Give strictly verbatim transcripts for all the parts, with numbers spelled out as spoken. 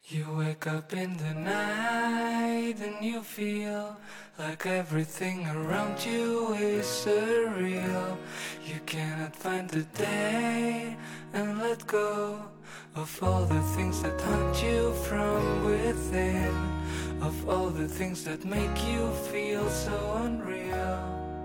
You wake up in the night and you feel like everything around you is surreal. You cannot find the day and let go of all the things that haunt you from within, of all the things that make you feel so unreal.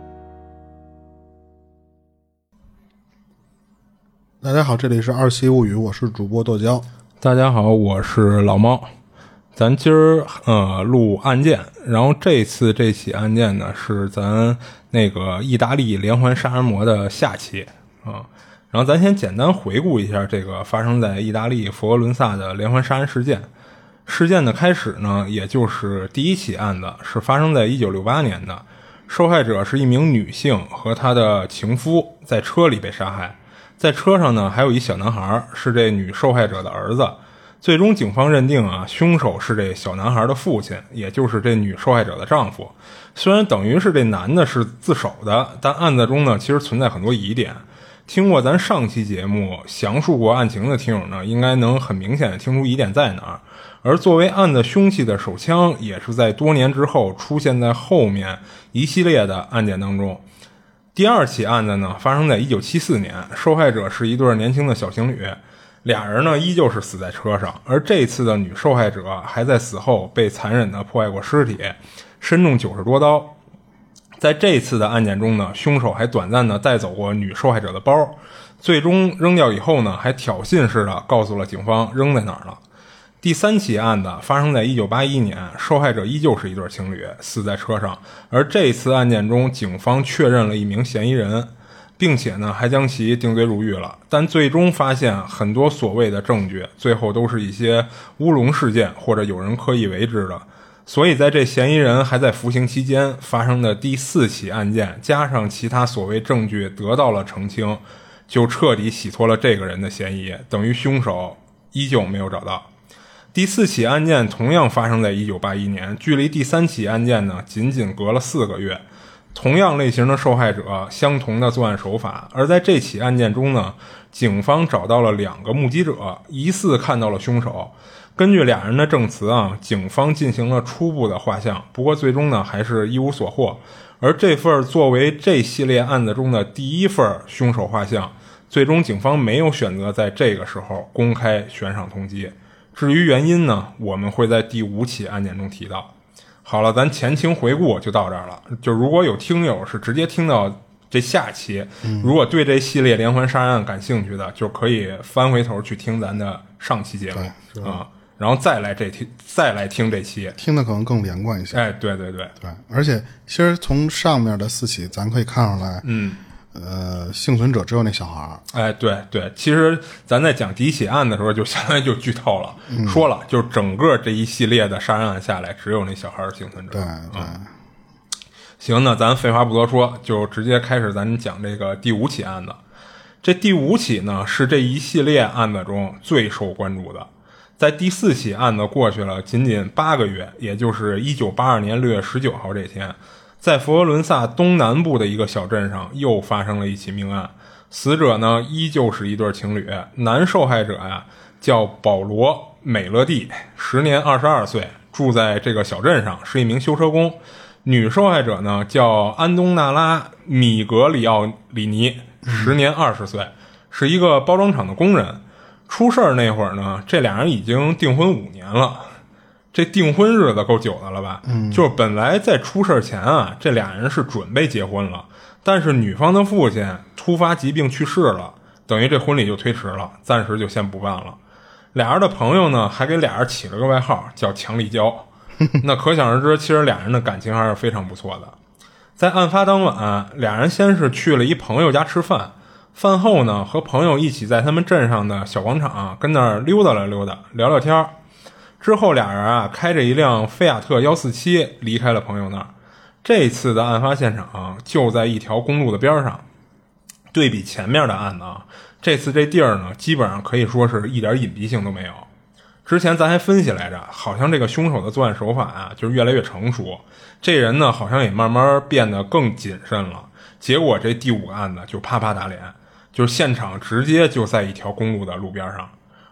大家好，这里是二期物语，我是主播豆椒。 大家好，我是老猫。咱今儿呃录案件，然后这次这起案件呢是咱那个意大利连环杀人魔的下期啊。然后咱先简单回顾一下这个发生在意大利佛罗伦萨的连环杀人事件。事件的开始呢，也就是第一起案子是发生在一九六八年的，受害者是一名女性和她的情夫在车里被杀害。在车上呢还有一小男孩，是这女受害者的儿子。最终警方认定啊，凶手是这小男孩的父亲，也就是这女受害者的丈夫。虽然等于是这男的是自首的，但案子中呢其实存在很多疑点。听过咱上期节目详述过案情的听友呢，应该能很明显的听出疑点在哪儿。而作为案子凶器的手枪，也是在多年之后出现在后面一系列的案件当中。第二起案子呢发生在一九七四年，受害者是一对年轻的小情侣，俩人呢依旧是死在车上，而这次的女受害者还在死后被残忍的破坏过尸体，身中九十多刀。在这次的案件中呢，凶手还短暂的带走过女受害者的包，最终扔掉以后呢，还挑衅似的告诉了警方扔在哪儿了。第三起案子发生在一九八一年，受害者依旧是一对情侣，死在车上。而这次案件中，警方确认了一名嫌疑人，并且呢还将其定罪入狱了。但最终发现很多所谓的证据，最后都是一些乌龙事件或者有人刻意为之的。所以在这嫌疑人还在服刑期间发生的第四起案件，加上其他所谓证据得到了澄清，就彻底洗脱了这个人的嫌疑，等于凶手依旧没有找到。第四起案件同样发生在一九八一年，距离第三起案件呢仅仅隔了四个月。同样类型的受害者，相同的作案手法。而在这起案件中呢，警方找到了两个目击者，疑似看到了凶手。根据俩人的证词啊，警方进行了初步的画像，不过最终呢还是一无所获。而这份作为这系列案子中的第一份凶手画像，最终警方没有选择在这个时候公开悬赏通缉。至于原因呢，我们会在第五起案件中提到。好了，咱前情回顾就到这儿了。就如果有听友是直接听到这下期，嗯、如果对这系列连环杀人案感兴趣的，就可以翻回头去听咱的上期节目啊、嗯，然后再来这听，再来听这期， 听的可能更连贯一些。 哎，对对对对，而且其实从上面的四起，咱可以看出来， 嗯。 呃，幸存者只有那小孩。 哎，对对，其实咱在讲第一起案的时候，就相当于就剧透了，嗯、说了，就整个这一系列的杀人案下来，只有那小孩是幸存者。 对对、 嗯。行，那咱废话不多说，就直接开始咱讲这个第五起案子。这第五起呢，是这一系列案子中最受关注的。在第四起案子过去了仅仅八个月，也就是一九八二年六月十九号这天。在佛罗伦萨东南部的一个小镇上，又发生了一起命案。死者呢，依旧是一对情侣。男受害者呀、啊，叫保罗·美勒蒂，时年二十二岁，住在这个小镇上，是一名修车工。女受害者呢，叫安东娜拉·米格里奥里尼，时年二十岁，是一个包装厂的工人。出事儿那会儿呢，这俩人已经订婚五年了。这订婚日子够久的了吧？嗯，就是本来在出事前啊，这俩人是准备结婚了，但是女方的父亲突发疾病去世了，等于这婚礼就推迟了，暂时就先不办了。俩人的朋友呢，还给俩人起了个外号叫强力胶。那可想而知，其实俩人的感情还是非常不错的。在案发当晚，俩人先是去了一朋友家吃饭，饭后呢，和朋友一起在他们镇上的小广场跟那儿溜达了溜达，聊聊天。之后俩人啊开着一辆菲亚特一四七离开了朋友那儿。这次的案发现场、啊、就在一条公路的边上。对比前面的案子啊，这次这地儿呢基本上可以说是一点隐蔽性都没有。之前咱还分析来着，好像这个凶手的作案手法啊就是越来越成熟，这人呢好像也慢慢变得更谨慎了。结果这第五个案子就啪啪打脸，就是现场直接就在一条公路的路边上。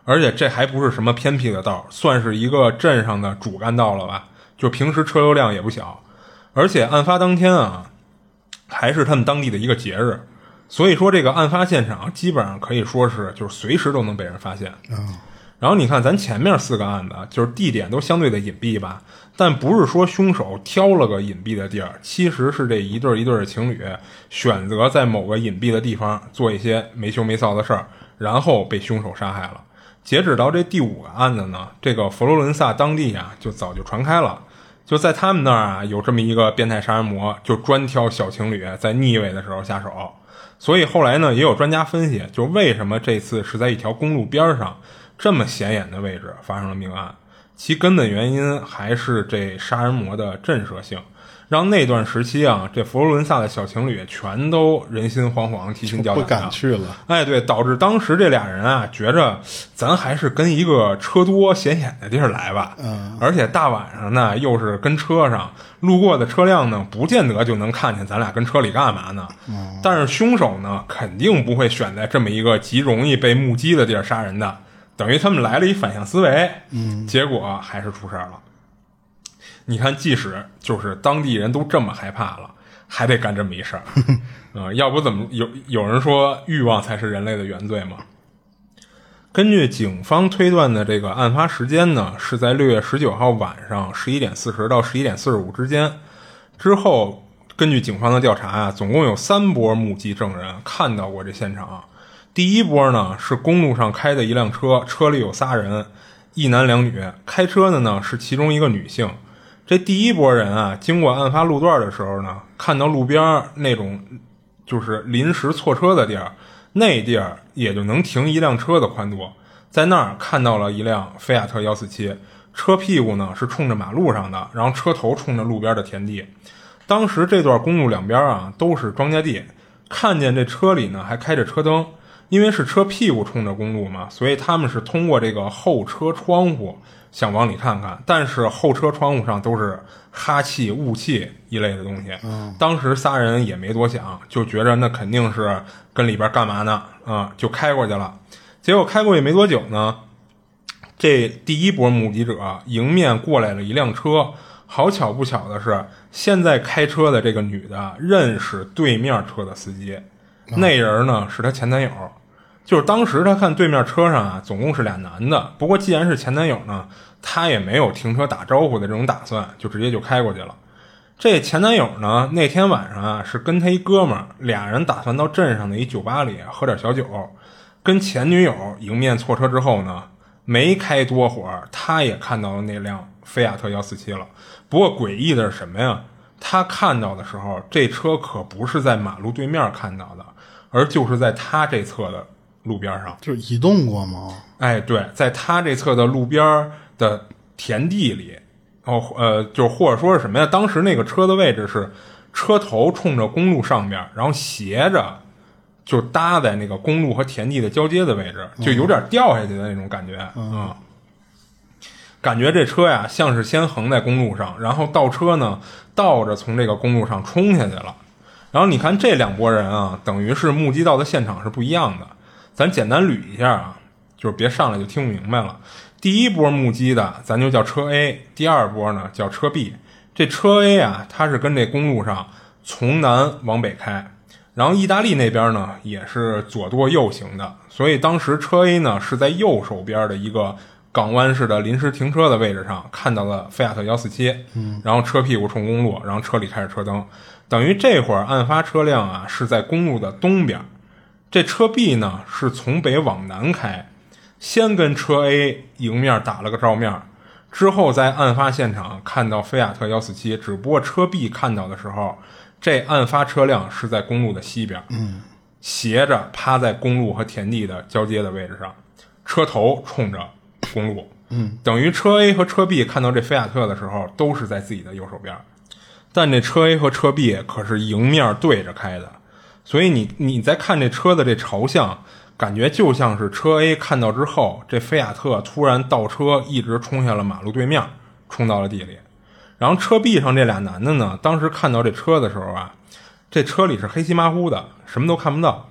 而且这还不是什么偏僻的道，算是一个镇上的主干道了吧，就平时车流量也不小。而且案发当天啊，还是他们当地的一个节日，所以说这个案发现场基本上可以说是就是随时都能被人发现。 嗯， 然后你看咱前面四个案子，就是地点都相对的隐蔽吧，但不是说凶手挑了个隐蔽的地儿，其实是这一对一对的情侣选择在某个隐蔽的地方做一些没羞没臊的事儿，然后被凶手杀害了。截止到这第五个案子呢，这个佛罗伦萨当地啊就早就传开了，就在他们那儿啊有这么一个变态杀人魔，就专挑小情侣在腻味的时候下手。所以后来呢，也有专家分析，就为什么这次是在一条公路边上这么显眼的位置发生了命案，其根本原因还是这杀人魔的震慑性，让那段时期啊，这佛罗伦萨的小情侣全都人心惶惶、提心吊胆的， 不敢去了。 哎，对，导致当时这俩人啊，觉着咱还是跟一个车多显眼的地儿来吧。 嗯， 而且大晚上呢，又是跟车上路过的车辆呢，不见得就能看见咱俩跟车里干嘛呢。嗯，但是凶手呢，肯定不会选在这么一个极容易被目击的地儿杀人的。等于他们来了一反向思维，嗯，结果还是出事了。你看，即使就是当地人都这么害怕了，还得干这么一事儿，呃，要不怎么有有人说欲望才是人类的原罪嘛？根据警方推断的这个案发时间呢，是在六月十九号晚上十一点四十到十一点四十五之间。之后，根据警方的调查啊，总共有三波目击证人看到过这现场。第一波呢是公路上开的一辆车，车里有仨人，一男两女，开车的呢是其中一个女性。这第一波人啊，经过案发路段的时候呢，看到路边那种就是临时错车的地儿，那地儿也就能停一辆车的宽度，在那儿看到了一辆菲亚特一四七，车屁股呢是冲着马路上的，然后车头冲着路边的田地。当时这段公路两边啊都是庄稼地，看见这车里呢还开着车灯，因为是车屁股冲着公路嘛，所以他们是通过这个后车窗户想往里看看，但是后车窗户上都是哈气、雾气一类的东西。嗯，当时仨人也没多想，就觉着那肯定是跟里边干嘛呢啊、嗯，就开过去了。结果开过去没多久呢，这第一波目击者迎面过来了一辆车。好巧不巧的是，现在开车的这个女的认识对面车的司机，那人呢是她前男友。就是当时她看对面车上啊总共是俩男的，不过既然是前男友呢，她也没有停车打招呼的这种打算，就直接就开过去了。这前男友呢那天晚上啊是跟他一哥们儿，俩人打算到镇上的一酒吧里喝点小酒，跟前女友迎面错车之后呢，没开多会儿，他也看到了那辆菲亚特一四七了。不过诡异的是什么呀？他看到的时候，这车可不是在马路对面看到的，而就是在他这侧的路边上。 就是移动过吗？ 哎，对，在他这侧的路边的田地里。哦，呃，就或者说是什么呀？当时那个车的位置是车头冲着公路上边，然后斜着就搭在那个公路和田地的交接的位置，就有点掉下去的那种感觉。嗯。嗯，感觉这车呀像是先横在公路上，然后倒车呢倒着从这个公路上冲下去了。然后你看这两拨人啊，等于是目击到的现场是不一样的。咱简单捋一下啊，就是别上来就听不明白了。第一波目击的咱就叫车 A， 第二波呢叫车 B。 这车 A 啊，它是跟这公路上从南往北开，然后意大利那边呢也是左舵右行的，所以当时车 A 呢是在右手边的一个港湾式的临时停车的位置上看到了菲亚特一四七，嗯，然后车屁股冲公路，然后车里开着车灯，等于这会儿案发车辆啊是在公路的东边。这车 B 呢是从北往南开，先跟车 A 迎面打了个照面，之后在案发现场看到菲亚特一四七，只不过车 B 看到的时候，这案发车辆是在公路的西边，嗯，斜着趴在公路和田地的交接的位置上，车头冲着公路，嗯，等于车 A 和车 B 看到这菲亚特的时候都是在自己的右手边，但这车 A 和车 B 可是迎面对着开的，所以你你在看这车的这朝向，感觉就像是车 A 看到之后，这菲亚特突然倒车，一直冲下了马路对面，冲到了地里。然后车 B 上这俩男的呢，当时看到这车的时候啊，这车里是黑漆麻糊的，什么都看不到。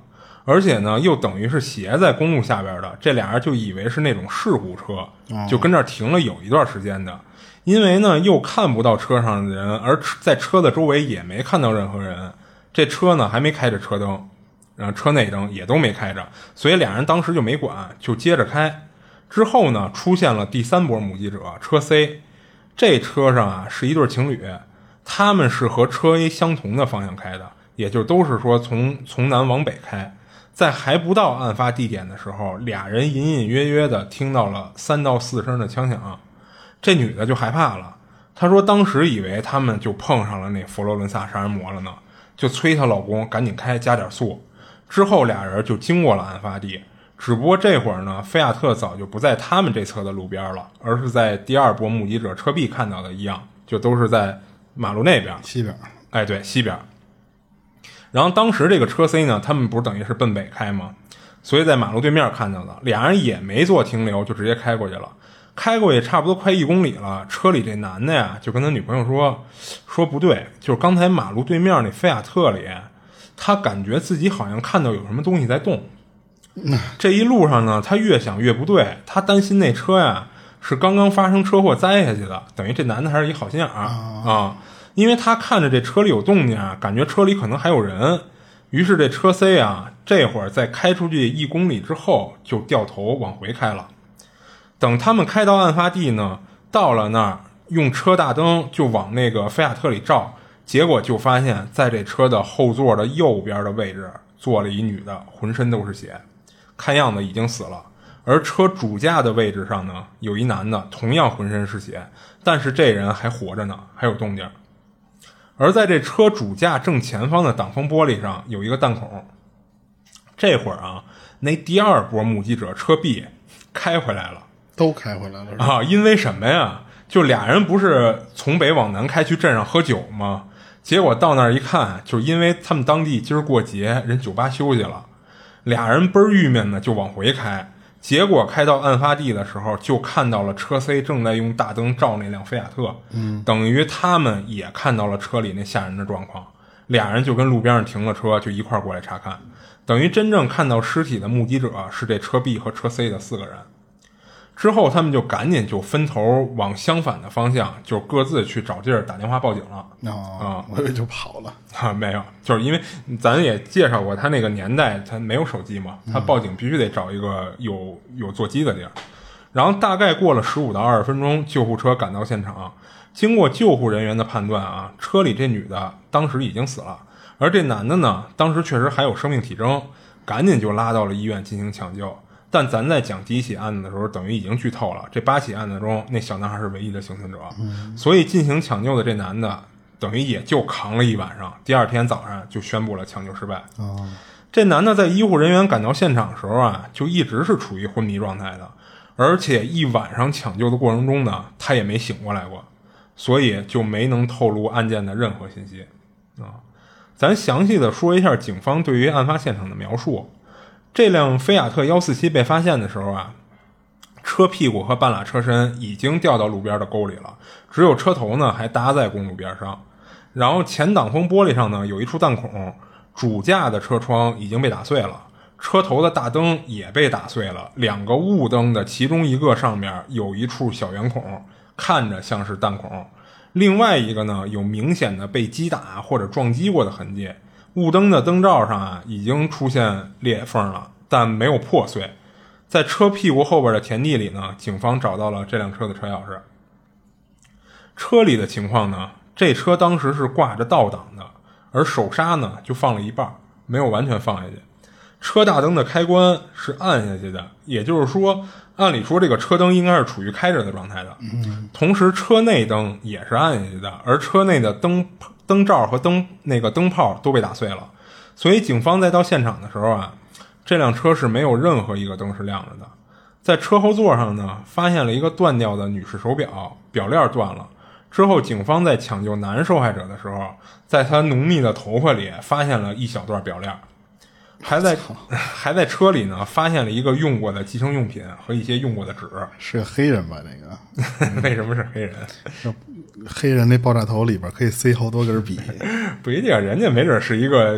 而且呢又等于是斜在公路下边的，这俩人就以为是那种事故车，就跟这儿停了有一段时间的。因为呢又看不到车上的人，而在车的周围也没看到任何人，这车呢还没开着车灯，然后车内灯也都没开着，所以俩人当时就没管，就接着开。之后呢出现了第三波目击者，车 C。 这车上啊是一对情侣，他们是和车 A 相同的方向开的，也就都是说从从南往北开。在还不到案发地点的时候，俩人隐隐约约的听到了三到四声的枪响，这女的就害怕了，她说当时以为他们就碰上了那佛罗伦萨杀人魔了呢，就催她老公赶紧开，加点速。之后俩人就经过了案发地，只不过这会儿呢菲亚特早就不在他们这侧的路边了，而是在第二波目击者车 B 看到的一样，就都是在马路那边， 西边。 哎，对，西边。然后当时这个车 C 呢，他们不是等于是奔北开吗？所以在马路对面看到的，俩人也没做停留，就直接开过去了。开过去差不多快一公里了，车里这男的呀就跟他女朋友说说不对，就是刚才马路对面那菲亚特里，他感觉自己好像看到有什么东西在动。这一路上呢他越想越不对，他担心那车呀是刚刚发生车祸栽下去的，等于这男的还是一好心眼儿啊，因为他看着这车里有动静啊，感觉车里可能还有人。于是这车 C 啊这会儿在开出去一公里之后就掉头往回开了。等他们开到案发地呢，到了那儿用车大灯就往那个菲亚特里照，结果就发现在这车的后座的右边的位置坐了一女的，浑身都是血，看样子已经死了。而车主驾的位置上呢有一男的，同样浑身是血，但是这人还活着呢，还有动静。而在这车主驾正前方的挡风玻璃上有一个弹孔。这会儿啊那第二波目击者车 B 开回来了， 都开回来了啊！因为什么呀？就俩人不是从北往南开去镇上喝酒吗？结果到那儿一看，就是因为他们当地今儿过节，人酒吧休息了，俩人倍儿郁闷呢，就往回开。结果开到案发地的时候，就看到了车 C 正在用大灯照那辆菲亚特，嗯，等于他们也看到了车里那吓人的状况。俩人就跟路边上停了车，就一块过来查看。等于真正看到尸体的目击者是这车 B 和车 C 的四个人。之后他们就赶紧就分头往相反的方向，就各自去找地儿打电话报警了。 哦， 啊、 我以为就跑了。 啊，没有，就是因为咱也介绍过，他那个年代他没有手机嘛，他报警必须得找一个有有座机的地儿。然后大概过了十五到二十分钟，救护车赶到现场，经过救护人员的判断啊，车里这女的当时已经死了，而这男的呢，当时确实还有生命体征，赶紧就拉到了医院进行抢救。但咱在讲第一起案子的时候等于已经剧透了，这八起案子中那小男孩是唯一的幸存者、嗯、所以进行抢救的这男的等于也就扛了一晚上，第二天早上就宣布了抢救失败、哦、这男的在医护人员赶到现场的时候啊，就一直是处于昏迷状态的，而且一晚上抢救的过程中呢，他也没醒过来过，所以就没能透露案件的任何信息啊。咱详细的说一下警方对于案发现场的描述。这辆菲亚特一四七被发现的时候啊，车屁股和半拉车身已经掉到路边的沟里了，只有车头呢还搭在公路边上。然后前挡风玻璃上呢有一处弹孔，主驾的车窗已经被打碎了，车头的大灯也被打碎了，两个雾灯的其中一个上面有一处小圆孔，看着像是弹孔，另外一个呢有明显的被击打或者撞击过的痕迹。雾灯的灯罩上啊已经出现裂缝了，但没有破碎。在车屁股后边的田地里呢，警方找到了这辆车的车钥匙。车里的情况呢，这车当时是挂着倒档的，而手刹呢就放了一半，没有完全放下去。车大灯的开关是按下去的，也就是说按理说这个车灯应该是处于开着的状态的。同时车内灯也是按下去的，而车内的灯灯罩和灯那个灯泡都被打碎了，所以警方在到现场的时候啊，这辆车是没有任何一个灯是亮着的。在车后座上呢，发现了一个断掉的女士手表，表链断了。之后警方在抢救男受害者的时候，在他浓密的头发里发现了一小段表链，还在还在车里呢发现了一个用过的集成用品和一些用过的纸。 是个黑人吧那个为什么是黑人？ 黑人那爆炸头里边可以塞好多根笔。 不一定，人家没准是一个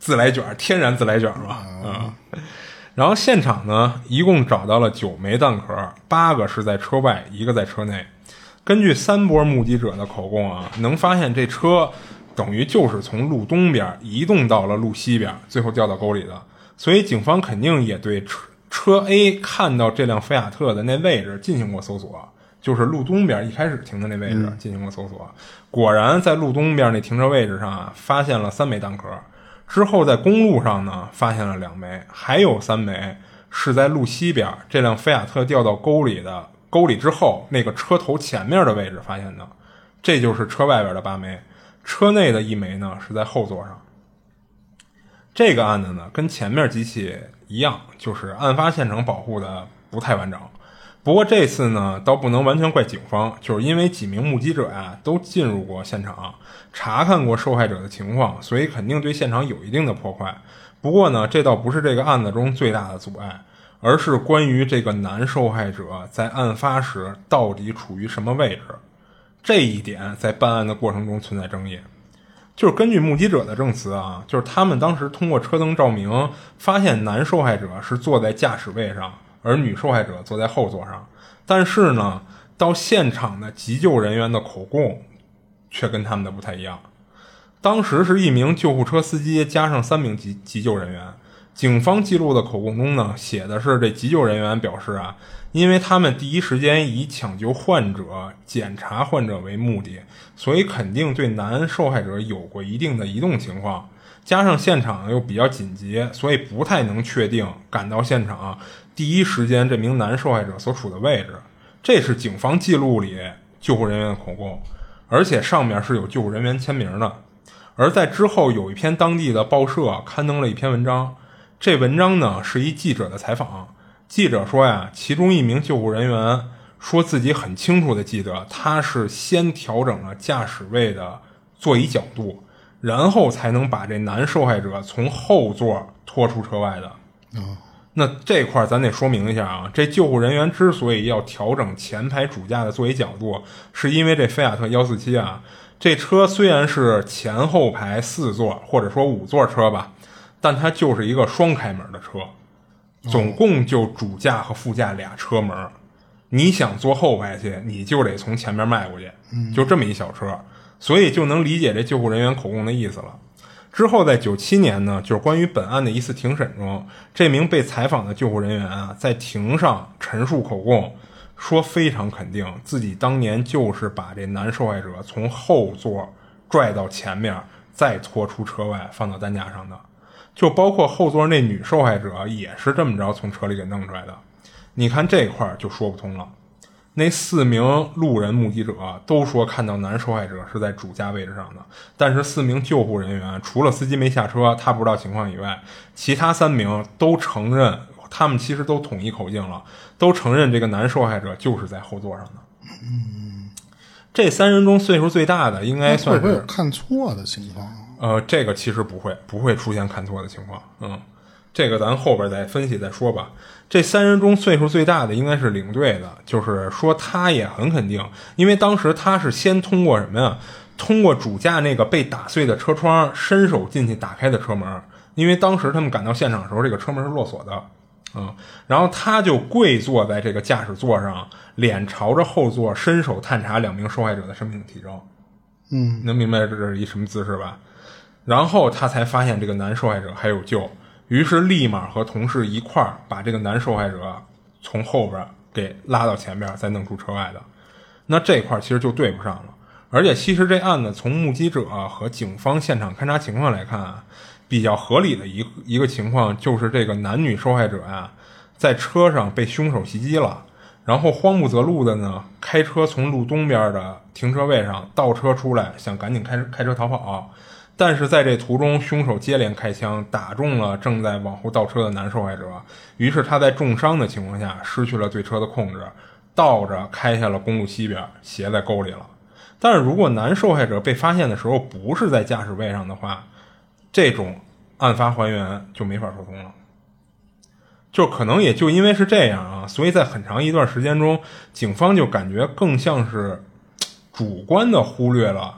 自来卷，天然自来卷吧，嗯。然后现场呢，一共找到了九枚弹壳，八个是在车外，一个在车内。根据三波目击者的口供啊，能发现这车等于就是从路东边移动到了路西边，最后掉到沟里的。所以警方肯定也对车车 A 看到这辆菲亚特的那位置进行过搜索，就是路东边一开始停的那位置进行过搜索。果然在路东边那停车位置上啊，发现了三枚弹壳。之后在公路上呢发现了两枚，还有三枚是在路西边这辆菲亚特掉到沟里的沟里之后那个车头前面的位置发现的，这就是车外边的八枚，车内的一枚呢是在后座上。这个案子呢跟前面几起一样，就是案发现场保护的不太完整。不过这次呢倒不能完全怪警方，就是因为几名目击者啊都进入过现场，查看过受害者的情况，所以肯定对现场有一定的破坏。不过呢这倒不是这个案子中最大的阻碍，而是关于这个男受害者在案发时到底处于什么位置，这一点在办案的过程中存在争议。就是根据目击者的证词啊，就是他们当时通过车灯照明发现男受害者是坐在驾驶位上，而女受害者坐在后座上，但是呢到现场的急救人员的口供却跟他们的不太一样。当时是一名救护车司机加上三名急急救人员，警方记录的口供中呢写的是这急救人员表示啊，因为他们第一时间以抢救患者检查患者为目的，所以肯定对男受害者有过一定的移动情况，加上现场又比较紧急，所以不太能确定赶到现场第一时间这名男受害者所处的位置。这是警方记录里救护人员的口供，而且上面是有救护人员签名的。而在之后有一篇当地的报社刊登了一篇文章，这文章呢是一记者的采访。记者说呀，其中一名救护人员说自己很清楚的记得他是先调整了驾驶位的座椅角度，然后才能把这男受害者从后座拖出车外的。 哦， 那这块咱得说明一下啊，这救护人员之所以要调整前排主驾的座椅角度，是因为这菲亚特一四七啊，这车虽然是前后排四座或者说五座车吧，但它就是一个双开门的车，总共就主驾和副驾俩车门，你想坐后排去你就得从前面迈过去，就这么一小车，所以就能理解这救护人员口供的意思了。之后在九七年呢，就是关于本案的一次庭审中，这名被采访的救护人员啊，在庭上陈述口供，说非常肯定自己当年就是把这男受害者从后座拽到前面，再拖出车外放到担架上的。就包括后座那女受害者也是这么着从车里给弄出来的。你看这块就说不通了。那四名路人目击者都说看到男受害者是在主驾位置上的，但是四名救护人员除了司机没下车他不知道情况以外，其他三名都承认，他们其实都统一口径了，都承认这个男受害者就是在后座上的。嗯，这三人中岁数最大的应该算是会不会有看错的情况？ 呃，这个其实不会，不会出现看错的情况。嗯，这个咱后边再分析再说吧。这三人中岁数最大的应该是领队的，就是说他也很肯定，因为当时他是先通过什么呀？通过主驾那个被打碎的车窗伸手进去打开的车门，因为当时他们赶到现场的时候这个车门是落锁的。嗯，然后他就跪坐在这个驾驶座上，脸朝着后座，伸手探查两名受害者的生命体征。 嗯， 能明白这是一什么姿势吧？然后他才发现这个男受害者还有救，于是立马和同事一块儿把这个男受害者从后边给拉到前边，再弄出车外的。那这块其实就对不上了。而且其实这案子从目击者和警方现场勘查情况来看啊，比较合理的一一个情况就是这个男女受害者啊，在车上被凶手袭击了，然后慌不择路的呢，开车从路东边的停车位上倒车出来，想赶紧开开车逃跑。但是在这途中，凶手接连开枪打中了正在往后倒车的男受害者，于是他在重伤的情况下失去了对车的控制，倒着开下了公路西边，斜在沟里了。但是如果男受害者被发现的时候不是在驾驶位上的话，这种案发还原就没法说通了。就可能也就因为是这样啊，所以在很长一段时间中，警方就感觉更像是主观的忽略了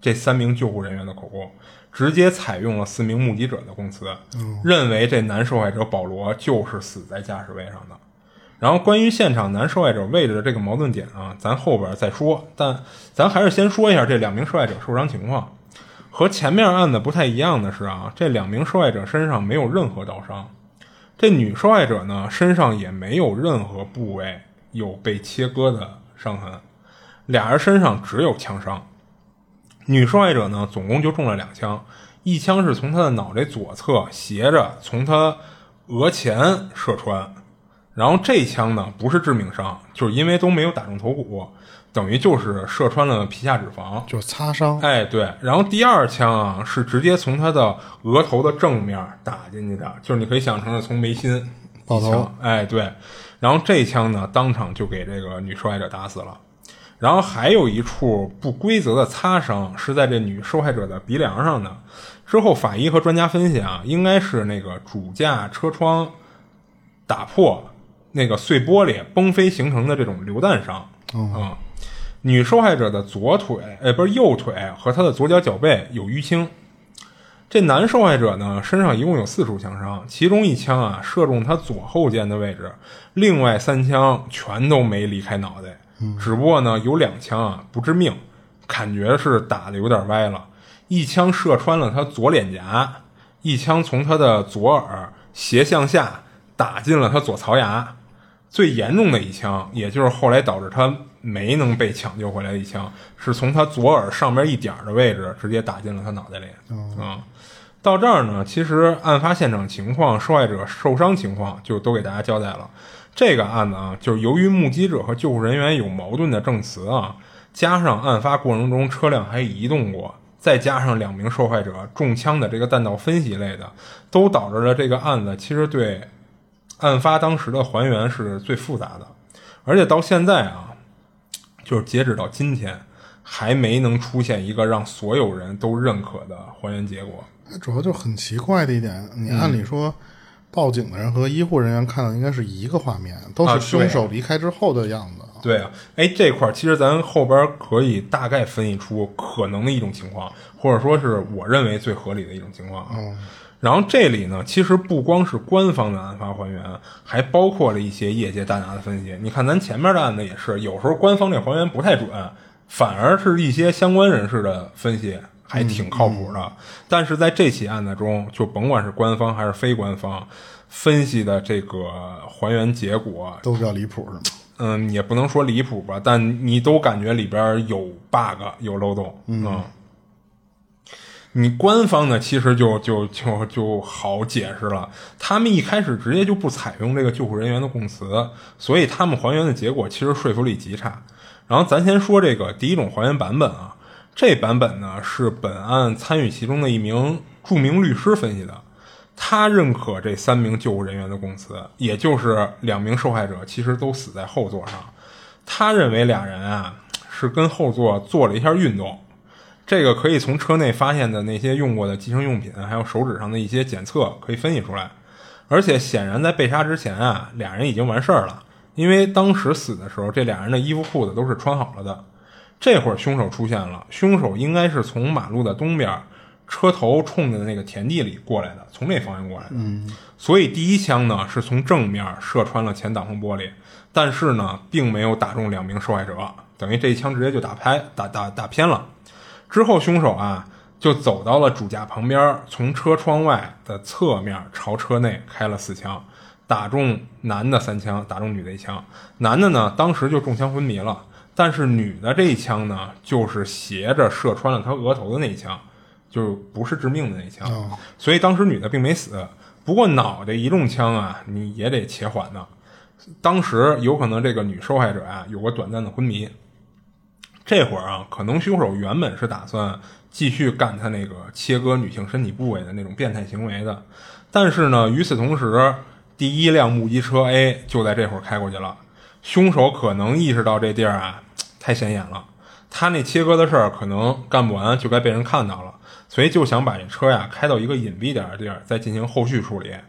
这三名救护人员的口供，直接采用了四名目击者的供词，认为这男受害者保罗就是死在驾驶位上的。然后关于现场男受害者位置的这个矛盾点啊，咱后边再说，但咱还是先说一下这两名受害者受伤情况。和前面案子不太一样的是啊，这两名受害者身上没有任何刀伤，这女受害者呢身上也没有任何部位有被切割的伤痕，俩人身上只有枪伤。女受害者呢总共就中了两枪，一枪是从她的脑袋左侧斜着从她额前射穿，然后这枪呢不是致命伤，就是因为都没有打中头骨，等于就是射穿了皮下脂肪， 就是擦伤。 哎，对。然后第二枪啊是直接从他的额头的正面打进去的，就是你可以想成是从眉心爆头。 哎，对。然后这枪呢当场就给这个女受害者打死了。然后还有一处不规则的擦伤是在这女受害者的鼻梁上的。之后法医和专家分析啊，应该是那个主驾车窗打破那个碎玻璃崩飞形成的这种榴弹伤。 嗯。 嗯，女受害者的左腿，呃，不是右腿和她的左脚脚背有淤青。这男受害者呢，身上一共有四处枪伤，其中一枪啊射中他左后肩的位置，另外三枪全都没离开脑袋，嗯、只不过呢有两枪啊不致命，感觉是打的有点歪了。一枪射穿了他左脸颊，一枪从他的左耳斜向下打进了他左槽牙。最严重的一枪，也就是后来导致他没能被抢救回来的一枪，是从他左耳上边一点的位置直接打进了他脑袋里。嗯，嗯到这儿呢，其实案发现场情况、受害者受伤情况就都给大家交代了。这个案子啊，就是由于目击者和救护人员有矛盾的证词啊，加上案发过程中车辆还移动过，再加上两名受害者中枪的这个弹道分析类的，都导致了这个案子其实对案发当时的还原是最复杂的。而且到现在啊，就是截止到今天，还没能出现一个让所有人都认可的还原结果。 主要就很奇怪的一点，你按理说报警的人和医护人员看到应该是一个画面，都是凶手离开之后的样子。 对啊，哎，这块其实咱后边可以大概分析出可能的一种情况，或者说是我认为最合理的一种情况啊。嗯，然后这里呢，其实不光是官方的案发还原，还包括了一些业界大拿的分析。你看咱前面的案子也是，有时候官方这还原不太准，反而是一些相关人士的分析还挺靠谱的。嗯嗯、但是在这起案子中，就甭管是官方还是非官方分析的这个还原结果， 都比较离谱，是吗？ 嗯，也不能说离谱吧，但你都感觉里边有 bug 有漏洞。嗯。嗯你官方呢，其实就就就就好解释了，他们一开始直接就不采用这个救护人员的供词，所以他们还原的结果其实说服力极差。然后咱先说这个第一种还原版本啊，这版本呢是本案参与其中的一名著名律师分析的，他认可这三名救护人员的供词，也就是两名受害者其实都死在后座上，他认为俩人啊是跟后座做了一下运动。这个可以从车内发现的那些用过的计生用品，还有手指上的一些检测可以分析出来。而且显然在被杀之前啊，俩人已经完事儿了，因为当时死的时候，这俩人的衣服裤子都是穿好了的。这会儿凶手出现了，凶手应该是从马路的东边，车头冲着那个田地里过来的，从这方向过来的。嗯，所以第一枪呢是从正面射穿了前挡风玻璃，但是呢并没有打中两名受害者，等于这一枪直接就打拍打打打偏了。之后凶手啊就走到了主驾旁边，从车窗外的侧面朝车内开了四枪，打中男的三枪，打中女的一枪。男的呢当时就中枪昏迷了，但是女的这一枪呢就是斜着射穿了他额头的那一枪，就不是致命的那一枪。哦，所以当时女的并没死。不过脑袋一中枪啊你也得且缓呢，当时有可能这个女受害者啊有过短暂的昏迷。这会儿啊，可能凶手原本是打算继续干他那个切割女性身体部位的那种变态行为的，但是呢，与此同时，第一辆目击车 A 就在这会儿开过去了。凶手可能意识到这地儿啊太显眼了，他那切割的事儿可能干不完就该被人看到了，所以就想把这车呀开到一个隐蔽点的地儿，再进行后续处理。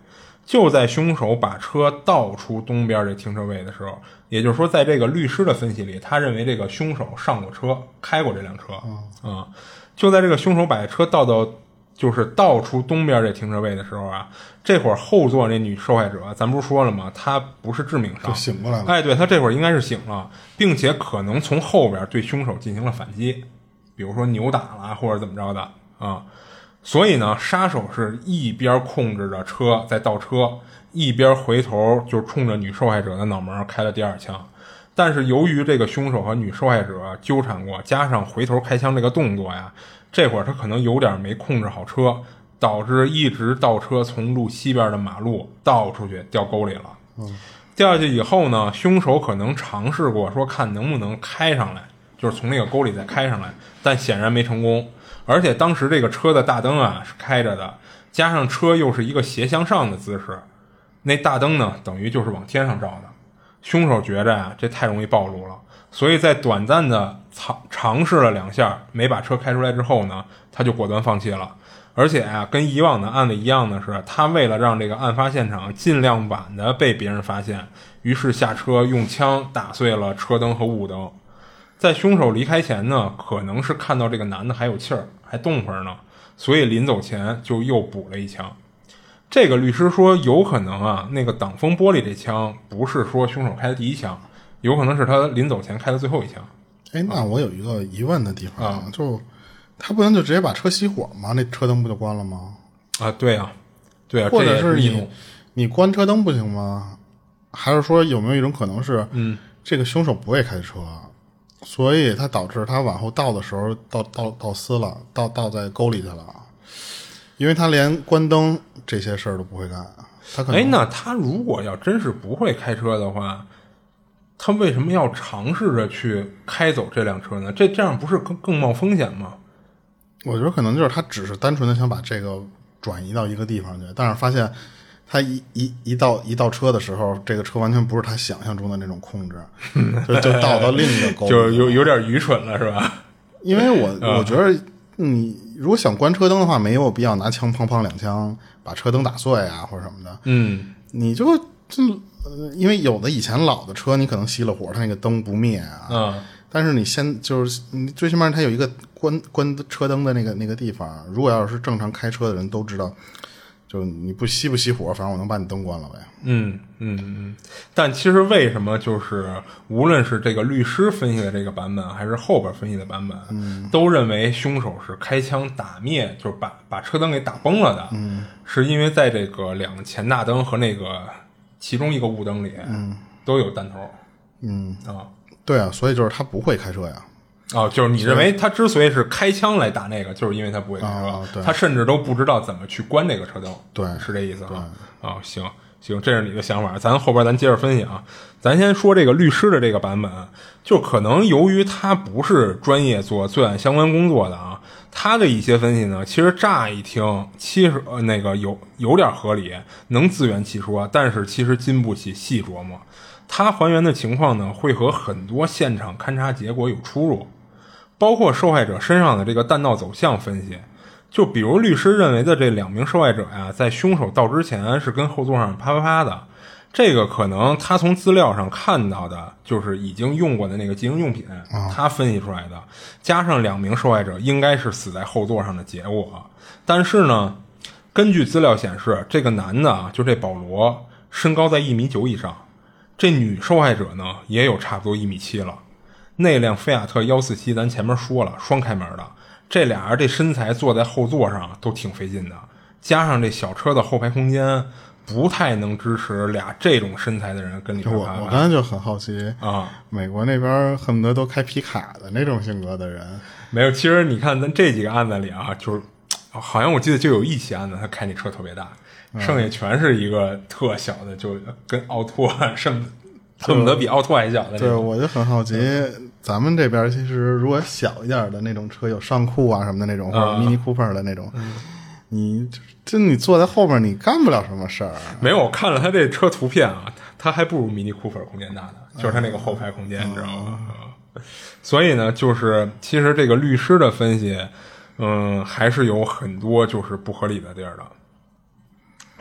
就在凶手把车倒出东边这停车位的时候，也就是说，在这个律师的分析里，他认为这个凶手上过车，开过这辆车。啊、嗯，就在这个凶手把车倒到就是倒出东边这停车位的时候啊，这会儿后座那女受害者，咱不是说了吗？她不是致命伤， 就醒过来了。 哎，对，她这会儿应该是醒了，并且可能从后边对凶手进行了反击，比如说扭打了或者怎么着的啊、嗯。所以呢，杀手是一边控制着车在倒车，一边回头就冲着女受害者的脑门开了第二枪。但是由于这个凶手和女受害者纠缠过，加上回头开枪这个动作呀，这会儿他可能有点没控制好车，导致一直倒车从路西边的马路倒出去掉沟里了。嗯，掉下去以后呢，凶手可能尝试过说看能不能开上来，就是从那个沟里再开上来，但显然没成功。而且当时这个车的大灯啊是开着的，加上车又是一个斜向上的姿势，那大灯呢等于就是往天上照的。凶手觉着啊这太容易暴露了，所以在短暂的尝尝试了两下没把车开出来之后呢，他就果断放弃了。而且啊跟以往的案子一样的是，他为了让这个案发现场尽量晚的被别人发现，于是下车用枪打碎了车灯和雾灯。在凶手离开前呢，可能是看到这个男的还有气儿，还动会儿呢，所以临走前就又补了一枪。这个律师说有可能啊，那个挡风玻璃这枪不是说凶手开的第一枪，有可能是他临走前开的最后一枪。 哎，那我有一个疑问的地方、 啊、 就他不能就直接把车熄火吗？那车灯不就关了吗？ 啊，对啊，对啊， 或者是你这也是一种你关车灯不行吗？还是说有没有一种可能是， 嗯， 这个凶手不会开车，所以他导致他往后倒的时候倒倒倒撕了，倒倒在沟里去了，因为他连关灯这些事儿都不会干。他可能， 哎，那他如果要真是不会开车的话，他为什么要尝试着去开走这辆车呢？这这样不是更更冒风险吗？ 我觉得可能就是他只是单纯的想把这个转移到一个地方去，但是发现他一一一到一倒车的时候，这个车完全不是他想象中的那种控制，就就倒到另一个沟里， 就有有点愚蠢了，是吧？ 因为我我觉得你如果想关车灯的话，没有必要拿枪砰砰两枪把车灯打碎啊或者什么的。 嗯， 你就就呃，因为有的以前老的车，你可能熄了火，它那个灯不灭啊。 嗯。 但是你先就是你最起码它有一个关关车灯的那个那个地方，如果要是正常开车的人都知道，就你不熄不熄火，反正我能把你灯关了呗。 嗯嗯嗯。但其实为什么就是无论是这个律师分析的这个版本，还是后边分析的版本，嗯，都认为凶手是开枪打灭，就是把把车灯给打崩了的。嗯，是因为在这个两个前大灯和那个其中一个雾灯里，嗯，都有弹头。嗯啊。 对啊，所以就是他不会开车呀。 哦，就是你认为他之所以是开枪来打那个，就是因为他不会开车， 哦、 他甚至都不知道怎么去关这个车灯。 对， 是这意思啊。啊、哦，行行，这是你的想法，咱后边咱接着分析啊。咱先说这个律师的这个版本，就可能由于他不是专业做罪案相关工作的啊，他的一些分析呢，其实乍一听其实呃那个有有点合理，能自圆其说，但是其实经不起细琢磨。他还原的情况呢，会和很多现场勘查结果有出入，包括受害者身上的这个弹道走向分析。就比如律师认为的这两名受害者呀，在凶手到之前是跟后座上啪啪啪的，这个可能他从资料上看到的就是已经用过的那个急用用品，他分析出来的，加上两名受害者应该是死在后座上的结果。但是呢，根据资料显示，这个男的啊，就这保罗，身高在一米九以上。这女受害者呢，也有差不多一米七了。那辆菲亚特一四七，咱前面说了，双开门的，这俩人这身材坐在后座上都挺费劲的，加上这小车的后排空间，不太能支持俩这种身材的人跟里边我我刚才就很好奇啊， 美国那边恨不得都开皮卡的那种性格的人， 没有。其实你看咱这几个案子里啊，就是好像我记得就有一起案子，他开那车特别大。剩下全是一个特小的，就跟奥拓甚恨不得比奥拓还小的。 对，我就很好奇，咱们这边其实如果小一点的那种车，有上库啊什么的那种，或者 Mini Cooper 的那种，嗯、你这你坐在后面，你干不了什么事儿。 没有，我看了他这车图片啊，他还不如 Mini Cooper 空间大呢，就是他那个后排空间，嗯、你知道吗？嗯、所以呢，就是其实这个律师的分析，嗯，还是有很多就是不合理的地儿的。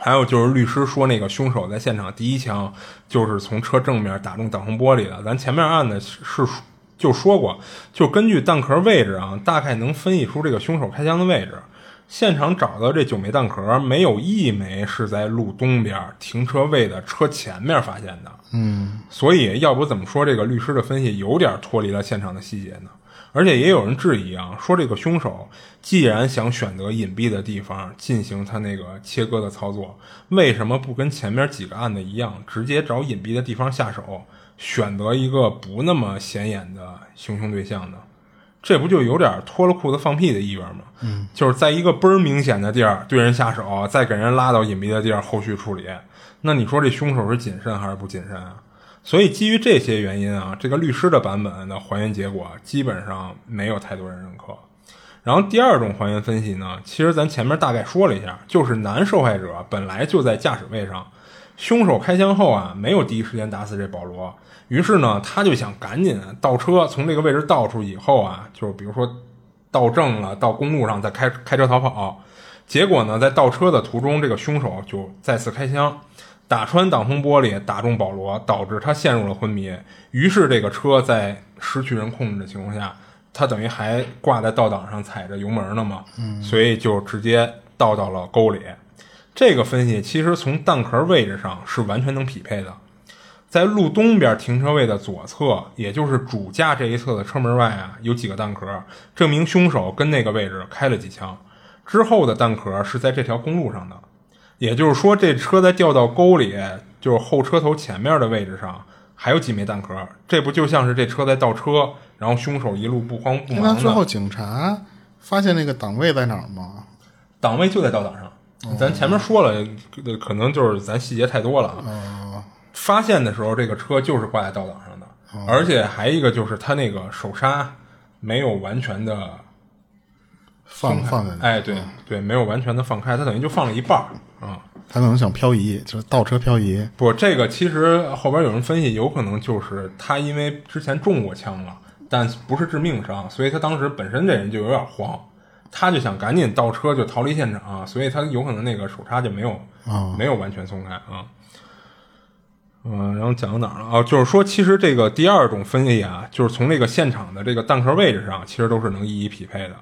还有就是律师说那个凶手在现场第一枪就是从车正面打中挡风玻璃的，咱前面案子是就说过，就根据弹壳位置啊，大概能分析出这个凶手开枪的位置。现场找到这九枚弹壳，没有一枚是在路东边停车位的车前面发现的。 嗯， 所以要不怎么说这个律师的分析有点脱离了现场的细节呢？而且也有人质疑啊，说这个凶手既然想选择隐蔽的地方进行他那个切割的操作，为什么不跟前面几个案子一样，直接找隐蔽的地方下手，选择一个不那么显眼的行凶对象呢？这不就有点脱了裤子放屁的意味吗？嗯，就是在一个倍儿明显的地儿对人下手，再给人拉到隐蔽的地儿后续处理，那你说这凶手是谨慎还是不谨慎啊？所以基于这些原因啊，这个律师的版本的还原结果基本上没有太多人认可。然后第二种还原分析呢，其实咱前面大概说了一下，就是男受害者本来就在驾驶位上，凶手开枪后啊，没有第一时间打死这保罗，于是呢，他就想赶紧倒车，从这个位置倒出以后啊，就是比如说倒正了，到公路上再开开车逃跑。结果呢，在倒车的途中，这个凶手就再次开枪，打穿挡风玻璃，打中保罗，导致他陷入了昏迷。于是这个车在失去人控制的情况下，他等于还挂在倒档上踩着油门呢嘛，嗯，所以就直接倒到了沟里。这个分析其实从弹壳位置上是完全能匹配的。在路东边停车位的左侧，也就是主驾这一侧的车门外啊，有几个弹壳，证明凶手跟那个位置开了几枪。之后的弹壳是在这条公路上的，也就是说这车在掉到沟里，就是后车头前面的位置上还有几枚弹壳，这不就像是这车在倒车，然后凶手一路不慌不忙的。 那最后警察发现那个档位在哪儿吗？ 档位就在倒档上。哦、咱前面说了，可能就是咱细节太多了啊。 哦、 发现的时候，这个车就是挂在倒档上的，哦、而且还一个就是他那个手刹没有完全的放放在那， 哎，对、嗯、对，没有完全的放开，他等于就放了一半啊、嗯。 他可能想漂移，就是倒车漂移。 不，这个其实后边有人分析，有可能就是他因为之前中过枪了，但不是致命伤，所以他当时本身这人就有点慌。他就想赶紧倒车就逃离现场、啊、所以他有可能那个手刹就没有、哦、没有完全松开啊。嗯、呃，然后讲到哪儿了啊？就是说，其实这个第二种分析啊，就是从这个现场的这个弹壳位置上，其实都是能一一匹配的。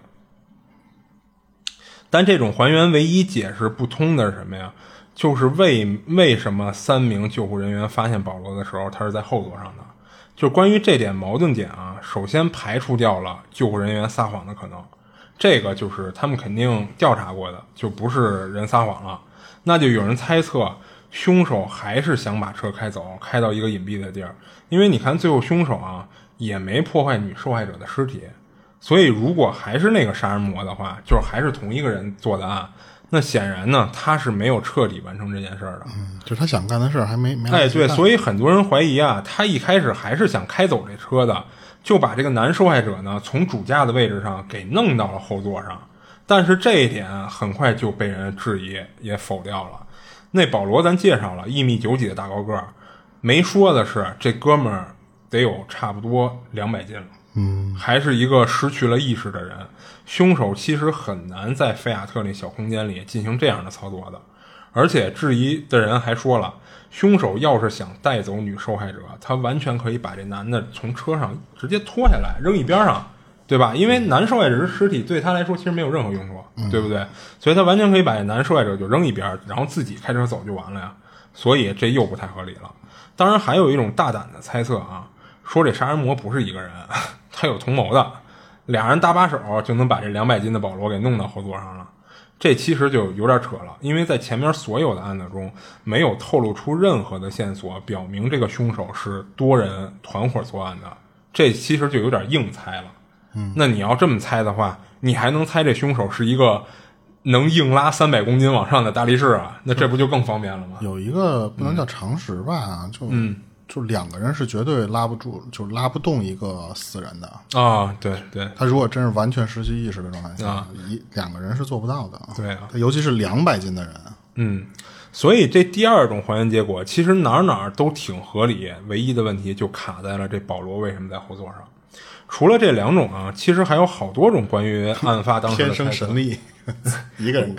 但这种还原唯一解释不通的是什么呀？就是为为什么三名救护人员发现保罗的时候，他是在后座上的？就关于这点矛盾点啊，首先排除掉了救护人员撒谎的可能。这个就是他们肯定调查过的，就不是人撒谎了。那就有人猜测凶手还是想把车开走，开到一个隐蔽的地儿。因为你看最后凶手啊也没破坏女受害者的尸体，所以如果还是那个杀人魔的话，就是还是同一个人做的案，那显然呢他是没有彻底完成这件事儿的。 嗯，就是他想干的事儿还没没哎，对，所以很多人怀疑啊，他一开始还是想开走这车的。就把这个男受害者呢从主驾的位置上给弄到了后座上，但是这一点很快就被人质疑也否掉了。那保罗咱介绍了，一米九几的大高个儿，没说的是这哥们儿得有差不多两百斤了， 嗯， 还是一个失去了意识的人。凶手其实很难在菲亚特那小空间里进行这样的操作的。而且质疑的人还说了，凶手要是想带走女受害者，他完全可以把这男的从车上直接拖下来扔一边上，对吧？因为男受害者的尸体对他来说其实没有任何用处， 嗯、 对不对？所以他完全可以把这男受害者就扔一边，然后自己开车走就完了呀。所以这又不太合理了。当然还有一种大胆的猜测啊，说这杀人魔不是一个人，他有同谋的，俩人搭把手就能把这两百斤的保罗给弄到后座上了。这其实就有点扯了，因为在前面所有的案子中没有透露出任何的线索表明这个凶手是多人团伙作案的，这其实就有点硬猜了。 嗯， 那你要这么猜的话，你还能猜这凶手是一个能硬拉三百公斤往上的大力士啊？那这不就更方便了吗？ 有一个不能叫常识吧，嗯、就嗯。 就两个人是绝对拉不住，就拉不动一个死人的啊、哦！对对， 他如果真是完全失去意识的状态下， 啊、 一两个人是做不到的。 对啊， 尤其是两百斤的人。 嗯，所以这第二种还原结果其实哪儿哪儿都挺合理，唯一的问题就卡在了这保罗为什么在后座上。除了这两种啊，其实还有好多种关于案发当时的天生神力，一个人干的。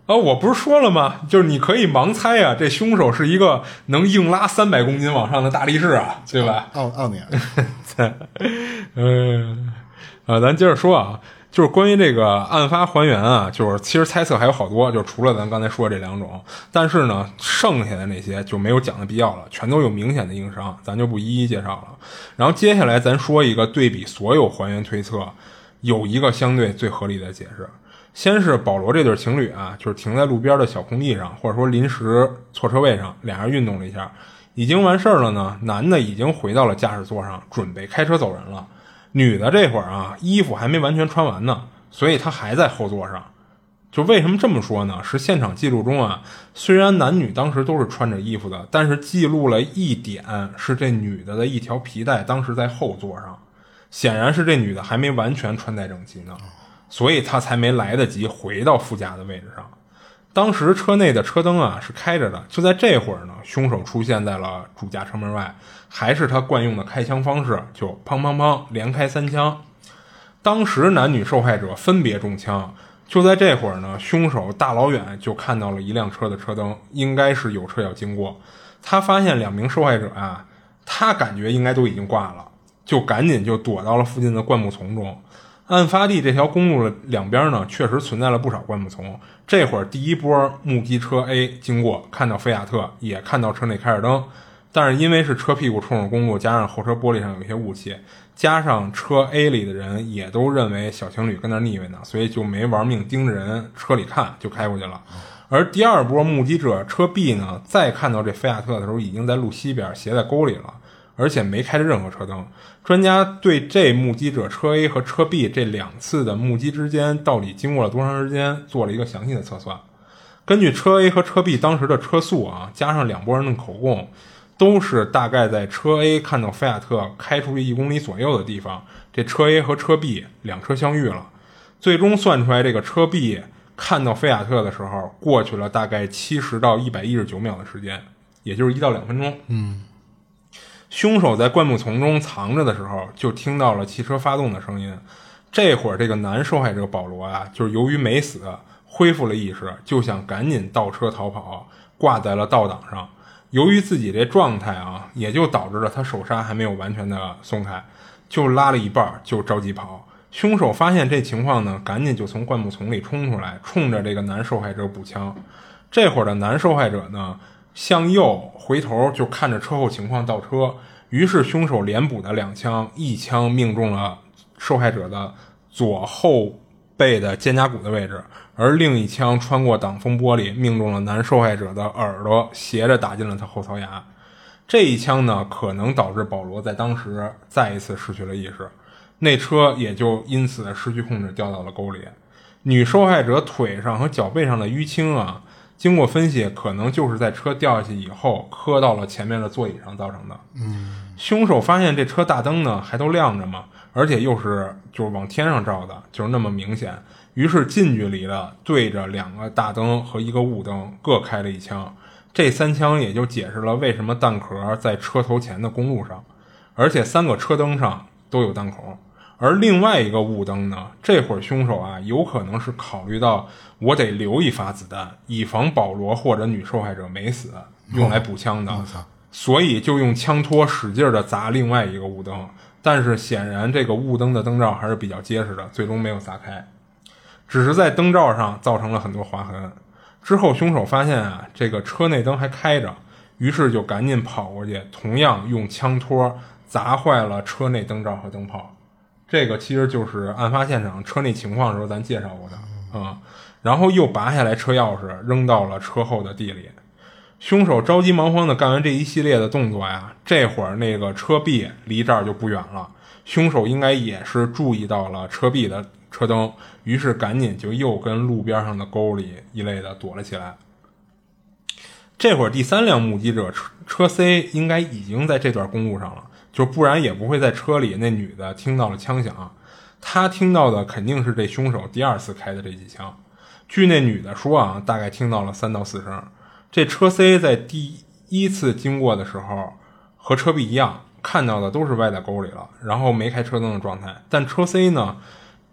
啊，我不是说了吗？就是你可以盲猜啊，这凶手是一个能硬拉三百公斤往上的大力士啊，对吧？ 奥奥尼尔， 嗯，啊，咱接着说啊，就是关于这个案发还原啊，就是其实猜测还有好多，就除了咱刚才说的这两种，但是呢，剩下的那些就没有讲的必要了，全都有明显的硬伤，咱就不一一介绍了。然后接下来咱说一个对比所有还原推测，有一个相对最合理的解释。先是保罗这对情侣啊，就是停在路边的小空地上，或者说临时错车位上，俩人运动了一下，已经完事儿了呢。男的已经回到了驾驶座上，准备开车走人了。女的这会儿啊，衣服还没完全穿完呢，所以她还在后座上。就为什么这么说呢？是现场记录中啊，虽然男女当时都是穿着衣服的，但是记录了一点是这女的的一条皮带当时在后座上，显然是这女的还没完全穿戴整齐呢。所以他才没来得及回到副驾的位置上。当时车内的车灯啊是开着的，就在这会儿呢，凶手出现在了主驾车门外，还是他惯用的开枪方式，就砰砰砰连开三枪。当时男女受害者分别中枪，就在这会儿呢，凶手大老远就看到了一辆车的车灯，应该是有车要经过。他发现两名受害者啊，他感觉应该都已经挂了，就赶紧就躲到了附近的灌木丛中。案发地这条公路的两边呢，确实存在了不少灌木丛。这会儿第一波目击车 A 经过，看到菲亚特，也看到车内开着灯，但是因为是车屁股冲着公路，加上后车玻璃上有一些雾气，加上车 A 里的人也都认为小情侣跟那腻歪呢，所以就没玩命盯着人车里看，就开过去了。而第二波目击者车 B 呢，再看到这菲亚特的时候，已经在路西边斜在沟里了，而且没开着任何车灯。专家对这目击者车 A 和车 B 这两次的目击之间到底经过了多长时间做了一个详细的测算。根据车 A 和车 B 当时的车速啊，加上两拨人的口供，都是大概在车 A 看到菲亚特开出去一公里左右的地方，这车 A 和车 B 两车相遇了。最终算出来，这个车 B 看到菲亚特的时候，过去了大概七十到一百一十九秒的时间，也就是一到两分钟。 嗯。 凶手在灌木丛中藏着的时候，就听到了汽车发动的声音。这会儿这个男受害者保罗啊，就是由于没死，恢复了意识，就想赶紧倒车逃跑，挂在了倒档上。由于自己这状态啊，也就导致了他手刹还没有完全的松开，就拉了一半就着急跑。凶手发现这情况呢，赶紧就从灌木丛里冲出来，冲着这个男受害者补枪。这会儿的男受害者呢，向右回头就看着车后情况倒车，于是凶手连补的两枪，一枪命中了受害者的左后背的肩胛骨的位置，而另一枪穿过挡风玻璃，命中了男受害者的耳朵，斜着打进了他后槽牙。这一枪呢，可能导致保罗在当时再一次失去了意识，那车也就因此失去控制掉到了沟里。女受害者腿上和脚背上的淤青啊，经过分析，可能就是在车掉下去以后磕到了前面的座椅上造成的。 嗯， 凶手发现这车大灯呢还都亮着嘛，而且又是就是往天上照的，就是那么明显，于是近距离的对着两个大灯和一个雾灯各开了一枪。这三枪也就解释了为什么弹壳在车头前的公路上，而且三个车灯上都有弹孔。而另外一个雾灯呢，这会儿凶手啊有可能是考虑到我得留一发子弹，以防保罗或者女受害者没死，用来补枪的， 哦、 所以就用枪托使劲的砸另外一个雾灯。但是显然这个雾灯的灯罩还是比较结实的，最终没有砸开，只是在灯罩上造成了很多划痕。之后凶手发现啊，这个车内灯还开着，于是就赶紧跑过去，同样用枪托砸坏了车内灯罩和灯泡。这个其实就是案发现场车内情况的时候咱介绍过的啊、嗯，然后又拔下来车钥匙扔到了车后的地里。凶手着急忙慌的干完这一系列的动作呀，这会儿那个车壁离这儿就不远了，凶手应该也是注意到了车壁的车灯，于是赶紧就又跟路边上的沟里一类的躲了起来。这会儿第三辆目击者车车 C 应该已经在这段公路上了，就不然也不会在车里那女的听到了枪响，她听到的肯定是这凶手第二次开的这几枪。据那女的说啊，大概听到了三到四声。这车 C 在第一次经过的时候和车 B 一样，看到的都是歪在沟里了，然后没开车灯的状态。但车 C 呢，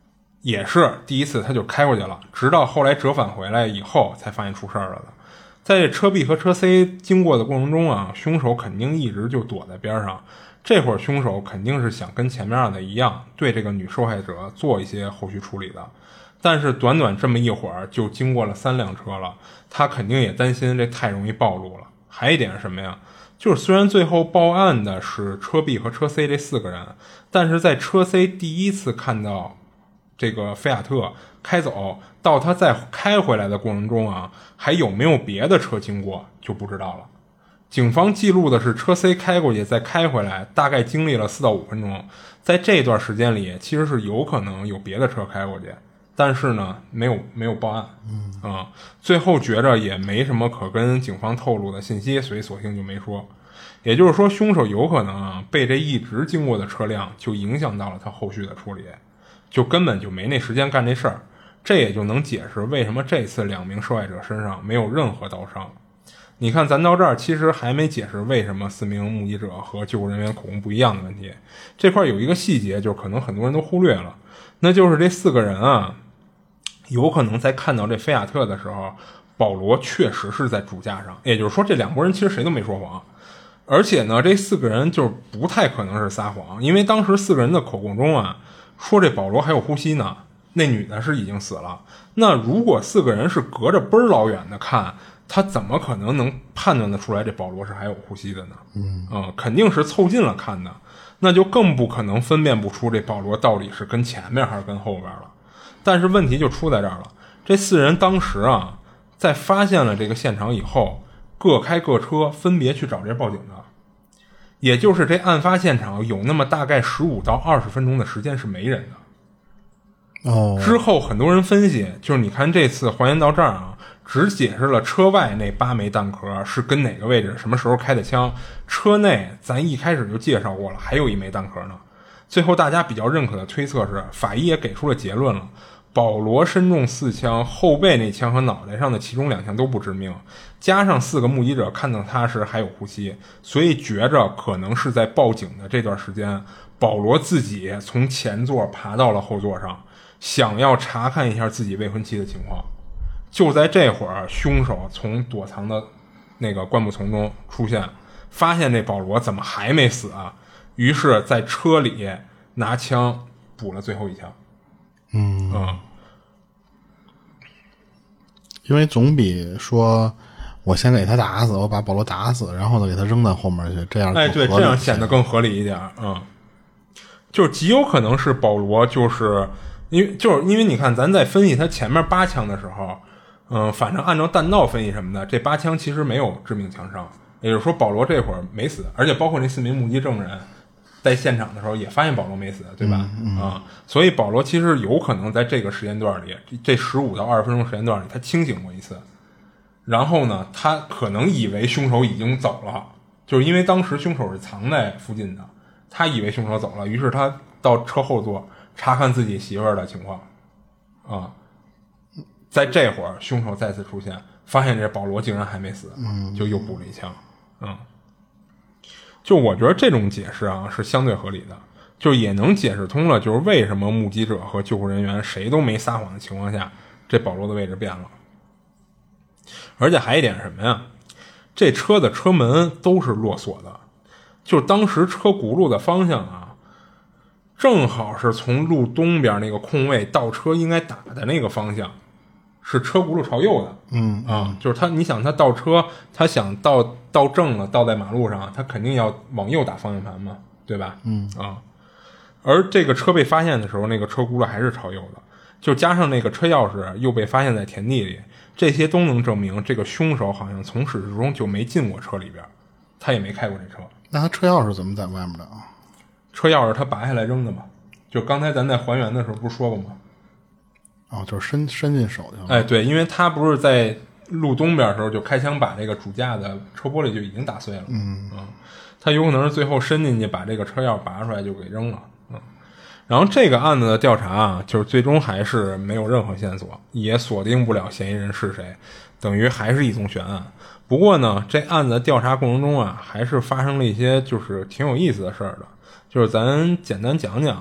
也是第一次他就开过去了，直到后来折返回来以后才发现出事儿了的。在这车 B 和车 C 经过的过程中啊，凶手肯定一直就躲在边上。这会儿凶手肯定是想跟前面的一样，对这个女受害者做一些后续处理的。但是短短这么一会儿就经过了三辆车了，他肯定也担心这太容易暴露了。还一点是什么呀？就是虽然最后报案的是车 B 和车 C 这四个人，但是在车 C 第一次看到这个菲亚特开走到他再开回来的过程中啊，还有没有别的车经过就不知道了。警方记录的是车 C 开过去再开回来，大概经历了四到五分钟。在这段时间里，其实是有可能有别的车开过去，但是呢，没有没有报案。嗯啊、嗯，最后觉着也没什么可跟警方透露的信息，所以索性就没说。也就是说，凶手有可能啊被这一直经过的车辆就影响到了他后续的处理，就根本就没那时间干这事儿。这也就能解释为什么这次两名受害者身上没有任何刀伤。你看咱到这儿其实还没解释为什么四名目击者和救护人员口供不一样的问题。这块有一个细节就是可能很多人都忽略了，那就是这四个人啊有可能在看到这菲亚特的时候，保罗确实是在主驾上，也就是说这两拨人其实谁都没说谎。而且呢这四个人就是不太可能是撒谎，因为当时四个人的口供中啊说这保罗还有呼吸呢，那女的是已经死了。那如果四个人是隔着倍儿老远的看，他怎么可能能判断得出来这保罗是还有呼吸的呢？嗯，呃、肯定是凑近了看的，那就更不可能分辨不出这保罗到底是跟前面还是跟后边了。但是问题就出在这儿了，这四人当时啊，在发现了这个现场以后，各开各车，分别去找这报警的。也就是这案发现场有那么大概十五到二十分钟的时间是没人的。 哦， 之后很多人分析，就是你看这次还原到这儿啊，只解释了车外那八枚弹壳是跟哪个位置什么时候开的枪，车内咱一开始就介绍过了，还有一枚弹壳呢。最后大家比较认可的推测是，法医也给出了结论了，保罗身中四枪，后背那枪和脑袋上的其中两枪都不致命，加上四个目击者看到他时还有呼吸，所以觉着可能是在报警的这段时间，保罗自己从前座爬到了后座上，想要查看一下自己未婚妻的情况。就在这会儿，凶手从躲藏的那个灌木丛中出现，发现这保罗怎么还没死啊？于是在车里拿枪补了最后一枪。 嗯嗯， 因为总比说我先给他打死，我把保罗打死，然后再给他扔在后面去，这样哎，对，这样显得更合理一点。嗯，就是极有可能是保罗，就是因为就是因为你看，咱在分析他前面八枪的时候，嗯，反正按照弹道分析什么的，这八枪其实没有致命枪伤，也就是说保罗这会儿没死，而且包括那四名目击证人在现场的时候也发现保罗没死，对吧？嗯嗯、啊，所以保罗其实有可能在这个时间段里，这十五到二十分钟时间段里，他清醒过一次。然后呢，他可能以为凶手已经走了，就是因为当时凶手是藏在附近的，他以为凶手走了，于是他到车后座查看自己媳妇儿的情况。啊，在这会儿，凶手再次出现，发现这保罗竟然还没死，就又补了一枪。嗯。就我觉得这种解释啊是相对合理的，就也能解释通了，就是为什么目击者和救护人员谁都没撒谎的情况下，这保罗的位置变了。而且还一点什么呀？这车的车门都是落锁的，就是当时车轱辘的方向啊，正好是从路东边那个空位倒车应该打的那个方向，是车轱辘朝右的。 嗯啊，就是他，你想他倒车，他想倒倒正了，倒在马路上，他肯定要往右打方向盘嘛，对吧？嗯啊，而这个车被发现的时候，那个车轱辘还是朝右的，就加上那个车钥匙又被发现在田地里，这些都能证明这个凶手好像从始至终就没进过车里边，他也没开过这车。 那他车钥匙怎么在外面的啊？ 车钥匙他拔下来扔的嘛，就刚才咱在还原的时候不是说过吗？ 哦，就是伸伸进手去了。 哎，对，因为他不是在路东边的时候就开枪把这个主驾的车玻璃就已经打碎了。嗯嗯，他有可能是最后伸进去把这个车钥拔出来就给扔了。嗯，然后这个案子的调查啊，就是最终还是没有任何线索，也锁定不了嫌疑人是谁，等于还是一宗悬案。不过呢，这案子的调查过程中啊，还是发生了一些就是挺有意思的事儿的。就是咱简单讲讲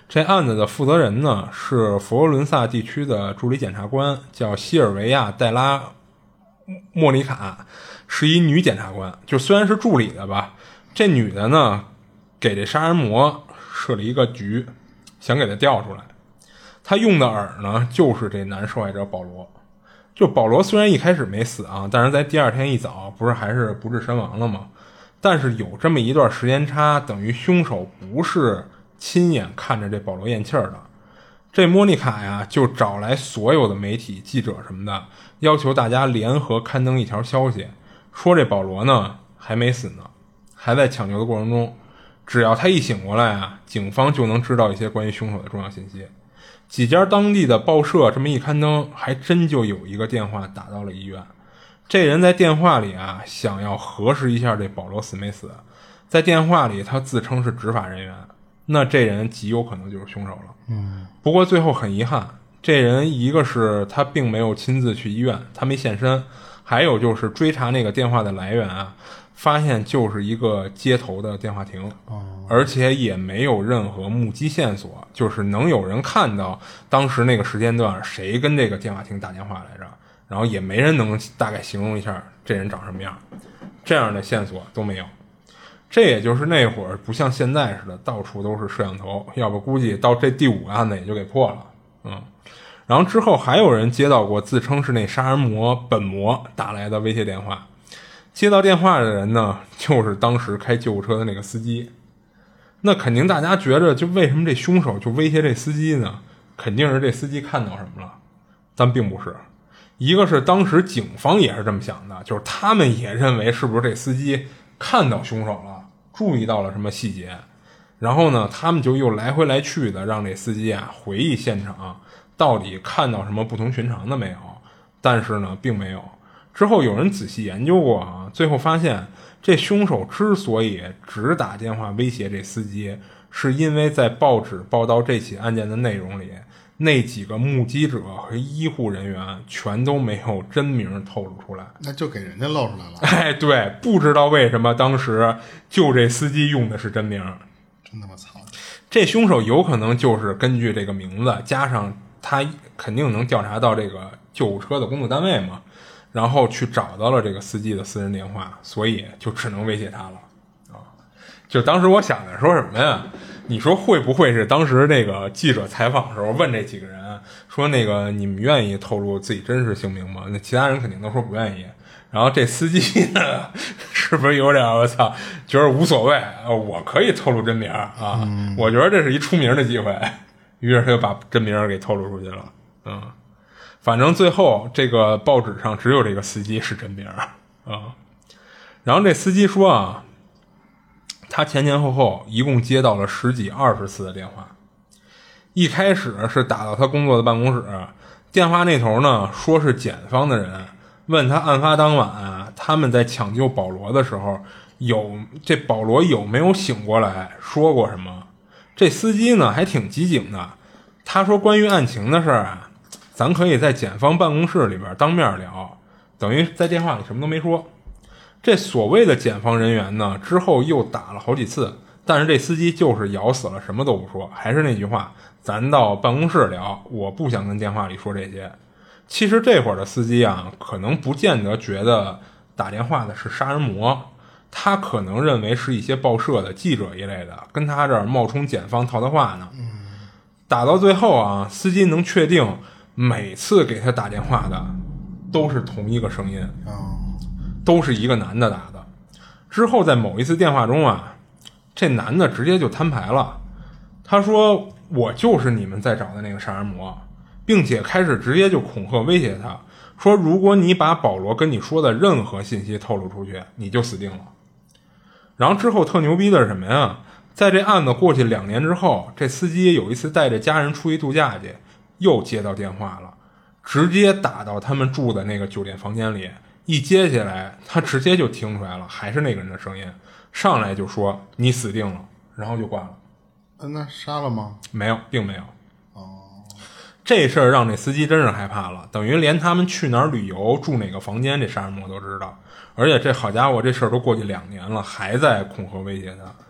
这案子的负责人呢是佛罗伦萨地区的助理检察官，叫西尔维亚·戴拉莫妮卡，是一女检察官。就虽然是助理的吧，这女的呢给这杀人魔设了一个局，想给他调出来。他用的饵呢就是这男受害者保罗。就保罗虽然一开始没死啊，但是在第二天一早不是还是不治身亡了吗？但是有这么一段时间差，等于凶手不是亲眼看着这保罗咽气儿的。这莫妮卡呀就找来所有的媒体记者什么的，要求大家联合刊登一条消息，说这保罗呢还没死呢，还在抢救的过程中，只要他一醒过来啊，警方就能知道一些关于凶手的重要信息。几家当地的报社这么一刊登，还真就有一个电话打到了医院。这人在电话里啊想要核实一下这保罗死没死，在电话里他自称是执法人员，那这人极有可能就是凶手了。 嗯， 不过最后很遗憾，这人一个是他并没有亲自去医院，他没现身，还有就是追查那个电话的来源啊，发现就是一个街头的电话亭，而且也没有任何目击线索，就是能有人看到当时那个时间段谁跟这个电话亭打电话来着，然后也没人能大概形容一下这人长什么样，这样的线索都没有。这也就是那会儿不像现在似的到处都是摄像头，要不估计到这第五个案子也就给破了。嗯，然后之后还有人接到过自称是那杀人魔本魔打来的威胁电话，接到电话的人呢就是当时开救护车的那个司机。那肯定大家觉着就为什么这凶手就威胁这司机呢？肯定是这司机看到什么了，但并不是。一个是当时警方也是这么想的，就是他们也认为是不是这司机看到凶手了，注意到了什么细节，然后呢他们就又来回来去的让这司机啊回忆现场到底看到什么不同寻常的没有，但是呢并没有。之后有人仔细研究过啊，最后发现这凶手之所以只打电话威胁这司机，是因为在报纸报道这起案件的内容里，那几个目击者和医护人员全都没有真名透露出来， 那就给人家露出来了。 哎，对，不知道为什么当时就这司机用的是真名， 真他妈操！ 这凶手有可能就是根据这个名字，加上他肯定能调查到这个救护车的工作单位嘛，然后去找到了这个司机的私人电话，所以就只能威胁他了啊！就当时我想的说什么呀？你说会不会是当时那个记者采访的时候问这几个人说那个你们愿意透露自己真实姓名吗？那其他人肯定都说不愿意。然后这司机呢，是不是有点我操，觉得无所谓，我可以透露真名啊、嗯？我觉得这是一出名的机会，于是他就把真名给透露出去了。嗯，反正最后这个报纸上只有这个司机是真名啊、嗯。然后这司机说啊，他前前后后一共接到了十几二十次的电话，一开始是打到他工作的办公室，电话那头呢说是检方的人问他案发当晚啊，他们在抢救保罗的时候有这保罗有没有醒过来，说过什么。这司机呢还挺机警的，他说关于案情的事儿啊，咱可以在检方办公室里边当面聊，等于在电话里什么都没说。这所谓的检方人员呢之后又打了好几次，但是这司机就是咬死了什么都不说，还是那句话，咱到办公室聊，我不想跟电话里说这些。其实这会儿的司机啊可能不见得觉得打电话的是杀人魔，他可能认为是一些报社的记者一类的跟他这儿冒充检方套他话呢。打到最后啊，司机能确定每次给他打电话的都是同一个声音，都是一个男的打的。之后在某一次电话中啊，这男的直接就摊牌了，他说我就是你们在找的那个杀人魔，并且开始直接就恐吓威胁他，说如果你把保罗跟你说的任何信息透露出去，你就死定了。然后之后特牛逼的是什么呀？在这案子过去两年之后，这司机有一次带着家人出去度假去，又接到电话了，直接打到他们住的那个酒店房间里，一接起来他直接就听出来了，还是那个人的声音，上来就说你死定了，然后就挂了。 那杀了吗？ 没有，并没有。这事儿让这司机真是害怕了，等于连他们去哪儿旅游住哪个房间这杀人魔都知道，而且这好家伙这事儿都过去两年了，还在恐吓威胁他。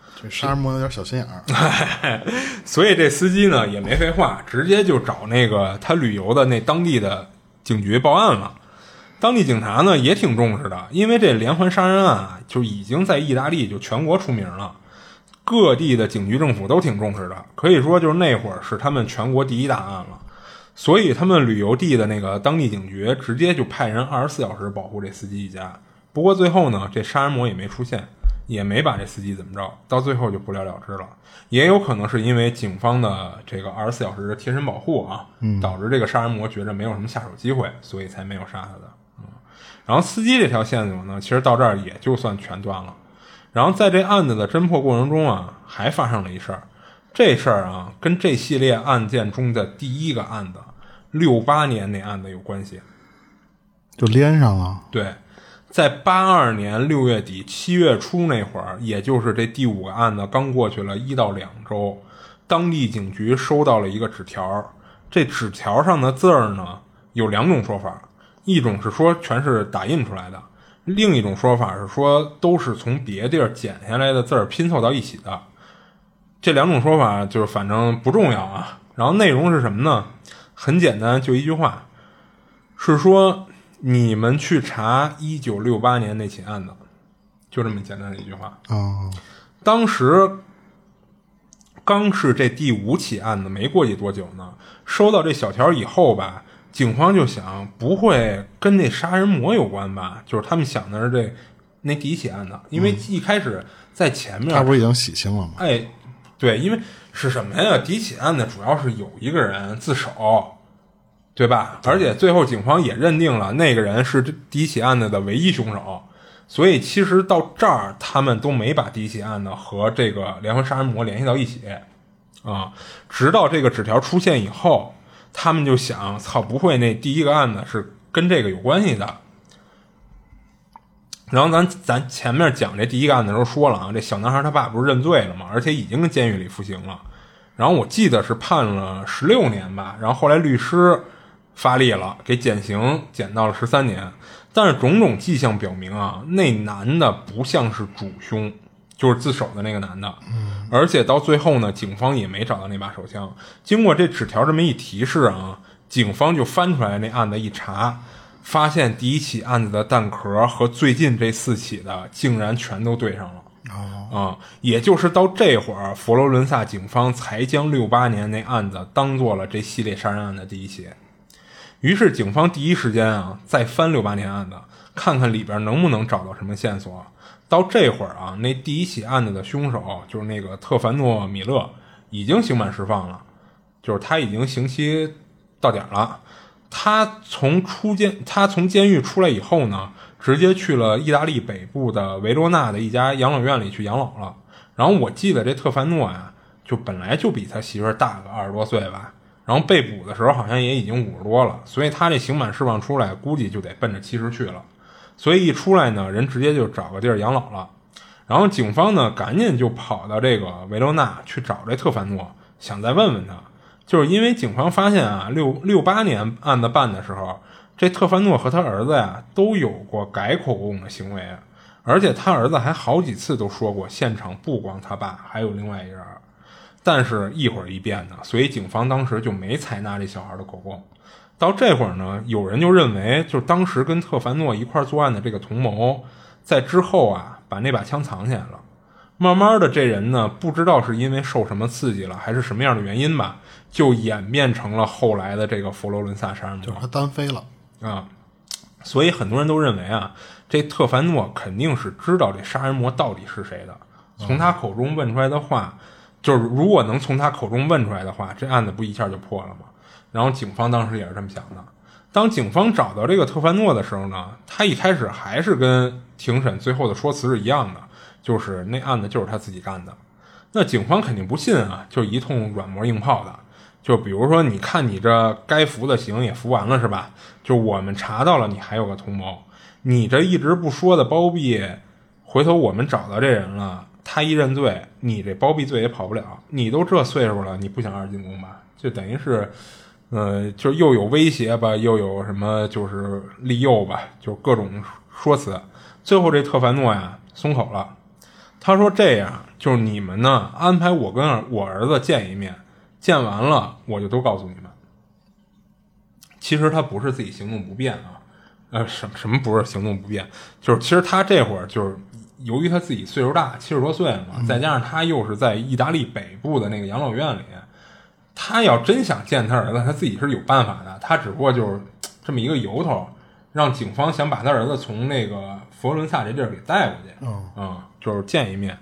这杀人魔有点小心眼儿。 所以这司机呢也没废话，直接就找那个他旅游的那当地的警局报案了。当地警察呢也挺重视的，因为这连环杀人案啊，就已经在意大利就全国出名了，各地的警局政府都挺重视的，可以说就是那会儿是他们全国第一大案了。所以他们旅游地的那个当地警局直接就派人二十四小时保护这司机一家。不过最后呢，这杀人魔也没出现，也没把这司机怎么着，到最后就不了了之了。也有可能是因为警方的这个二十四小时的贴身保护啊，导致这个杀人魔觉着没有什么下手机会，所以才没有杀他的。嗯，然后司机这条线索呢，其实到这儿也就算全断了。然后在这案子的侦破过程中啊，还发生了一事儿。这事儿啊，跟这系列案件中的第一个案子六八年那案子有关系， 就连上了。 对，在八二年六月底七月初那会儿，也就是这第五个案子刚过去了一到两周，当地警局收到了一个纸条。这纸条上的字儿呢，有两种说法，一种是说全是打印出来的，另一种说法是说都是从别地儿剪下来的字儿拼凑到一起的。这两种说法就是反正不重要啊。然后内容是什么呢？很简单，就一句话，是说你们去查一九六八年那起案子，就这么简单的一句话。 哦， 当时刚是这第五起案子没过去多久呢，收到这小条以后吧，警方就想不会跟这杀人魔有关吧，就是他们想的是这那第一起案子，因为一开始在前面、 嗯、他不是已经洗清了吗？ 哎，对，因为是什么呀？第一起案子主要是有一个人自首，对吧？而且最后警方也认定了那个人是第一起案子的唯一凶手，所以其实到这儿他们都没把第一起案子和这个连环杀人魔联系到一起啊。直到这个纸条出现以后，他们就想，操，不会那第一个案子是跟这个有关系的。然后咱咱前面讲这第一个案子的时候说了啊，这小男孩他爸不是认罪了吗？而且已经跟监狱里服刑了。然后我记得是判了十六年吧，然后后来律师发力了，给减刑减到了十三年。但是种种迹象表明啊，那男的不像是主凶，就是自首的那个男的。嗯，而且到最后呢，警方也没找到那把手枪。经过这纸条这么一提示啊，警方就翻出来那案子一查，发现第一起案子的弹壳和最近这四起的竟然全都对上了。 哦， 啊、嗯，也就是到这会儿，佛罗伦萨警方才将六八年那案子当做了这系列杀人案的第一起。于是警方第一时间啊，再翻六八年案子，看看里边能不能找到什么线索。到这会儿啊，那第一起案子的凶手就是那个特凡诺·米勒，已经刑满释放了，就是他已经刑期到点了。他从出监，他从监狱出来以后呢，直接去了意大利北部的维罗纳的一家养老院里去养老了。然后我记得这特凡诺呀，就本来就比他媳妇儿大个二十多岁吧，然后被捕的时候好像也已经五十多了，所以他这刑满释放出来，估计就得奔着七十去了。所以一出来呢，人直接就找个地儿养老了。然后警方呢，赶紧就跑到这个维罗纳去找这特凡诺，想再问问他。就是因为警方发现啊，六六八年案子办的时候，这特凡诺和他儿子呀都有过改口供的行为，而且他儿子还好几次都说过，现场不光他爸，还有另外一人，但是一会儿一变的，所以警方当时就没采纳这小孩的口供。到这会儿呢，有人就认为，就是当时跟特凡诺一块作案的这个同谋，在之后啊，把那把枪藏起来了。慢慢的，这人呢，不知道是因为受什么刺激了，还是什么样的原因吧，就演变成了后来的这个佛罗伦萨杀人魔， 就是他单飞了啊。所以很多人都认为啊，这特凡诺肯定是知道这杀人魔到底是谁的。从他口中问出来的话，就是如果能从他口中问出来的话，这案子不一下就破了吗？然后警方当时也是这么想的。当警方找到这个特凡诺的时候呢，他一开始还是跟庭审最后的说辞是一样的，就是那案子就是他自己干的。那警方肯定不信啊，就一通软磨硬泡的。就比如说，你看你这该服的刑也服完了是吧？就我们查到了你还有个同谋，你这一直不说的包庇，回头我们找到这人了，他一认罪，你这包庇罪也跑不了。你都这岁数了，你不想二进宫吧？就等于是呃，就又有威胁吧，又有什么就是利诱吧，就各种说辞。最后这特凡诺呀松口了，他说这样， 就是你们呢安排我跟我儿子见一面，见完了我就都告诉你们。其实他不是自己行动不便啊，呃，什什么不是行动不便，就是其实他这会儿就是由于他自己岁数大，七十多岁了嘛，再加上他又是在意大利北部的那个养老院里，他要真想见他儿子，他自己是有办法的，他只不过就是这么一个由头，让警方想把他儿子从那个佛罗伦萨这地儿给带过去， 嗯， 嗯，就是见一面。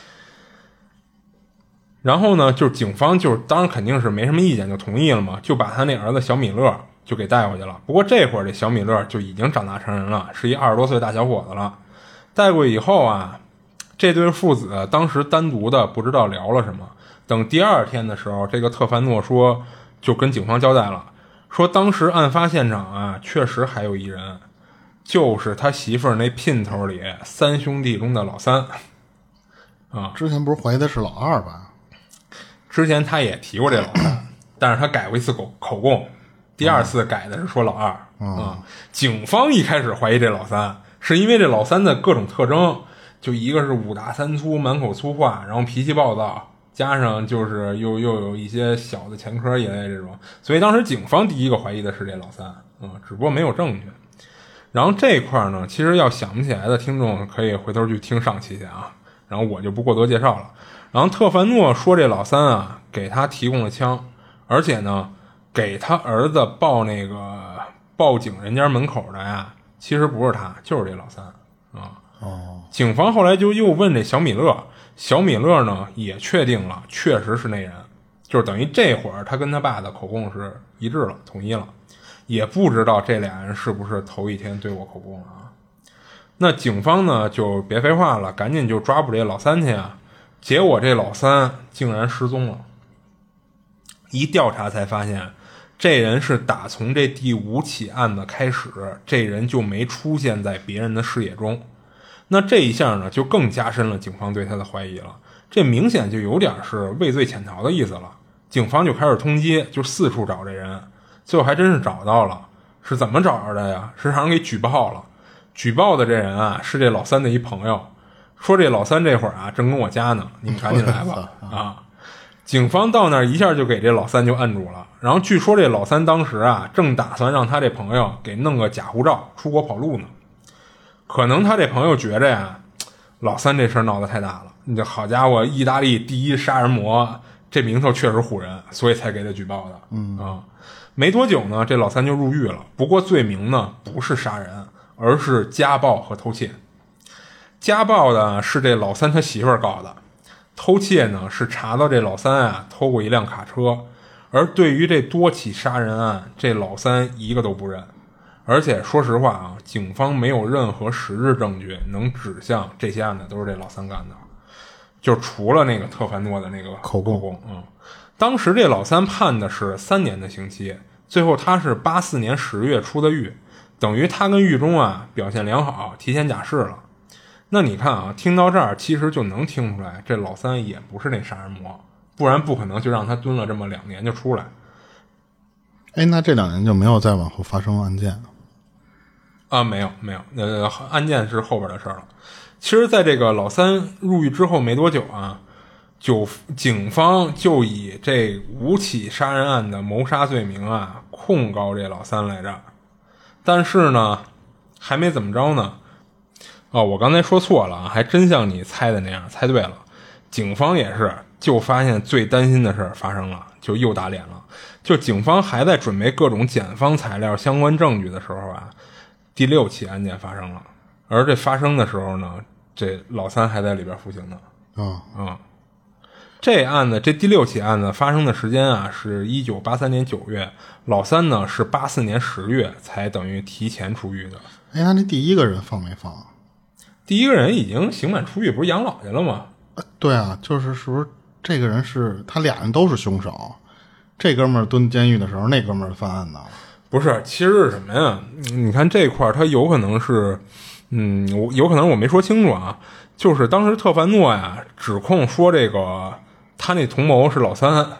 然后呢，就是警方就是当然肯定是没什么意见，就同意了嘛，就把他那儿子小米勒就给带回去了。不过这会儿这小米勒就已经长大成人了，是一二十多岁大小伙子了。带过去以后啊，这对父子当时单独的不知道聊了什么。等第二天的时候，这个特凡诺说就跟警方交代了，说当时案发现场啊确实还有一人，就是他媳妇儿那姘头里三兄弟中的老三啊。 之前不是怀疑的是老二吧？ 之前他也提过这老三，但是他改过一次口口供，第二次改的是说老二啊、 嗯嗯。警方一开始怀疑这老三，是因为这老三的各种特征，就一个是五大三粗，满口粗话，然后脾气暴躁，加上就是又又有一些小的前科一类这种，所以当时警方第一个怀疑的是这老三，嗯，只不过没有证据。然后这块呢，其实要想不起来的听众可以回头去听上期去啊，然后我就不过多介绍了。然后特凡诺说这老三啊给他提供了枪，而且呢给他儿子报那个报警人家门口的呀，其实不是他，就是这老三啊。 哦， 警方后来就又问这小米勒，小米勒呢也确定了，确实是那人，就是等于这会儿他跟他爸的口供是一致了，统一了，也不知道这俩人是不是头一天对我口供了啊。那警方呢就别废话了，赶紧就抓捕这老三去啊。结果这老三竟然失踪了，一调查才发现，这人是打从这第五起案子开始，这人就没出现在别人的视野中。那这一下呢，就更加深了警方对他的怀疑了。这明显就有点是畏罪潜逃的意思了。警方就开始通缉，就四处找这人，最后还真是找到了。是怎么找着的呀？是让人给举报了。举报的这人啊，是这老三的一朋友。说这老三这会儿啊正跟我家呢，你们赶紧来吧啊！警方到那儿一下就给这老三就摁住了，然后据说这老三当时啊正打算让他这朋友给弄个假护照出国跑路呢。可能他这朋友觉着呀，老三这事儿闹得太大了，你这好家伙，意大利第一杀人魔，这名头确实唬人，所以才给他举报的。嗯啊，没多久呢，这老三就入狱了，不过罪名呢不是杀人，而是家暴和偷窃。家暴的是这老三他媳妇儿告的，偷窃呢是查到这老三啊偷过一辆卡车，而对于这多起杀人案，这老三一个都不认。而且说实话啊，警方没有任何实质证据能指向这些案子都是这老三干的，就除了那个特凡诺的那个口供。 口供嗯，当时这老三判的是三年的刑期，最后他是八四年十月出的狱，等于他跟狱中啊表现良好，提前假释了。那你看啊，听到这儿其实就能听出来，这老三也不是那杀人魔，不然不可能就让他蹲了这么两年就出来。 哎，那这两年就没有再往后发生案件啊？没有没有，呃，案件是后边的事了。其实在这个老三入狱之后没多久啊，就警方就以这五起杀人案的谋杀罪名啊控告这老三来着。但是呢还没怎么着呢，哦，我刚才说错了啊，还真像你猜的那样，猜对了。警方也是就发现最担心的事发生了，就又打脸了。就警方还在准备各种检方材料相关证据的时候啊，第六起案件发生了。而这发生的时候呢，这老三还在里边服刑呢。 啊啊、嗯，这案子这第六起案子发生的时间啊是一九八三年九月，老三呢是八四年十月才等于提前出狱的。 哎，那这第一个人放没放？ 第一个人已经刑满出狱，不是养老去了吗？ 呃、对啊，就是是不是这个人是他俩人都是凶手？这哥们儿蹲监狱的时候，那哥们儿犯案的。 不是，其实是什么呀？你看这块儿，他有可能是，嗯，有可能我没说清楚啊。就是当时特凡诺呀指控说，这个他那同谋是老三，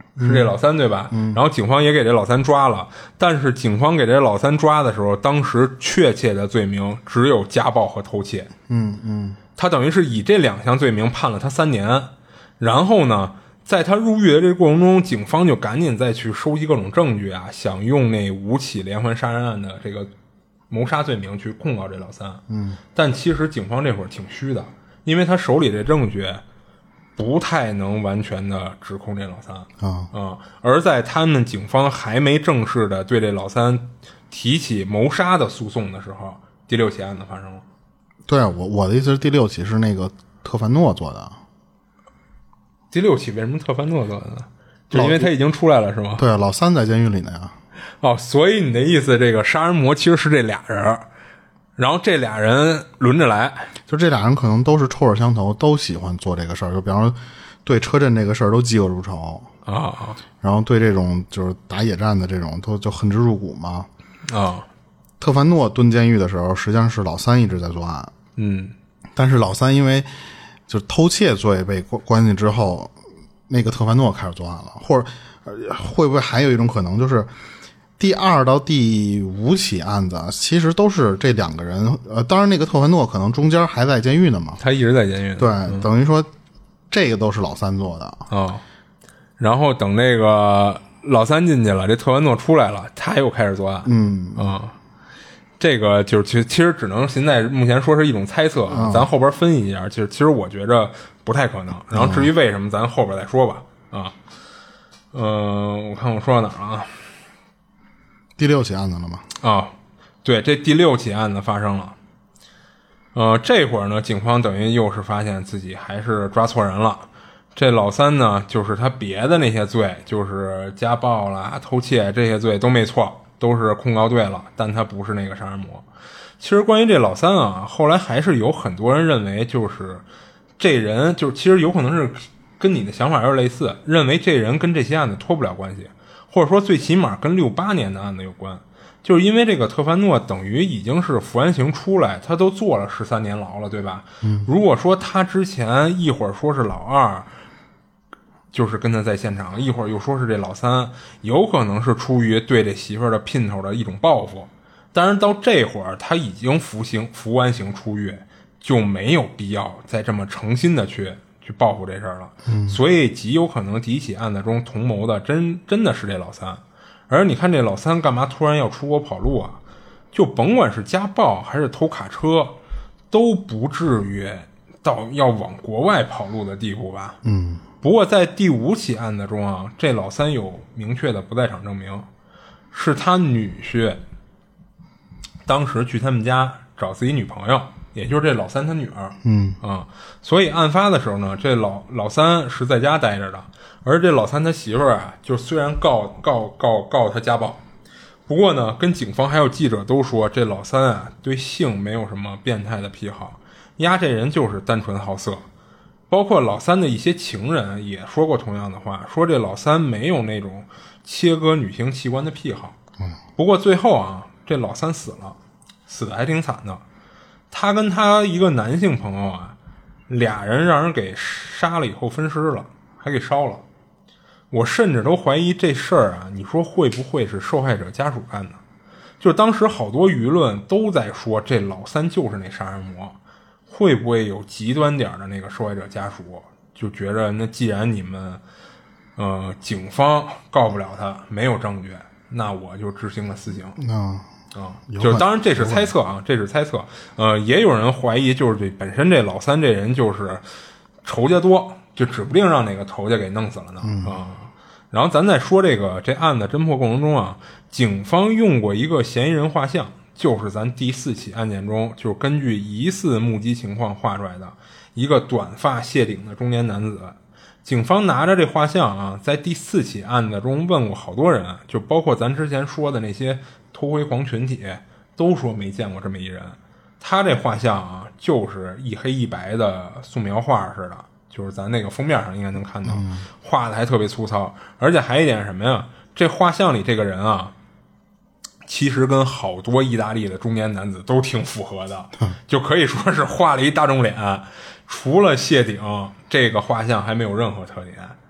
是这老三对吧？嗯，然后警方也给这老三抓了，但是警方给这老三抓的时候，当时确切的罪名只有家暴和偷窃。 嗯嗯， 他等于是以这两项罪名判了他三年，然后呢，在他入狱的这个过程中，警方就赶紧再去收集各种证据啊，想用那五起连环杀人案的这个谋杀罪名去控告这老三。 嗯， 但其实警方这会儿挺虚的，因为他手里这证据不太能完全的指控这老三啊、 嗯、而在他们警方还没正式的对这老三提起谋杀的诉讼的时候，第六起案子发生了。 对，我我的意思是第六起是那个特凡诺做的。 第六起为什么特凡诺做的呢？就因为他已经出来了是吗？ 对，老三在监狱里呢呀。 哦，所以你的意思，这个杀人魔其实是这俩人，然后这俩人轮着来， 就这俩人可能都是臭味相投，都喜欢做这个事儿，就比方说对车震这个事儿都嫉恶如仇啊， 然后对这种就是打野战的这种都就恨之入骨嘛啊。 特凡诺蹲监狱的时候，实际上是老三一直在作案， 嗯， 但是老三因为就是偷窃罪被关进之后，那个特凡诺开始作案了，或者、呃、会不会还有一种可能就是第二到第五起案子其实都是这两个人，呃，当然那个特凡诺可能中间还在监狱呢嘛， 他一直在监狱。 对、 嗯， 等于说这个都是老三做的啊、 哦。然后等那个老三进去了，这特凡诺出来了，他又开始作案。 嗯啊、哦，这个就是其实其实只能现在目前说是一种猜测， 嗯、 咱后边分析一下，就是其实我觉着不太可能。然后至于为什么，咱后边再说吧。啊，嗯、呃，我看我说到哪儿了啊？ 第六起案子了吗？ 啊、哦，对，这第六起案子发生了。呃，这会儿呢，警方等于又是发现自己还是抓错人了。这老三呢，就是他别的那些罪，就是家暴啦、偷窃这些罪都没错，都是控告对了，但他不是那个杀人魔。其实关于这老三啊，后来还是有很多人认为，就是这人就是其实有可能是跟你的想法有点类似，认为这人跟这些案子脱不了关系。或者说最起码跟六八年的案子有关，就是因为这个特凡诺等于已经是服完刑出来，他都坐了十三年牢了，对吧？嗯。如果说他之前一会儿说是老二，就是跟他在现场，一会儿又说是这老三，有可能是出于对这媳妇儿的姘头的一种报复。当然到这会儿他已经服刑服完刑出狱，就没有必要再这么诚心的去。去报复这事儿了，嗯，所以极有可能第一起案子中同谋的真真的是这老三。而你看这老三干嘛突然要出国跑路啊？就甭管是家暴还是偷卡车，都不至于到要往国外跑路的地步吧？ 嗯。 不过在第五起案子中啊，这老三有明确的不在场证明，是他女婿当时去他们家找自己女朋友。也就是这老三他女儿， 嗯啊、嗯，所以案发的时候呢，这老老三是在家待着的，而这老三他媳妇儿啊，就虽然告告告告他家暴，不过呢，跟警方还有记者都说，这老三啊对性没有什么变态的癖好，丫这人就是单纯好色。包括老三的一些情人也说过同样的话，说这老三没有那种切割女性器官的癖好。 嗯， 不过最后啊，这老三死了，死的还挺惨的。他跟他一个男性朋友啊，俩人让人给杀了以后分尸了，还给烧了。我甚至都怀疑这事儿啊，你说会不会是受害者家属干的？就当时好多舆论都在说这老三就是那杀人魔，会不会有极端点的那个受害者家属就觉着，那既然你们呃警方告不了他，没有证据，那我就执行了死刑。 嗯啊、嗯，就是当然这是猜测啊，这是猜测。呃，也有人怀疑，就是这本身这老三这人就是仇家多，就指不定让哪个仇家给弄死了呢。 嗯啊、嗯，然后咱再说这个这案子侦破过程中啊，警方用过一个嫌疑人画像，就是咱第四起案件中，就是根据疑似目击情况画出来的一个短发谢顶的中年男子。警方拿着这画像啊，在第四起案子中问过好多人，就包括咱之前说的那些偷窥狂群体，都说没见过这么一人。他这画像啊，就是一黑一白的素描画似的，就是咱那个封面上应该能看到，画的还特别粗糙。而且还有一点什么呀？这画像里这个人啊，其实跟好多意大利的中年男子都挺符合的，就可以说是画了一大众脸。除了谢顶这个画像还没有任何特点，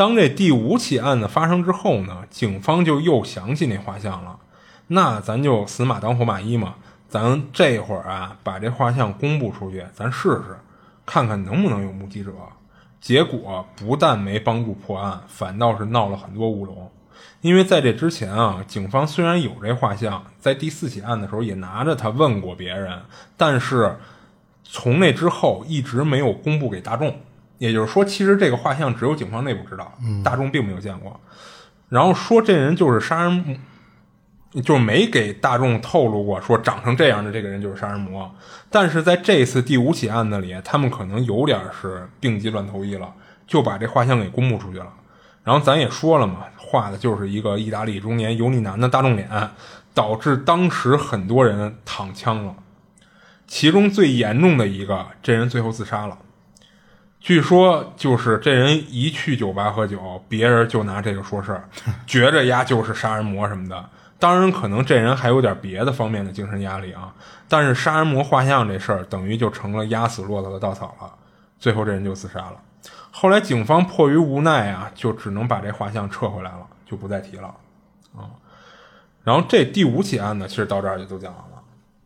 当这第五起案子发生之后呢，警方就又想起那画像了。那咱就死马当活马医嘛，咱这会儿啊把这画像公布出去，咱试试看看能不能有目击者。结果不但没帮助破案，反倒是闹了很多乌龙。因为在这之前啊，警方虽然有这画像，在第四起案的时候也拿着它问过别人，但是从那之后一直没有公布给大众。也就是说，其实这个画像只有警方内部知道，大众并没有见过。然后说这人就是杀人魔，就没给大众透露过说长成这样的这个人就是杀人魔。但是在这次第五起案子里，他们可能有点是病急乱投医了，就把这画像给公布出去了。然后咱也说了嘛，画的就是一个意大利中年油腻男的大众脸，导致当时很多人躺枪了。其中最严重的一个，这人最后自杀了。据说就是这人一去酒吧喝酒，别人就拿这个说事儿，觉着呀就是杀人魔什么的。当然可能这人还有点别的方面的精神压力啊，但是杀人魔画像这事儿等于就成了压死骆驼的稻草了。最后这人就自杀了。后来警方迫于无奈啊，就只能把这画像撤回来了，就不再提了啊。然后这第五起案呢，其实到这儿就都讲完了。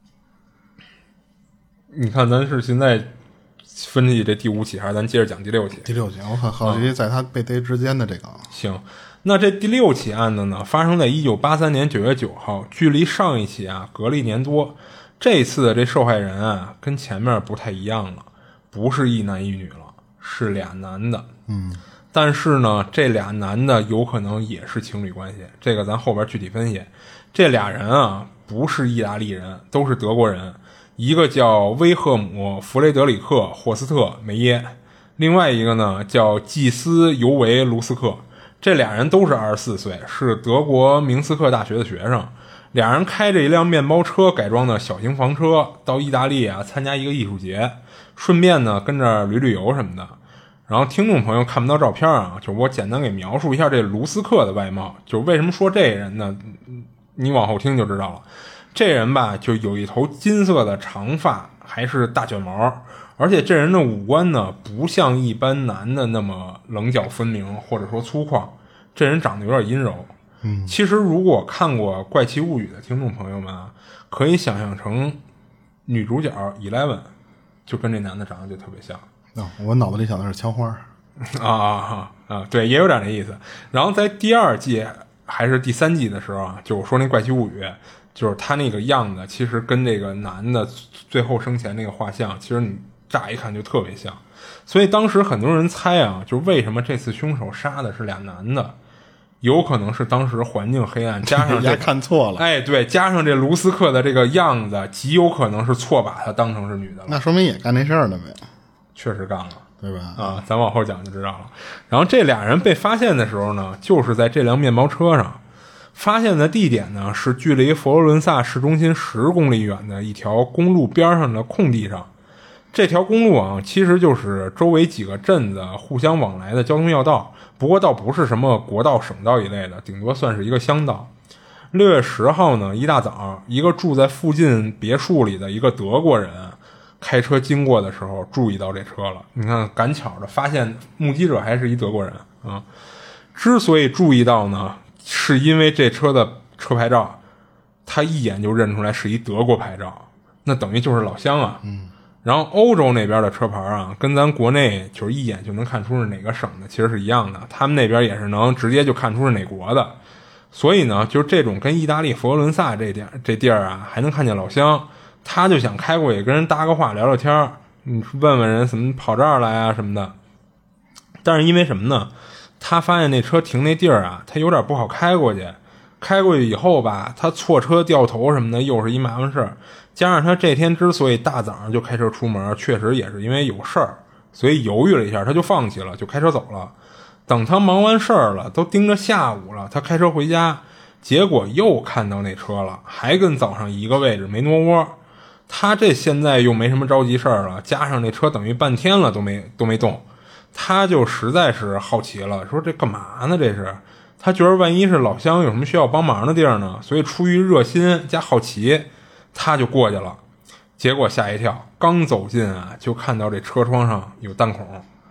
你看咱是现在分析这第五起，还是咱接着讲第六起？ 第六起，我很好奇在他被逮之间的这个。 行，那这第六起案子呢，发生在一九八三年九月九号，距离上一起啊隔了一年多。这次的这受害人啊，跟前面不太一样了，不是一男一女了，是俩男的。 嗯， 但是呢，这俩男的有可能也是情侣关系，这个咱后边具体分析。这俩人啊，不是意大利人，都是德国人。一个叫威赫姆·弗雷德里克·霍斯特·梅耶，另外一个呢叫祭司尤维·卢斯克。这俩人都是二十四岁，是德国明斯克大学的学生。俩人开着一辆面包车改装的小型房车，到意大利啊参加一个艺术节，顺便呢跟着旅旅游什么的。然后听众朋友看不到照片啊，就我简单给描述一下这卢斯克的外貌。就为什么说这人呢？你往后听就知道了。这人吧，就有一头金色的长发，还是大卷毛，而且这人的五官呢，不像一般男的那么棱角分明，或者说粗犷，这人长得有点阴柔。 嗯， 其实如果看过《怪奇物语》的听众朋友们啊，可以想象成女主角 Eleven， 就跟这男的长得就特别像。 哦，我脑子里想的是枪花啊啊啊！对，也有点那意思。然后在第二季还是第三季的时候啊，就我说那《怪奇物语》。就是他那个样子，其实跟这个男的最后生前那个画像，其实你乍一看就特别像。所以当时很多人猜啊，就是为什么这次凶手杀的是俩男的，有可能是当时环境黑暗，加上这看错了， 哎，对，加上这卢斯克的这个样子，极有可能是错把他当成是女的了。 那说明也干那事儿了呗？ 确实干了， 对吧？ 啊，咱往后讲就知道了。然后这俩人被发现的时候呢，就是在这辆面包车上。发现的地点呢，是距离佛罗伦萨市中心十公里远的一条公路边上的空地上。这条公路啊，其实就是周围几个镇子互相往来的交通要道，不过倒不是什么国道、省道一类的，顶多算是一个乡道。六月十号呢，一大早，一个住在附近别墅里的一个德国人开车经过的时候，注意到这车了。你看，赶巧的发现目击者还是一德国人啊。之所以注意到呢，是因为这车的车牌照，他一眼就认出来是一德国牌照，那等于就是老乡啊。 嗯。 然后欧洲那边的车牌啊，跟咱国内就是一眼就能看出是哪个省的，其实是一样的。他们那边也是能直接就看出是哪国的。所以呢，就是这种跟意大利佛罗伦萨这点这地儿啊，还能看见老乡，他就想开过去跟人搭个话聊聊天，你问问人怎么跑这儿来啊什么的。但是因为什么呢？他发现那车停那地儿啊，他有点不好开过去。开过去以后吧，他错车掉头什么的又是一麻烦事儿。加上他这天之所以大早上就开车出门，确实也是因为有事儿，所以犹豫了一下，他就放弃了，就开车走了。等他忙完事儿了，都盯着下午了，他开车回家，结果又看到那车了，还跟早上一个位置没挪窝。他这现在又没什么着急事儿了，加上那车等于半天了都没都没动，他就实在是好奇了，说这干嘛呢？这是他觉得万一是老乡有什么需要帮忙的地儿呢，所以出于热心加好奇，他就过去了。结果吓一跳，刚走近啊，就看到这车窗上有弹孔。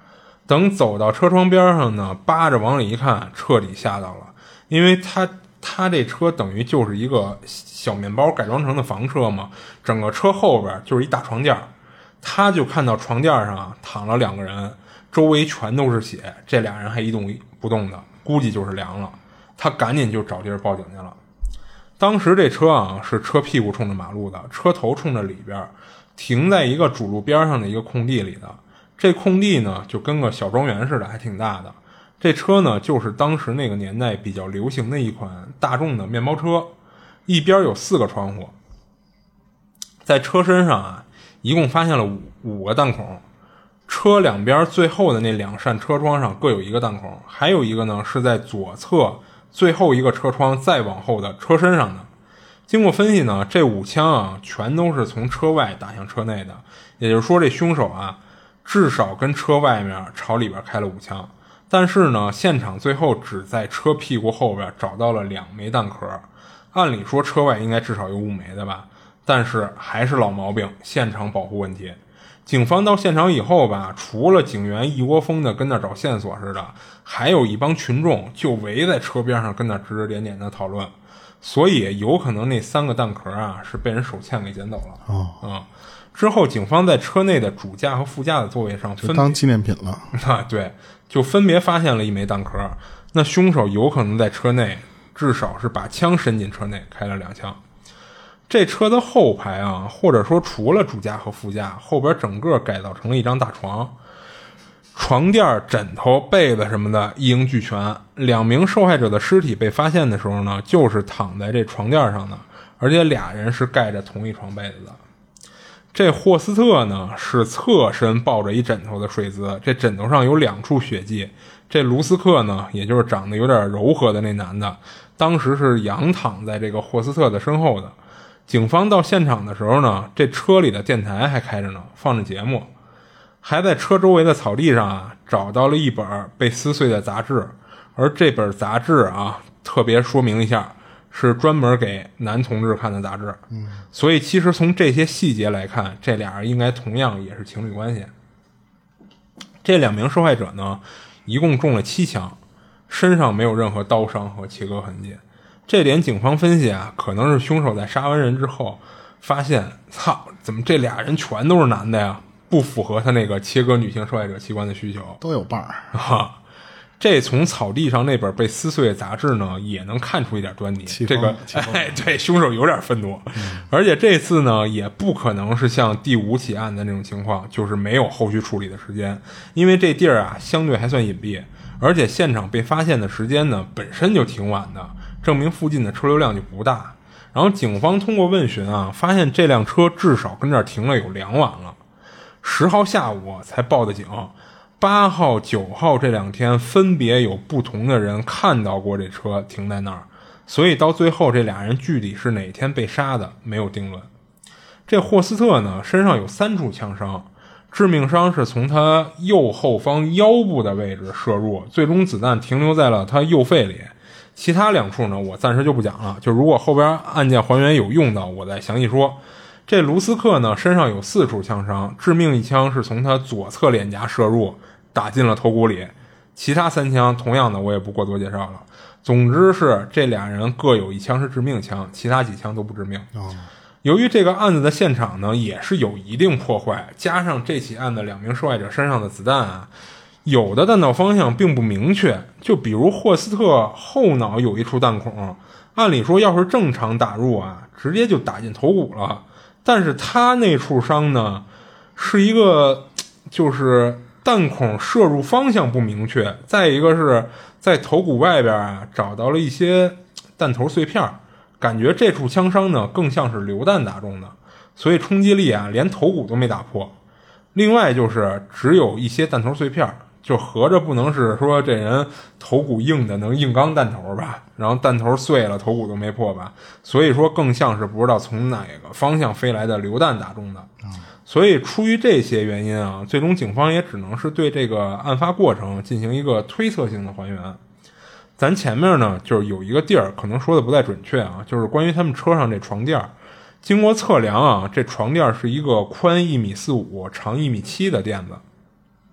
等走到车窗边上呢，扒着往里一看，彻底吓到了，因为他他这车等于就是一个小面包改装成的房车嘛，整个车后边就是一大床垫，他就看到床垫上啊躺了两个人，周围全都是血，这俩人还一动不动的，估计就是凉了。他赶紧就找地儿报警去了。当时这车啊是车屁股冲着马路的，车头冲着里边，停在一个主路边上的一个空地里的。这空地呢就跟个小庄园似的，还挺大的。这车呢就是当时那个年代比较流行的一款大众的面包车，一边有四个窗户。在车身上啊一共发现了五五个弹孔，车两边最后的那两扇车窗上各有一个弹孔，还有一个呢是在左侧最后一个车窗再往后的车身上的。经过分析呢，这五枪啊全都是从车外打向车内的，也就是说这凶手啊至少跟车外面朝里边开了五枪。但是呢现场最后只在车屁股后边找到了两枚弹壳，按理说车外应该至少有五枚的吧，但是还是老毛病，现场保护问题。警方到现场以后吧，除了警员一窝蜂的跟那找线索似的，还有一帮群众就围在车边上跟那指指点点的讨论，所以有可能那三个弹壳啊是被人手欠给捡走了。 哦， 嗯，之后警方在车内的主驾和副驾的座位上分就当纪念品了。 啊，对，就分别发现了一枚弹壳。那凶手有可能在车内至少是把枪伸进车内开了两枪。这车的后排啊，或者说除了主驾和副驾，后边整个改造成了一张大床，床垫、枕头、被子什么的一应俱全。两名受害者的尸体被发现的时候呢，就是躺在这床垫上的，而且俩人是盖着同一床被子的。这霍斯特呢是侧身抱着一枕头的睡姿，这枕头上有两处血迹。这卢斯克呢，也就是长得有点柔和的那男的，当时是仰躺在这个霍斯特的身后的。警方到现场的时候呢，这车里的电台还开着呢，放着节目，还在车周围的草地上啊找到了一本被撕碎的杂志，而这本杂志啊特别说明一下，是专门给男同志看的杂志。嗯，所以其实从这些细节来看，这俩人应该同样也是情侣关系。这两名受害者呢，一共中了七枪，身上没有任何刀伤和切割痕迹。这点警方分析啊，可能是凶手在杀完人之后发现，操，怎么这俩人全都是男的呀？不符合他那个切割女性受害者器官的需求， 都有伴儿啊。这从草地上那本被撕碎的杂志呢，也能看出一点端倪。这个，哎，对，凶手有点愤怒，嗯、而且这次呢，也不可能是像第五起案的那种情况，就是没有后续处理的时间，因为这地儿啊相对还算隐蔽，而且现场被发现的时间呢本身就挺晚的。证明附近的车流量就不大，然后警方通过问询啊，发现这辆车至少跟这儿停了有两晚了。十号下午才报的警，八号、九号这两天分别有不同的人看到过这车停在那儿，所以到最后这俩人具体是哪天被杀的没有定论。这霍斯特呢身上有三处枪伤，致命伤是从他右后方腰部的位置射入，最终子弹停留在了他右肺里。其他两处呢我暂时就不讲了，就如果后边案件还原有用到我再详细说。这卢斯克呢身上有四处枪伤，致命一枪是从他左侧脸颊射入，打进了头骨里，其他三枪同样的我也不过多介绍了。总之是这俩人各有一枪是致命枪，其他几枪都不致命。 哦， 由于这个案子的现场呢也是有一定破坏，加上这起案的两名受害者身上的子弹啊有的弹道方向并不明确，就比如霍斯特后脑有一处弹孔，按理说要是正常打入啊，直接就打进头骨了，但是他那处伤呢，是一个就是弹孔射入方向不明确，再一个是在头骨外边啊找到了一些弹头碎片，感觉这处枪伤呢更像是榴弹打中的，所以冲击力啊连头骨都没打破。另外就是只有一些弹头碎片，就合着不能是说这人头骨硬的能硬刚弹头吧，然后弹头碎了头骨都没破吧，所以说更像是不知道从哪个方向飞来的榴弹打中的。所以出于这些原因啊，最终警方也只能是对这个案发过程进行一个推测性的还原。咱前面呢就是有一个地儿可能说的不太准确啊，就是关于他们车上这床垫，经过测量啊，这床垫是一个宽一米四五长一米七的垫子。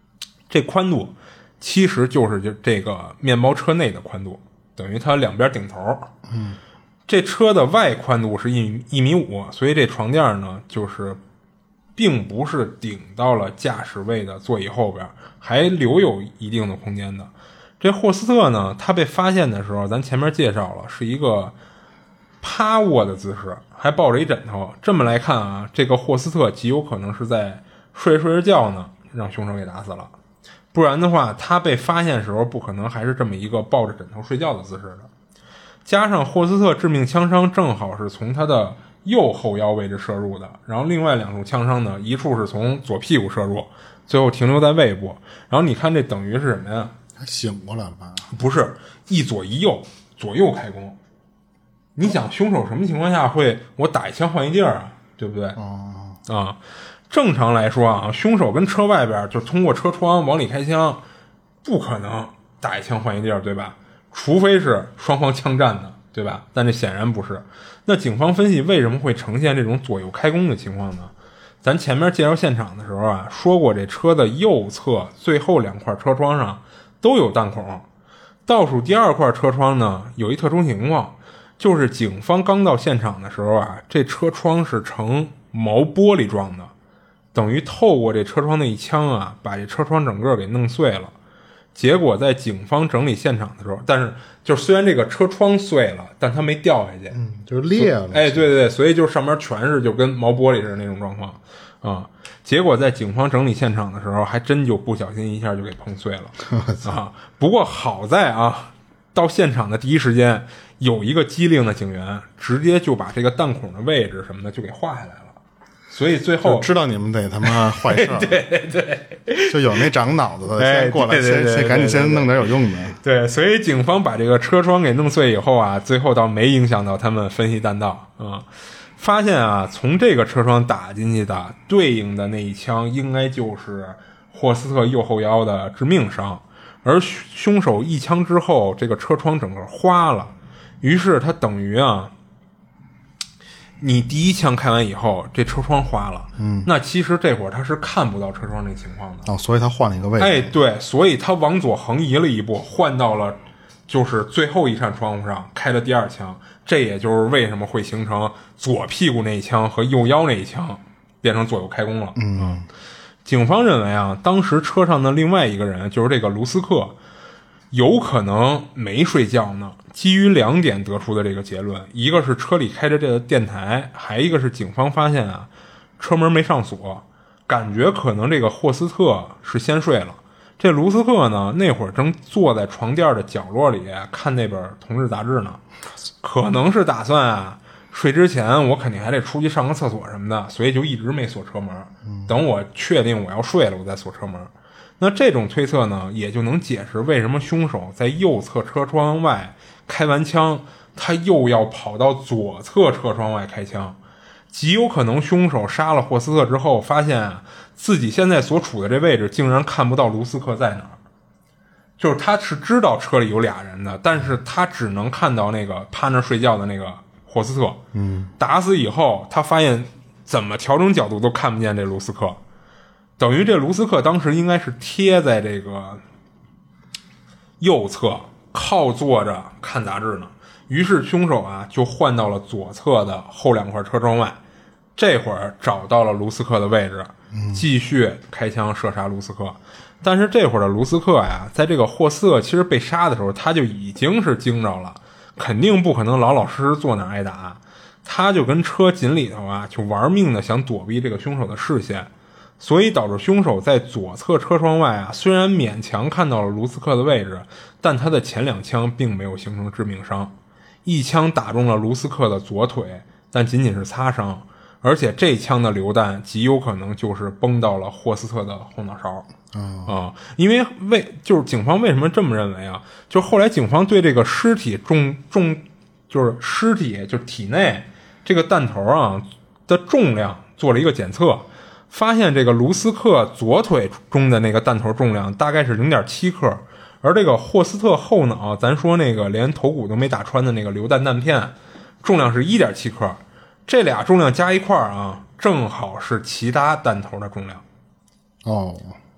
这宽度其实就是就这个面包车内的宽度，等于它两边顶头。 嗯， 这车的外宽度是一一米五，所以这床垫呢就是并不是顶到了驾驶位的座椅后边，还留有一定的空间的。这霍斯特呢，他被发现的时候，咱前面介绍了是一个趴卧的姿势，还抱着一枕头。这么来看啊，这个霍斯特极有可能是在睡着睡着觉呢，让凶手给打死了。不然的话，他被发现的时候不可能还是这么一个抱着枕头睡觉的姿势的。加上霍斯特致命枪伤正好是从他的右后腰位置射入的，然后另外两处枪伤呢，一处是从左屁股射入，最后停留在胃部。然后你看这等于是什么呀？ 他醒过来了吧？ 不是，一左一右，左右开弓。你想凶手什么情况下会我打一枪换一地儿啊？对不对？ 哦， 啊，正常来说啊，凶手跟车外边就通过车窗往里开枪，不可能打一枪换一地儿，对吧？除非是双方枪战的，对吧？但这显然不是。那警方分析为什么会呈现这种左右开弓的情况呢？咱前面介绍现场的时候啊，说过这车的右侧最后两块车窗上都有弹孔，倒数第二块车窗呢有一特殊情况，就是警方刚到现场的时候啊，这车窗是呈毛玻璃状的，等于透过这车窗的一枪啊，把这车窗整个给弄碎了。结果在警方整理现场的时候，但是就虽然这个车窗碎了，但它没掉下去， 嗯，就是裂了。 哎，对对对，所以就上面全是就跟毛玻璃似的那种状况啊。结果在警方整理现场的时候，还真就不小心一下就给碰碎了啊。不过好在啊，到现场的第一时间，有一个机灵的警员直接就把这个弹孔的位置什么的就给画下来了。所以最后知道你们得他妈坏事， 对对对， 就有那长脑子的哎先过来， 对对对对先先赶紧先弄点有用的。 对，所以警方把这个车窗给弄碎以后啊，最后倒没影响到他们分析弹道啊、嗯。发现啊，从这个车窗打进去的对应的那一枪，应该就是霍斯特右后腰的致命伤，而凶手一枪之后，这个车窗整个花了，于是他等于啊。你第一枪开完以后，这车窗花了，嗯，那其实这会儿他是看不到车窗那情况的， 哦，所以他换了一个位置， 哎，对，所以他往左横移了一步，换到了就是最后一扇窗户上开了第二枪，这也就是为什么会形成左屁股那一枪和右腰那一枪变成左右开弓了。 嗯， 嗯警方认为啊，当时车上的另外一个人就是这个卢斯克，有可能没睡觉呢。基于两点得出的这个结论，一个是车里开着这个电台，还一个是警方发现啊，车门没上锁，感觉可能这个霍斯特是先睡了。这卢斯克呢，那会儿正坐在床垫的角落里看那本同志杂志呢，可能是打算啊，睡之前我肯定还得出去上个厕所什么的，所以就一直没锁车门，等我确定我要睡了，我再锁车门。那这种推测呢，也就能解释为什么凶手在右侧车窗外开完枪，他又要跑到左侧车窗外开枪。极有可能凶手杀了霍斯特之后，发现啊，自己现在所处的这位置竟然看不到卢斯克在哪儿。就是他是知道车里有俩人的，但是他只能看到那个趴那睡觉的那个霍斯特。 嗯， 打死以后，他发现怎么调整角度都看不见这卢斯克。等于这卢斯克当时应该是贴在这个右侧靠坐着看杂志呢，于是凶手啊就换到了左侧的后两块车窗外，这会儿找到了卢斯克的位置，继续开枪射杀卢斯克。但是这会儿的卢斯克呀，在这个霍斯特其实被杀的时候，他就已经是惊着了，肯定不可能老老实实坐那儿挨打，他就跟车紧里头啊，就玩命的想躲避这个凶手的视线。所以导致凶手在左侧车窗外啊，虽然勉强看到了卢斯克的位置，但他的前两枪并没有形成致命伤。一枪打中了卢斯克的左腿，但仅仅是擦伤，而且这枪的榴弹极有可能就是崩到了霍斯特的后脑勺。啊、 哦嗯，因为为就是警方为什么这么认为啊？就是后来警方对这个尸体重重就是尸体就是体内这个弹头啊的重量做了一个检测。发现这个卢斯克左腿中的那个弹头重量大概是 零点七 克，而这个霍斯特后脑，咱说那个连头骨都没打穿的那个榴弹弹片，重量是 一点七 克，这俩重量加一块啊，正好是其他弹头的重量。 哦，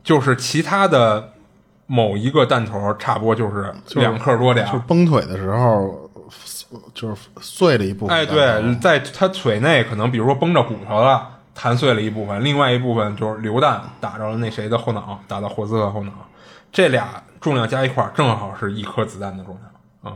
就是其他的某一个弹头差不多就是两克多点， 就是崩腿的时候就是碎了一部分。 哎，对，在他腿内可能比如说崩着骨头了，弹碎了一部分，另外一部分就是榴弹打着了那谁的后脑，打到霍斯特后脑，这俩重量加一块正好是一颗子弹的重量啊、嗯。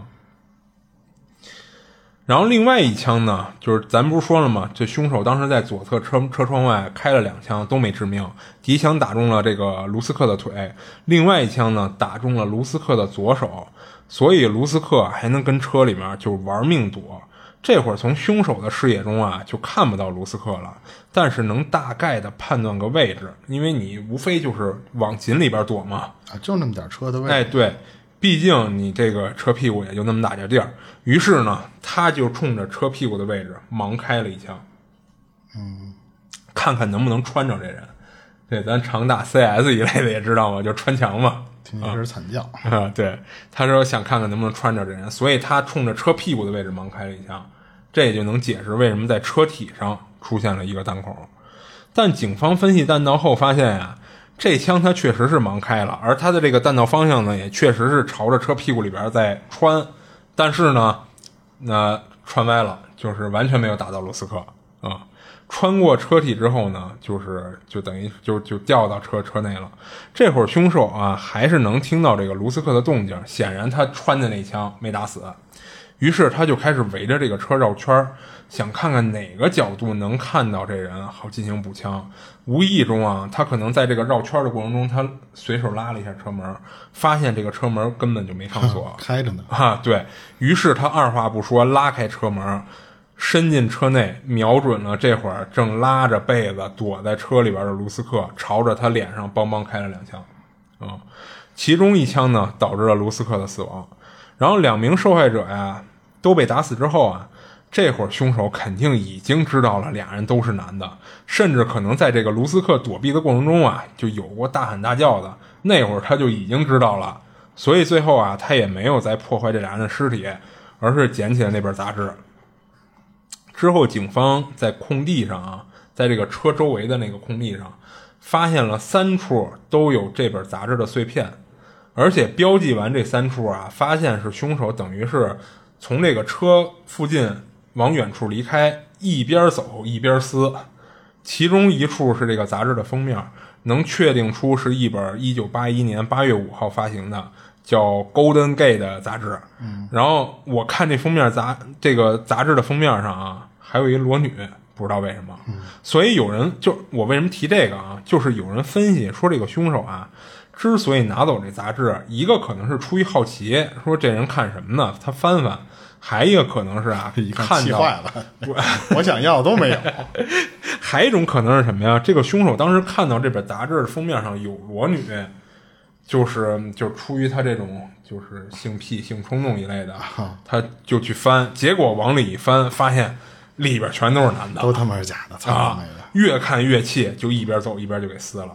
然后另外一枪呢，就是咱不是说了吗？这凶手当时在左侧车车窗外开了两枪，都没致命。第一枪打中了这个卢斯克的腿，另外一枪呢打中了卢斯克的左手，所以卢斯克还能跟车里面就玩命躲。这会儿从凶手的视野中啊就看不到卢斯克了，但是能大概的判断个位置，因为你无非就是往井里边躲嘛， 啊，就那么点车的位置。 哎，对。毕竟你这个车屁股也就那么大点地儿，于是呢，他就冲着车屁股的位置盲开了一枪，嗯，看看能不能穿着这人。对，咱常打 C S 一类的也知道嘛，就穿墙嘛， 听一声惨叫啊！对，他说想看看能不能穿着这人，所以他冲着车屁股的位置盲开了一枪，这也就能解释为什么在车体上出现了一个弹孔。但警方分析弹道后发现呀、啊。这枪它确实是盲开了，而它的这个弹道方向呢，也确实是朝着车屁股里边在穿，但是呢，那穿歪了，就是完全没有打到卢斯克啊。穿过车体之后呢，就是就等于就就掉到车车内了。这会儿凶手啊，还是能听到这个卢斯克的动静，显然他穿的那枪没打死，于是他就开始围着这个车绕圈，想看看哪个角度能看到这人，好进行补枪。无意中啊，他可能在这个绕圈的过程中，他随手拉了一下车门，发现这个车门根本就没上锁， 开着呢。 啊，对，于是他二话不说，拉开车门，伸进车内，瞄准了这会儿正拉着被子躲在车里边的卢斯克，朝着他脸上梆梆开了两枪，啊、嗯，其中一枪呢导致了卢斯克的死亡。然后两名受害者呀都被打死之后啊。这会儿凶手肯定已经知道了俩人都是男的，甚至可能在这个卢斯克躲避的过程中啊就有过大喊大叫的，那会儿他就已经知道了，所以最后啊他也没有再破坏这俩人的尸体，而是捡起了那本杂志。之后警方在空地上啊，在这个车周围的那个空地上发现了三处都有这本杂志的碎片，而且标记完这三处啊，发现是凶手等于是从这个车附近往远处离开，一边走一边撕。其中一处是这个杂志的封面，能确定出是一本一九八一年八月五号发行的叫 Golden Gate 的杂志。嗯，然后我看这封面杂这个杂志的封面上啊，还有一裸女，不知道为什么。嗯，所以有人就我为什么提这个啊，就是有人分析说这个凶手啊之所以拿走这杂志，一个可能是出于好奇，说这人看什么呢，他翻翻。还一个可能是啊， 一看气坏了，我想要都没有。 还一种可能是什么呀？这个凶手当时看到这本杂志的封面上有裸女，就是就出于他这种就是性癖、性冲动一类的，他就去翻，结果往里一翻，发现里边全都是男的， 都他妈是假的，操啊！越看越气，就一边走一边就给撕了。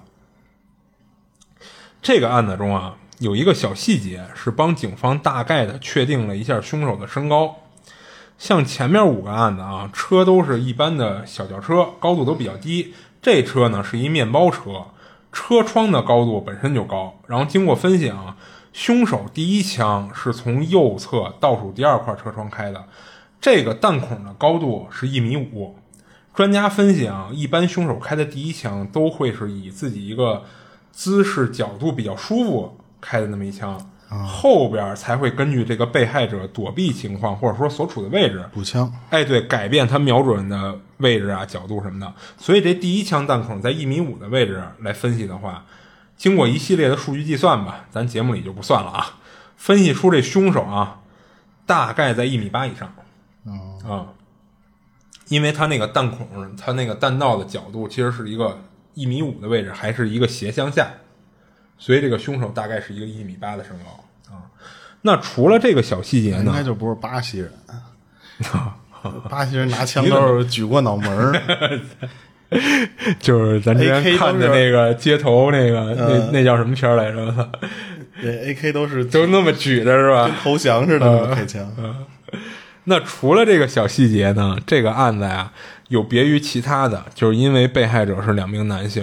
这个案子中啊。有一个小细节是帮警方大概的确定了一下凶手的身高。像前面五个案子啊，车都是一般的小轿车，高度都比较低。这车呢是一面包车，车窗的高度本身就高。然后经过分析啊，凶手第一枪是从右侧倒数第二块车窗开的，这个弹孔的高度是一米五。专家分析啊，一般凶手开的第一枪都会是以自己一个姿势角度比较舒服开的那么一枪，嗯、后边才会根据这个被害者躲避情况或者说所处的位置补枪。 哎，对，改变他瞄准的位置啊、角度什么的。所以这第一枪弹孔在一米五的位置来分析的话，经过一系列的数据计算吧，咱节目里就不算了啊。分析出这凶手啊，大概在一米八以上。 嗯啊，因为他那个弹孔，他那个弹道的角度其实是一个一米五的位置，还是一个斜向下。所以这个凶手大概是一个一米八的身高啊。那除了这个小细节呢， 应该就不是巴西人。巴西人拿枪都是举过脑门就是咱之前看的那个街头那个、呃、那那叫什么片来着？ 对 ，A K 都是都那么举着是吧？ 跟投降似的那么开枪。 呃呃那除了这个小细节呢，这个案子呀有别于其他的，就是因为被害者是两名男性。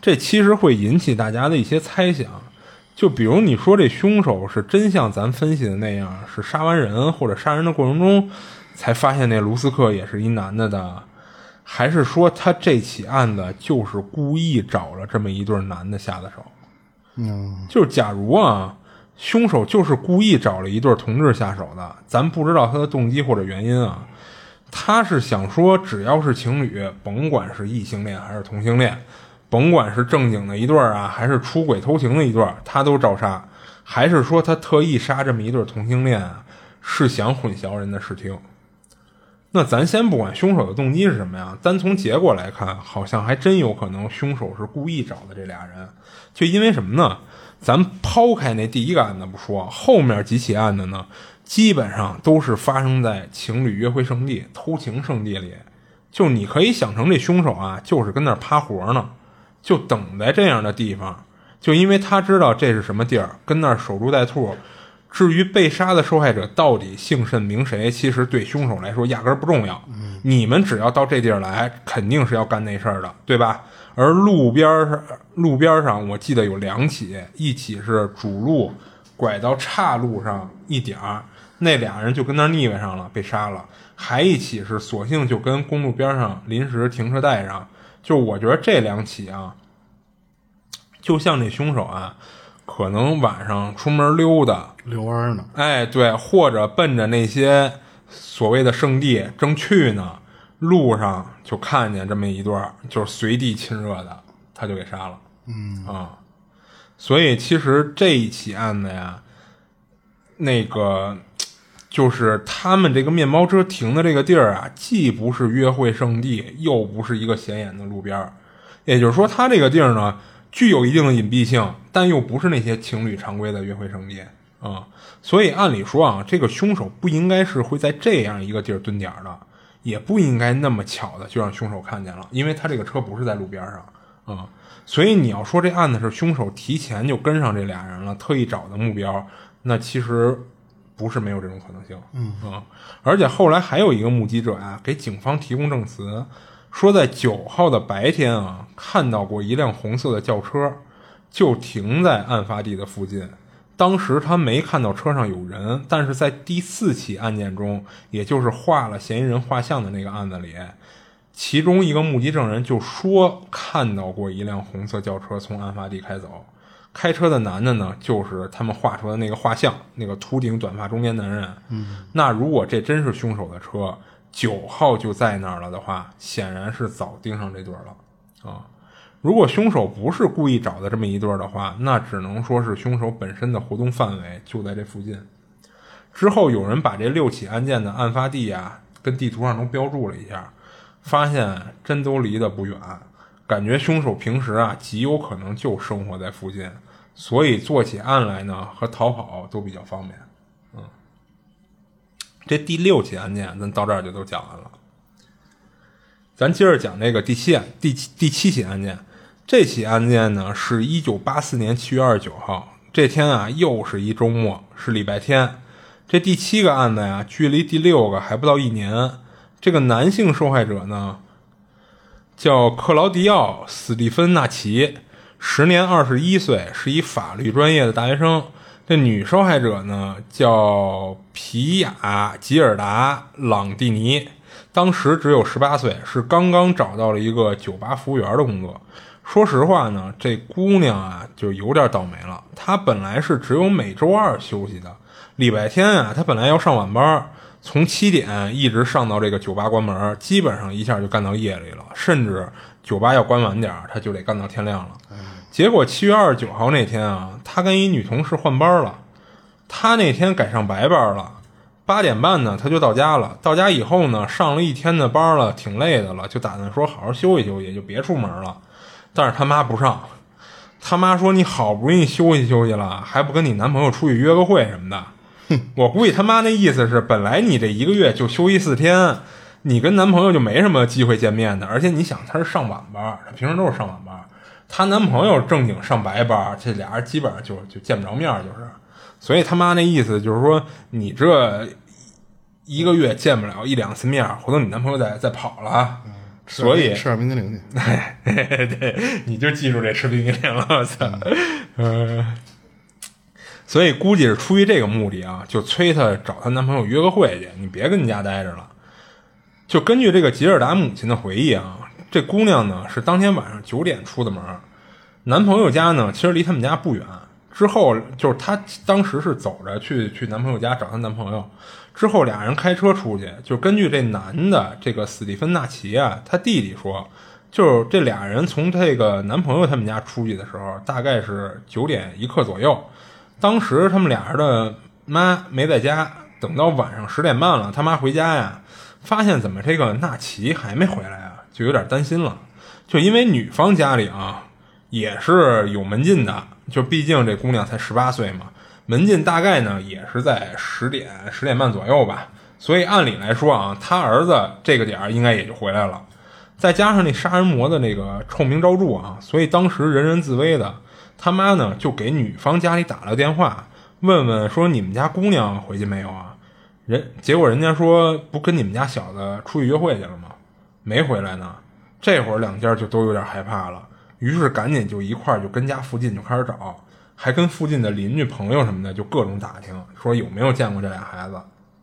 这其实会引起大家的一些猜想。就比如你说这凶手是真像咱分析的那样，是杀完人或者杀人的过程中才发现那卢斯克也是一男的的，还是说他这起案子就是故意找了这么一对男的下的手？ 嗯， 就是假如啊，凶手就是故意找了一对同志下手的，咱不知道他的动机或者原因啊。他是想说，只要是情侣，甭管是异性恋还是同性恋，甭管是正经的一对啊，还是出轨偷情的一对，他都照杀。还是说他特意杀这么一对同性恋啊，是想混淆人的视听？那咱先不管凶手的动机是什么呀，单从结果来看，好像还真有可能凶手是故意找的这俩人。就因为什么呢？咱抛开那第一个案子不说，后面几起案子呢，基本上都是发生在情侣约会圣地、偷情圣地里。就你可以想成这凶手啊，就是跟那儿趴活呢，就等在这样的地方，就因为他知道这是什么地儿，跟那儿守株待兔。至于被杀的受害者到底姓甚名谁，其实对凶手来说压根不重要。嗯、你们只要到这地儿来，肯定是要干那事儿的，对吧？而路边上，路边上我记得有两起，一起是主路拐到岔路上一点儿，那俩人就跟那儿腻歪上了，被杀了；还一起是索性就跟公路边上临时停车带上。就我觉得这两起啊，就像这凶手啊，可能晚上出门溜达遛弯呢， 哎，对，或者奔着那些所谓的圣地正去呢，路上就看见这么一对就是随地亲热的，他就给杀了。嗯啊，所以其实这一起案子呀，那个就是他们这个面包车停的这个地儿啊，既不是约会圣地，又不是一个显眼的路边，也就是说，他这个地儿呢，具有一定的隐蔽性，但又不是那些情侣常规的约会圣地啊、嗯。所以按理说啊，这个凶手不应该是会在这样一个地儿蹲点的，也不应该那么巧的就让凶手看见了，因为他这个车不是在路边上啊、嗯。所以你要说这案子是凶手提前就跟上这俩人了，特意找的目标，那其实不是没有这种可能性。嗯啊、嗯，而且后来还有一个目击者啊，给警方提供证词，说在九号的白天啊，看到过一辆红色的轿车，就停在案发地的附近。当时他没看到车上有人，但是在第四起案件中，也就是画了嫌疑人画像的那个案子里，其中一个目击证人就说看到过一辆红色轿车从案发地开走，开车的男的呢，就是他们画出的那个画像，那个秃顶短发中年男人。嗯，那如果这真是凶手的车，九号就在那儿了的话，显然是早盯上这对了啊。如果凶手不是故意找的这么一对的话，那只能说是凶手本身的活动范围就在这附近。之后有人把这六起案件的案发地啊，跟地图上都标注了一下，发现真都离得不远，感觉凶手平时啊极有可能就生活在附近，所以做起案来呢和逃跑都比较方便。嗯，这第六起案件咱到这儿就都讲完了。咱接着讲这个第七案第七第七起案件。这起案件呢是一九八四年七月二十九号，这天啊又是一周末，是礼拜天。这第七个案子呀，距离第六个还不到一年。这个男性受害者呢叫克劳迪奥·斯蒂芬纳奇，时年二十一岁，是一法律专业的大学生。这女受害者呢叫皮亚·吉尔达·朗蒂尼，当时只有十八岁，是刚刚找到了一个酒吧服务员的工作。说实话呢，这姑娘啊就有点倒霉了。她本来是只有每周二休息的，礼拜天啊她本来要上晚班，从七点一直上到这个酒吧关门，基本上一下就干到夜里了，甚至酒吧要关晚点她就得干到天亮了。结果七月二十九号那天啊，她跟一女同事换班了，她那天改上白班了，八点半呢她就到家了。到家以后呢，上了一天的班了，挺累的了，就打算说好好休息休息，就别出门了。但是他妈不上，他妈说你好不容易休息休息了，还不跟你男朋友出去约个会什么的。我估计他妈那意思是，本来你这一个月就休息四天，你跟男朋友就没什么机会见面的。而且你想，他是上晚班，他平时都是上晚班，她男朋友正经上白班，这俩人基本上就就见不着面，就是。所以他妈那意思就是说，你这一个月见不了一两次面，回头你男朋友再再跑了， 所以吃点冰激凌去。 哎，对，你就记住这吃冰激凌了，我操，嗯。呃所以估计是出于这个目的啊，就催她找她男朋友约个会去，你别跟你家待着了。就根据这个吉尔达母亲的回忆啊，这姑娘呢是当天晚上九点出的门，男朋友家呢其实离他们家不远。之后就是她当时是走着去去男朋友家找她男朋友，之后俩人开车出去。就根据这男的这个史蒂芬纳奇啊，他弟弟说，就是这俩人从这个男朋友他们家出去的时候，大概是九点一刻左右。当时他们俩人的妈没在家，等到晚上十点半了，他妈回家呀，发现怎么这个纳奇还没回来啊，就有点担心了。就因为女方家里啊也是有门禁的，就毕竟这姑娘才十八岁嘛，门禁大概呢也是在十点十点半左右吧，所以按理来说啊，他儿子这个点儿应该也就回来了。再加上那杀人魔的那个臭名昭著啊，所以当时人人自危的。他妈呢就给女方家里打了电话，问问说你们家姑娘回去没有啊？人结果人家说不跟你们家小子出去约会去了吗？没回来呢。这会儿两家就都有点害怕了，于是赶紧就一块儿就跟家附近就开始找，还跟附近的邻居朋友什么的就各种打听，说有没有见过这俩孩子，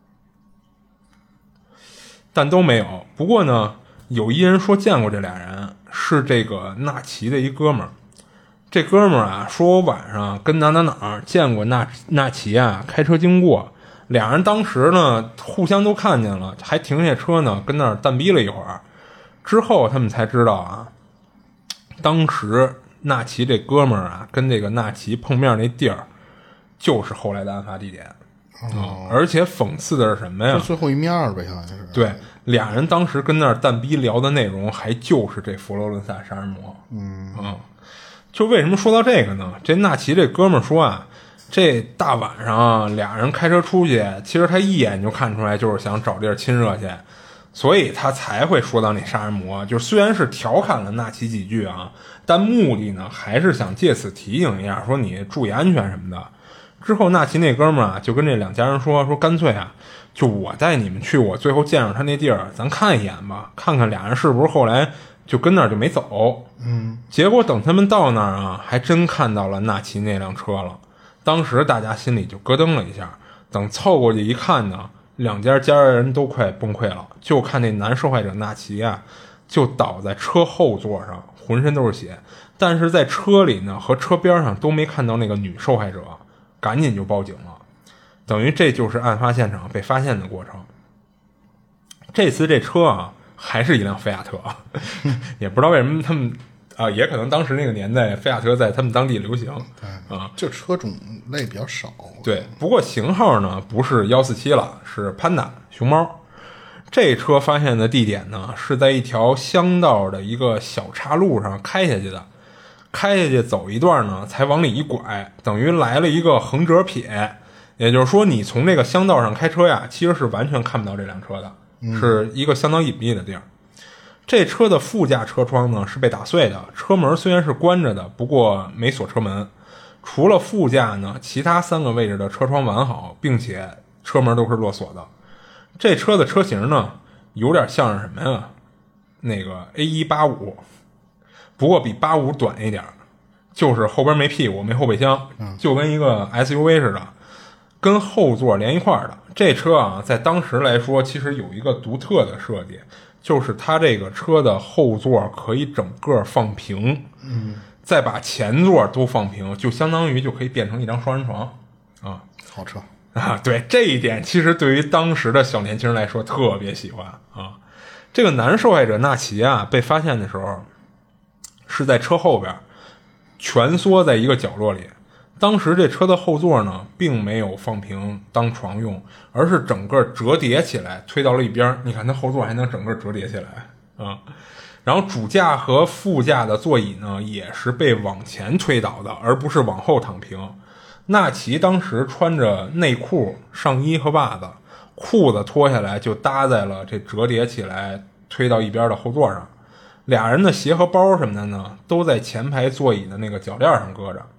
但都没有。不过呢，有一人说见过这俩人，是这个纳奇的一哥们儿。这哥们儿啊，说我晚上跟哪哪哪见过纳纳奇啊，开车经过，俩人当时呢互相都看见了，还停下车呢，跟那儿淡逼了一会儿。之后他们才知道啊，当时纳奇这哥们儿啊跟这个纳奇碰面那地儿，就是后来的案发地点。哦，而且讽刺的是什么呀？ 最后一面呗，好像是。 对，俩人当时跟那儿淡逼聊的内容，还就是这佛罗伦萨杀人魔。嗯嗯。就为什么说到这个呢？这纳奇这哥们儿说啊，这大晚上啊，俩人开车出去，其实他一眼就看出来就是想找地儿亲热去，所以他才会说到那杀人魔。就虽然是调侃了纳奇几句啊，但目的呢还是想借此提醒一下，说你注意安全什么的。之后纳奇那哥们儿啊就跟这两家人说，说干脆啊，就我带你们去我最后见着他那地儿，咱看一眼吧，看看俩人是不是后来就跟那儿就没走。嗯，结果等他们到那儿啊，还真看到了纳奇那辆车了。当时大家心里就咯噔了一下，等凑过去一看呢，两家家人都快崩溃了。就看那男受害者纳奇啊，就倒在车后座上，浑身都是血，但是在车里呢和车边上都没看到那个女受害者，赶紧就报警了。等于这就是案发现场被发现的过程。这次这车啊还是一辆菲亚特，也不知道为什么他们啊、呃，也可能当时那个年代菲亚特在他们当地流行啊、呃， 这车种类比较少。 对，不过型号呢不是一四七了，是潘达熊猫。这车发现的地点呢是在一条乡道的一个小岔路上开下去的，开下去走一段呢才往里一拐，等于来了一个横折撇。也就是说你从这个乡道上开车呀，其实是完全看不到这辆车的，是一个相当隐蔽的地儿。这车的副驾车窗呢是被打碎的，车门虽然是关着的，不过没锁车门。除了副驾呢，其他三个位置的车窗完好，并且车门都是落锁的。这车的车型呢有点像是什么呀，那个 A 一八五， 不过比八五短一点，就是后边没屁股没后备箱，就跟一个 S U V 似的，跟后座连一块的。这车啊在当时来说其实有一个独特的设计，就是它这个车的后座可以整个放平，嗯，再把前座都放平，就相当于就可以变成一张双人床啊， 好车啊！对，这一点其实对于当时的小年轻人来说特别喜欢啊。这个男受害者纳奇啊被发现的时候是在车后边蜷缩在一个角落里。当时这车的后座呢并没有放平当床用，而是整个折叠起来推到了一边。你看它后座还能整个折叠起来啊。然后主驾和副驾的座椅呢也是被往前推倒的，而不是往后躺平。纳奇当时穿着内裤、上衣和袜子，裤子脱下来就搭在了这折叠起来推到一边的后座上。俩人的鞋和包什么的呢都在前排座椅的那个脚垫上搁着。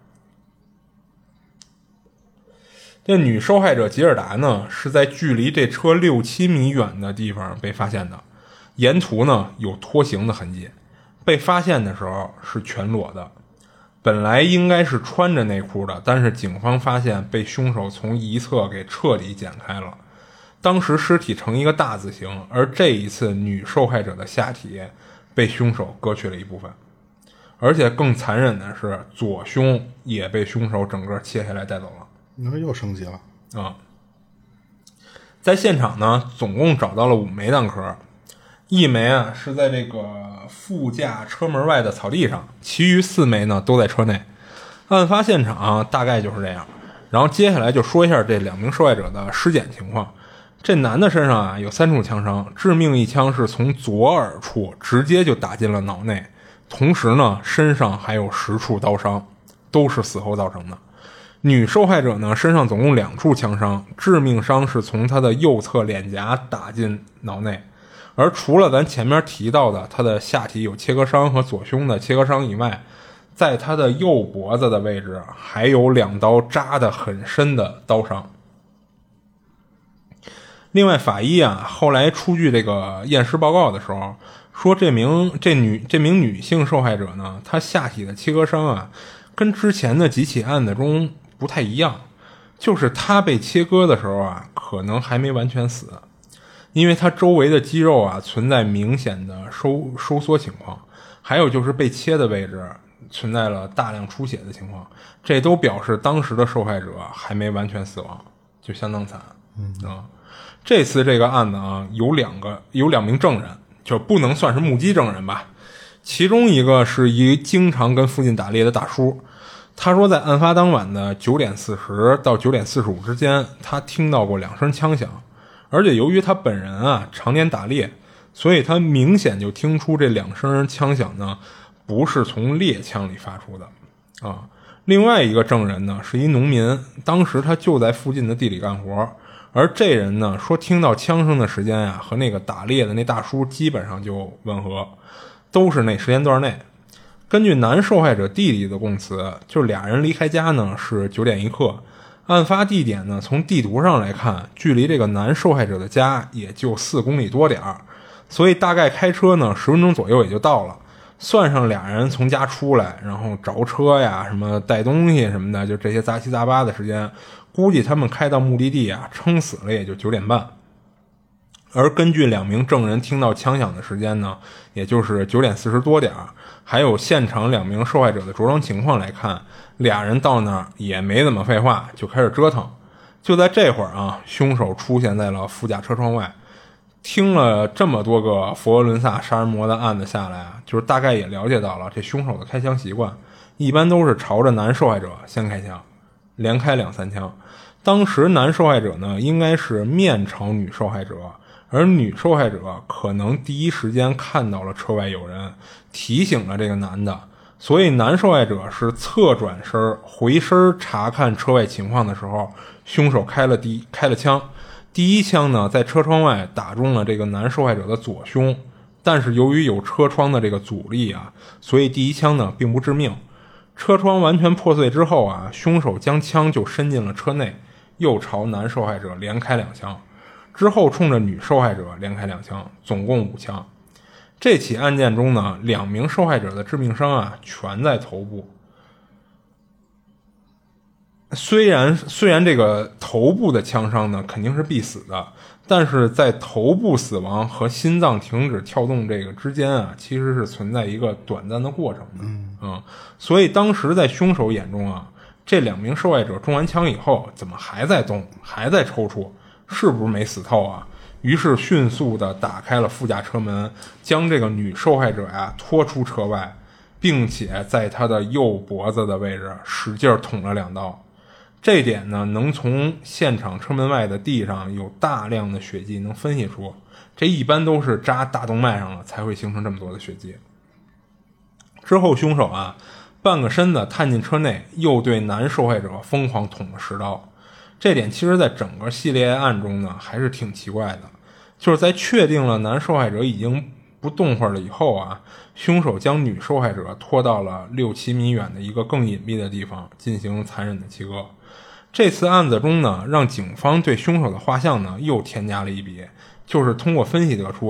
这女受害者吉尔达呢是在距离这车六七米远的地方被发现的， 沿途呢有拖行的痕迹，被发现的时候是全裸的。本来应该是穿着内裤的，但是警方发现被凶手从一侧给彻底剪开了。当时尸体呈一个大字形，而这一次女受害者的下体被凶手割去了一部分，而且更残忍的是左胸也被凶手整个切下来带走了。 那又升级了啊、 嗯！在现场呢，总共找到了五枚弹壳，一枚啊是在这个副驾车门外的草地上，其余四枚呢都在车内。案发现场、啊、大概就是这样。然后接下来就说一下这两名受害者的尸检情况。这男的身上啊有三处枪伤，致命一枪是从左耳处直接就打进了脑内，同时呢身上还有十处刀伤，都是死后造成的。女受害者呢身上总共两处枪伤，致命伤是从她的右侧脸颊打进脑内。而除了咱前面提到的她的下体有切割伤和左胸的切割伤以外，在她的右脖子的位置还有两刀扎得很深的刀伤。另外法医啊后来出具这个验尸报告的时候说，这名这女这名女性受害者呢，她下体的切割伤啊跟之前的几起案子中不太一样，就是她被切割的时候啊可能还没完全死，因为她周围的肌肉啊存在明显的收收缩情况，还有就是被切的位置存在了大量出血的情况，这都表示当时的受害者还没完全死亡，就相当惨。嗯啊，这次这个案子啊有两个有两名证人，就不能算是目击证人吧。其中一个是一经常跟附近打猎的大叔，他说在案发当晚的九点四十到九点四十五之间，他听到过两声枪响，而且由于他本人啊常年打猎，所以他明显就听出这两声枪响呢不是从猎枪里发出的啊。另外一个证人呢是一农民，当时他就在附近的地里干活，而这人呢说听到枪声的时间呀、啊、和那个打猎的那大叔基本上就吻合，都是那时间段内。根据男受害者弟弟的供词，就俩人离开家呢是九点一刻，案发地点呢从地图上来看距离这个男受害者的家也就四公里多点儿，所以大概开车呢十分钟左右也就到了。算上俩人从家出来然后着车呀什么带东西什么的，就这些杂七杂八的时间，估计他们开到目的地啊撑死了也就九点半。而根据两名证人听到枪响的时间呢也就是九点四十多点，还有现场两名受害者的着装情况来看，俩人到那儿也没怎么废话就开始折腾。就在这会儿啊，凶手出现在了副驾车窗外。听了这么多个佛罗伦萨杀人魔的案子下来啊，就是大概也了解到了这凶手的开枪习惯，一般都是朝着男受害者先开枪，连开两三枪。当时男受害者呢应该是面朝女受害者，而女受害者可能第一时间看到了车外有人，提醒了这个男的，所以男受害者是侧转身回身查看车外情况的时候，凶手开了第开了枪。第一枪呢在车窗外打中了这个男受害者的左胸，但是由于有车窗的这个阻力啊，所以第一枪呢并不致命。车窗完全破碎之后啊，凶手将枪就伸进了车内，又朝男受害者连开两枪，之后冲着女受害者连开两枪，总共五枪。这起案件中呢，两名受害者的致命伤啊全在头部。虽然虽然这个头部的枪伤呢肯定是必死的，但是在头部死亡和心脏停止跳动这个之间啊，其实是存在一个短暂的过程的。嗯嗯，所以当时在凶手眼中啊，这两名受害者中完枪以后怎么还在动，还在抽搐，是不是没死透啊？于是迅速的打开了副驾车门，将这个女受害者呀拖出车外，并且在她的右脖子的位置使劲捅了两刀。这点呢能从现场车门外的地上有大量的血迹能分析出，这一般都是扎大动脉上了才会形成这么多的血迹。之后凶手啊半个身子探进车内，又对男受害者疯狂捅了十刀。这点其实在整个系列案中呢还是挺奇怪的，就是在确定了男受害者已经不动会儿了以后啊，凶手将女受害者拖到了六七米远的一个更隐蔽的地方进行残忍的切割。这次案子中呢，让警方对凶手的画像呢又添加了一笔，就是通过分析得出啊，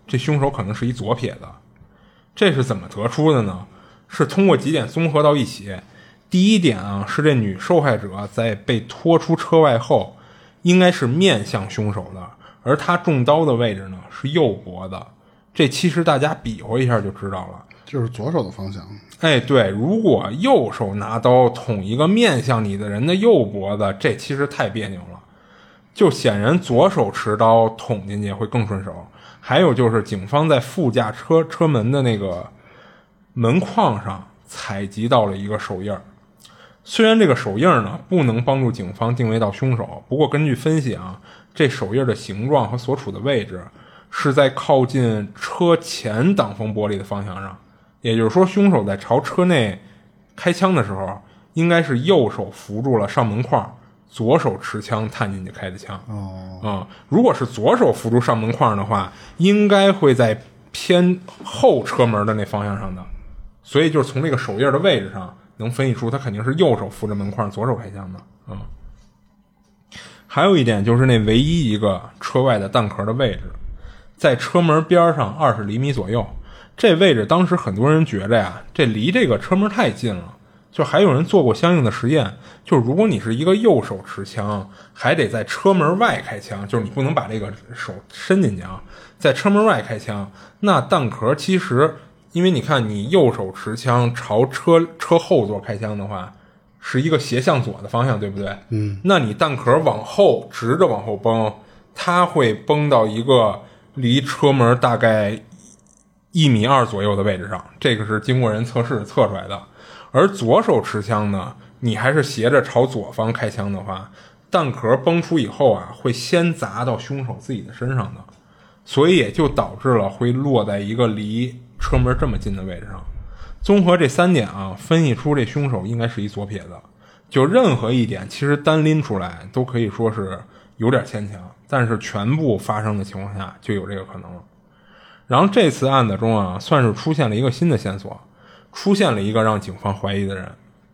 这凶手可能是一左撇子。这是怎么得出的呢？是通过几点综合到一起。第一点啊，是这女受害者在被拖出车外后，应该是面向凶手的，而她中刀的位置呢是右脖子。这其实大家比划一下就知道了， 就是左手的方向。 哎，对，如果右手拿刀捅一个面向你的人的右脖子，这其实太别扭了。就显然左手持刀捅进去会更顺手。还有就是警方在副驾车车门的那个门框上采集到了一个手印。虽然这个手印呢不能帮助警方定位到凶手，不过根据分析啊，这手印的形状和所处的位置是在靠近车前挡风玻璃的方向上，也就是说凶手在朝车内开枪的时候应该是右手扶住了上门框，左手持枪探进去开的枪。 哦， 嗯，如果是左手扶住上门框的话，应该会在偏后车门的那方向上的，所以就是从这个手印的位置上能分析出他肯定是右手扶着门框，左手开枪的。嗯，还有一点就是那唯一一个车外的弹壳的位置，在车门边上二十厘米左右。这位置当时很多人觉着呀，这离这个车门太近了。就还有人做过相应的实验，就是如果你是一个右手持枪，还得在车门外开枪，就是你不能把这个手伸进去啊，在车门外开枪，那弹壳其实因为你看你右手持枪朝车车后座开枪的话，是一个斜向左的方向，对不对？ 嗯， 那你弹壳往后直着往后崩，它会崩到一个离车门大概一米二左右的位置上，这个是经过人测试测出来的。而左手持枪呢，你还是斜着朝左方开枪的话，弹壳崩出以后啊，会先砸到凶手自己的身上的，所以也就导致了会落在一个离车门这么近的位置上。综合这三点啊，分析出这凶手应该是一左撇子。就任何一点其实单拎出来都可以说是有点牵强，但是全部发生的情况下就有这个可能了。然后这次案子中啊，算是出现了一个新的线索，出现了一个让警方怀疑的人。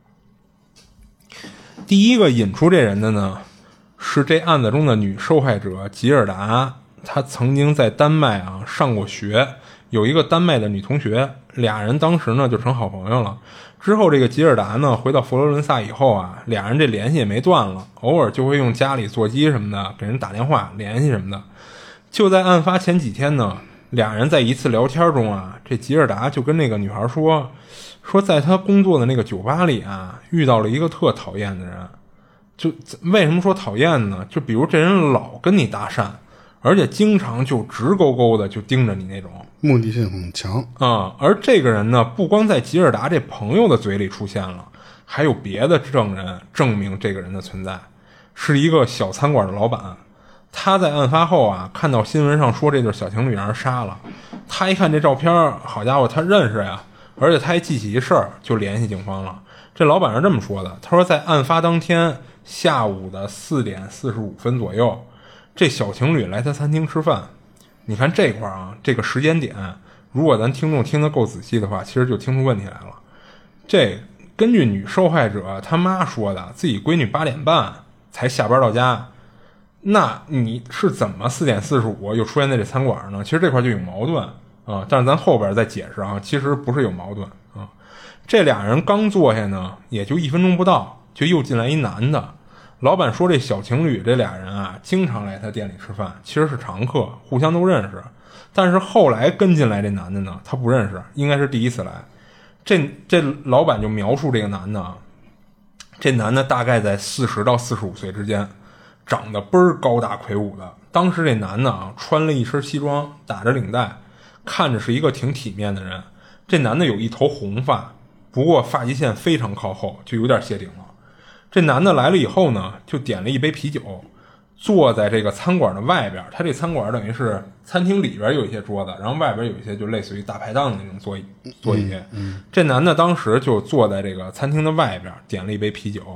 第一个引出这人的呢，是这案子中的女受害者吉尔达。她曾经在丹麦啊上过学，有一个丹麦的女同学，俩人当时呢就成好朋友了。之后这个吉尔达呢回到佛罗伦萨以后啊，俩人这联系也没断了，偶尔就会用家里座机什么的给人打电话联系什么的。就在案发前几天呢，俩人在一次聊天中啊，这吉尔达就跟那个女孩说说在他工作的那个酒吧里啊，遇到了一个特讨厌的人。就为什么说讨厌呢？就比如这人老跟你搭讪，而且经常就直勾勾的就盯着你那种， 目的性很强啊、嗯。而这个人呢，不光在吉尔达这朋友的嘴里出现了，还有别的证人证明这个人的存在，是一个小餐馆的老板。他在案发后啊，看到新闻上说这对小情侣让人杀了，他一看这照片，好家伙，他认识呀，而且他还记起一事儿，就联系警方了。这老板是这么说的，他说在案发当天下午的四点四十五分左右，这小情侣来他餐厅吃饭。你看这块啊，这个时间点，如果咱听众听得够仔细的话，其实就听出问题来了。这根据女受害者他妈说的，自己闺女八点半才下班到家，那你是怎么四点四十五又出现在这餐馆呢？其实这块就有矛盾啊，但是咱后边再解释啊，其实不是有矛盾啊。这俩人刚坐下呢，也就一分钟不到，就又进来一男的。老板说这小情侣这俩人啊，经常来他店里吃饭，其实是常客，互相都认识。但是后来跟进来这男的呢，他不认识，应该是第一次来。这这老板就描述这个男的啊，这男的大概在四十到四十五岁之间，长得倍儿高大魁梧的。当时这男的啊，穿了一身西装，打着领带，看着是一个挺体面的人。这男的有一头红发，不过发际线非常靠后，就有点谢顶了。这男的来了以后呢，就点了一杯啤酒，坐在这个餐馆的外边。他这餐馆等于是餐厅里边有一些桌子，然后外边有一些就类似于大排档的那种座椅座椅、嗯嗯、这男的当时就坐在这个餐厅的外边，点了一杯啤酒。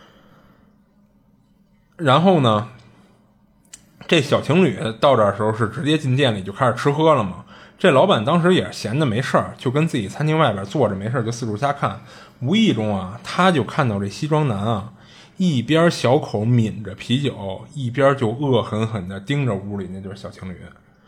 然后呢，这小情侣到这儿的时候是直接进店里就开始吃喝了嘛。这老板当时也闲的没事儿，就跟自己餐厅外边坐着没事儿，就四处瞎看。无意中啊，他就看到这西装男啊，一边小口抿着啤酒，一边就恶狠狠地盯着屋里那对小情侣。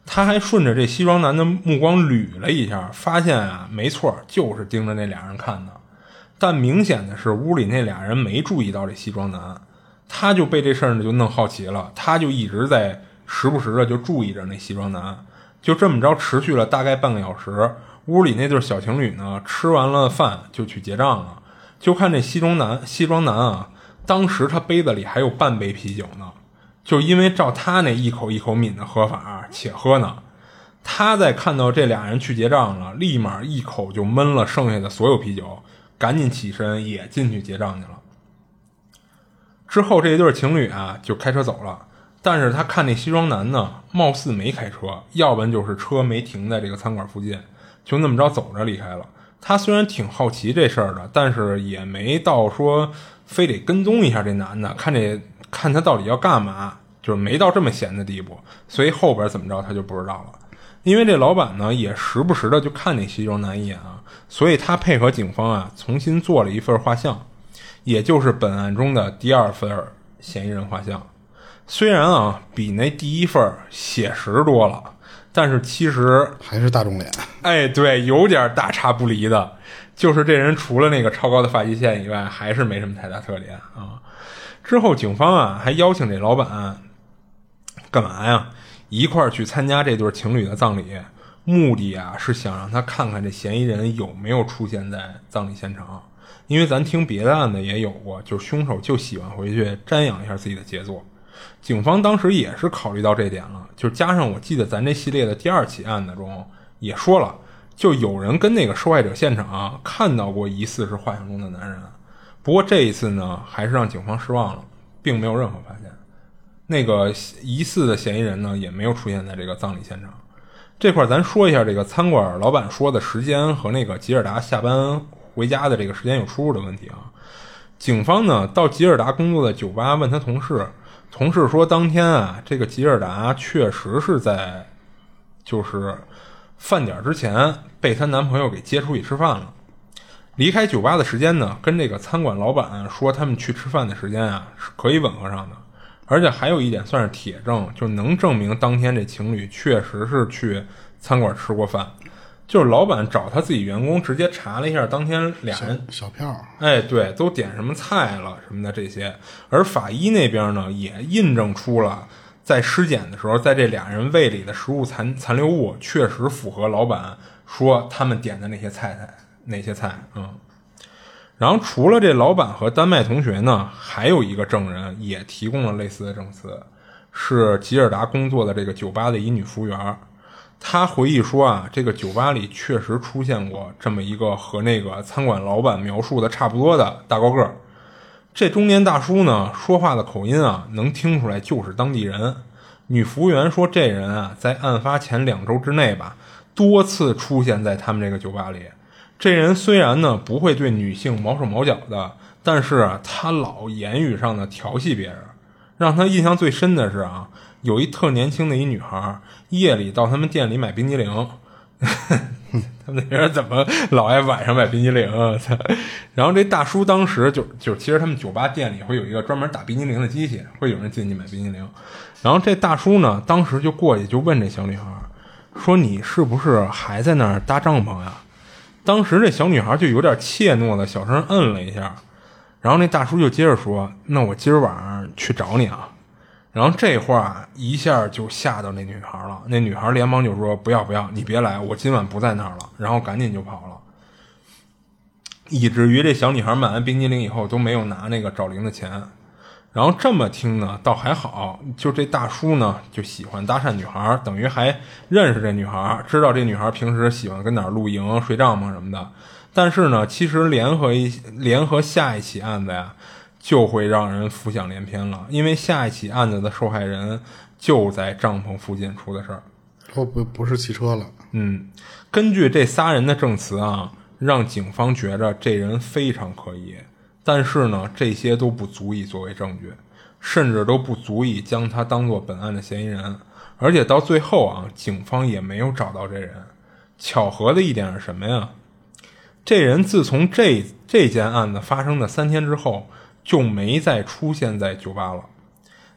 他还顺着这西装男的目光捋了一下，发现啊，没错，就是盯着那俩人看的。但明显的是，屋里那俩人没注意到这西装男，他就被这事儿呢就弄好奇了，他就一直在时不时的就注意着那西装男。就这么着持续了大概半个小时，屋里那对小情侣呢吃完了饭就去结账了。就看这西装男西装男啊，当时他杯子里还有半杯啤酒呢，就因为照他那一口一口抿的喝法且喝呢。他在看到这俩人去结账了，立马一口就闷了剩下的所有啤酒，赶紧起身也进去结账去了。之后这一对情侣啊就开车走了，但是他看那西装男呢貌似没开车，要不然就是车没停在这个餐馆附近，就那么着走着离开了。他虽然挺好奇这事儿的，但是也没到说非得跟踪一下这男的，看这看他到底要干嘛，就是没到这么闲的地步。所以后边怎么着他就不知道了。因为这老板呢也时不时的就看那西装男一眼啊，所以他配合警方啊重新做了一份画像，也就是本案中的第二份嫌疑人画像。虽然啊比那第一份写实多了，但是其实还是大众脸。 哎，对，有点大差不离的，就是这人除了那个超高的发际线以外，还是没什么太大特点啊。之后警方啊还邀请这老板干嘛呀？一块儿去参加这对情侣的葬礼，目的啊是想让他看看这嫌疑人有没有出现在葬礼现场。因为咱听别的案子也有过，就是凶手就喜欢回去瞻仰一下自己的杰作。警方当时也是考虑到这点了，就加上我记得咱这系列的第二起案子中也说了，就有人跟那个受害者现场、啊、看到过疑似是画像中的男人。不过这一次呢还是让警方失望了，并没有任何发现。那个疑似的嫌疑人呢也没有出现在这个葬礼现场。这块咱说一下这个餐馆老板说的时间和那个吉尔达下班回家的这个时间有出入的问题啊。警方呢到吉尔达工作的酒吧问他同事，同事说当天啊这个吉尔达确实是在就是饭点之前被她男朋友给接出去吃饭了。离开酒吧的时间呢跟这个餐馆老板说他们去吃饭的时间啊是可以吻合上的。而且还有一点算是铁证，就能证明当天这情侣确实是去餐馆吃过饭。就是老板找他自己员工直接查了一下当天俩人小, 小票， 哎，对，都点什么菜了什么的这些。而法医那边呢也印证出了在尸检的时候在这俩人胃里的食物残残留物确实符合老板说他们点的那些菜菜那些菜嗯。然后除了这老板和丹麦同学呢，还有一个证人也提供了类似的证词，是吉尔达工作的这个酒吧的一女服务员。她回忆说啊，这个酒吧里确实出现过这么一个和那个餐馆老板描述的差不多的大高个。这中年大叔呢，说话的口音啊，能听出来就是当地人。女服务员说，这人啊，在案发前两周之内吧，多次出现在他们这个酒吧里。这人虽然呢不会对女性毛手毛脚的，但是啊他老言语上的调戏别人。让他印象最深的是啊，有一特年轻的一女孩夜里到他们店里买冰激凌他们那边怎么老爱晚上买冰激凌啊？然后这大叔当时就就其实他们酒吧店里会有一个专门打冰激凌的机器，会有人进去买冰激凌。然后这大叔呢当时就过去就问这小女孩说，你是不是还在那儿搭帐篷呀？当时这小女孩就有点怯懦的小声嗯了一下，然后那大叔就接着说，那我今儿晚上去找你啊。然后这话一下就吓到那女孩了，那女孩连忙就说，不要不要，你别来，我今晚不在那儿了，然后赶紧就跑了。以至于这小女孩买完冰激凌以后都没有拿那个找零的钱。然后这么听呢倒还好，就这大叔呢就喜欢搭讪女孩，等于还认识这女孩，知道这女孩平时喜欢跟哪儿露营睡帐篷什么的。但是呢其实联合一联合下一起案子呀就会让人浮想联翩了，因为下一起案子的受害人就在帐篷附近出的事儿。 哦，不不是汽车了。 嗯，根据这仨人的证词啊，让警方觉着这人非常可疑。但是呢这些都不足以作为证据，甚至都不足以将他当作本案的嫌疑人。而且到最后啊警方也没有找到这人。巧合的一点是什么呀？这人自从这这件案子发生的三天之后就没再出现在酒吧了。